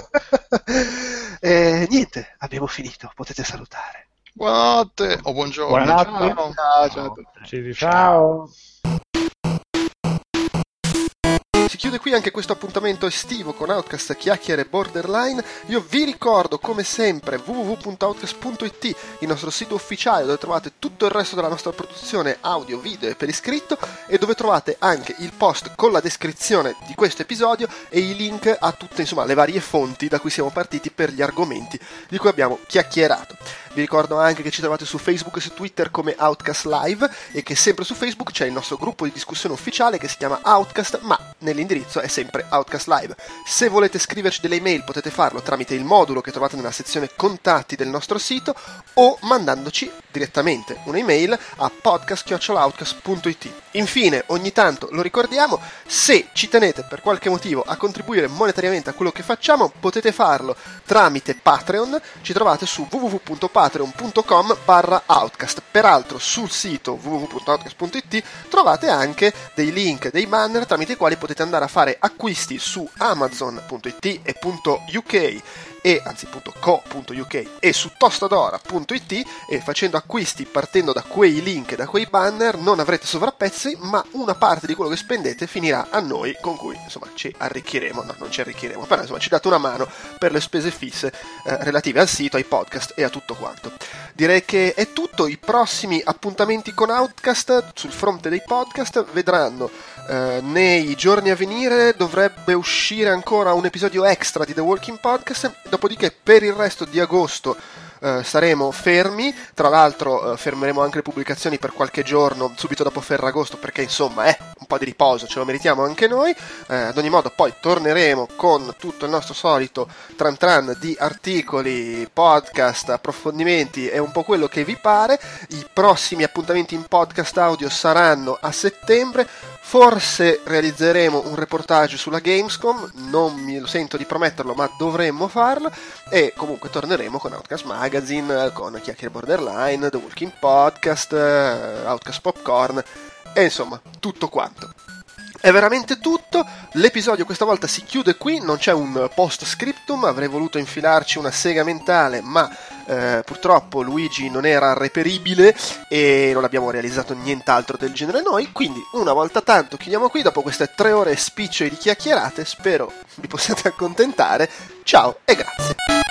Niente, abbiamo finito, potete salutare. Buonanotte o buongiorno. Buonanotte. Ciao. Ciao. Si chiude qui anche questo appuntamento estivo con Outcast Chiacchiere Borderline. Io vi ricordo come sempre www.outcast.it, il nostro sito ufficiale dove trovate tutto il resto della nostra produzione audio, video e per iscritto, e dove trovate anche il post con la descrizione di questo episodio e i link a tutte, insomma, le varie fonti da cui siamo partiti per gli argomenti di cui abbiamo chiacchierato. Vi ricordo anche che ci trovate su Facebook e su Twitter come Outcast Live, e che sempre su Facebook c'è il nostro gruppo di discussione ufficiale che si chiama Outcast, ma nell'indirizzo è sempre Outcast Live. Se volete scriverci delle email potete farlo tramite il modulo che trovate nella sezione contatti del nostro sito, o mandandoci direttamente un'email a podcast@outcast.it. Infine, ogni tanto lo ricordiamo, se ci tenete per qualche motivo a contribuire monetariamente a quello che facciamo, potete farlo tramite Patreon. Ci trovate su www.patreon.com/outcast. Peraltro sul sito www.outcast.it trovate anche dei link, dei banner tramite i quali potete andare a fare acquisti su amazon.it e .uk .co.uk e su tostadora.it, e facendo acquisti partendo da quei link e da quei banner non avrete sovrappezzi, ma una parte di quello che spendete finirà a noi, con cui insomma ci arricchiremo, no, non ci arricchiremo, però insomma ci date una mano per le spese fisse relative al sito, ai podcast e a tutto quanto. Direi che è tutto. I prossimi appuntamenti con Outcast sul fronte dei podcast vedranno nei giorni a venire. Dovrebbe uscire ancora un episodio extra di The Walking Podcast, dopodiché per il resto di agosto saremo fermi. Tra l'altro fermeremo anche le pubblicazioni per qualche giorno subito dopo Ferragosto, perché insomma un po' di riposo ce lo meritiamo anche noi. Ad ogni modo poi torneremo con tutto il nostro solito tran tran di articoli, podcast, approfondimenti e un po' quello che vi pare. I prossimi appuntamenti in podcast audio saranno a settembre. Forse realizzeremo un reportage sulla Gamescom, non mi lo sento di prometterlo, ma dovremmo farlo, e comunque torneremo con Outcast Magazine, con Chiacchiere Borderline, The Walking Podcast, Outcast Popcorn e insomma tutto quanto. È veramente tutto. L'episodio questa volta si chiude qui, non c'è un post scriptum, avrei voluto infilarci una sega mentale, ma purtroppo Luigi non era reperibile e non abbiamo realizzato nient'altro del genere noi, quindi una volta tanto chiudiamo qui dopo queste 3 ore spiccioli di chiacchierate. Spero vi possiate accontentare. Ciao e grazie.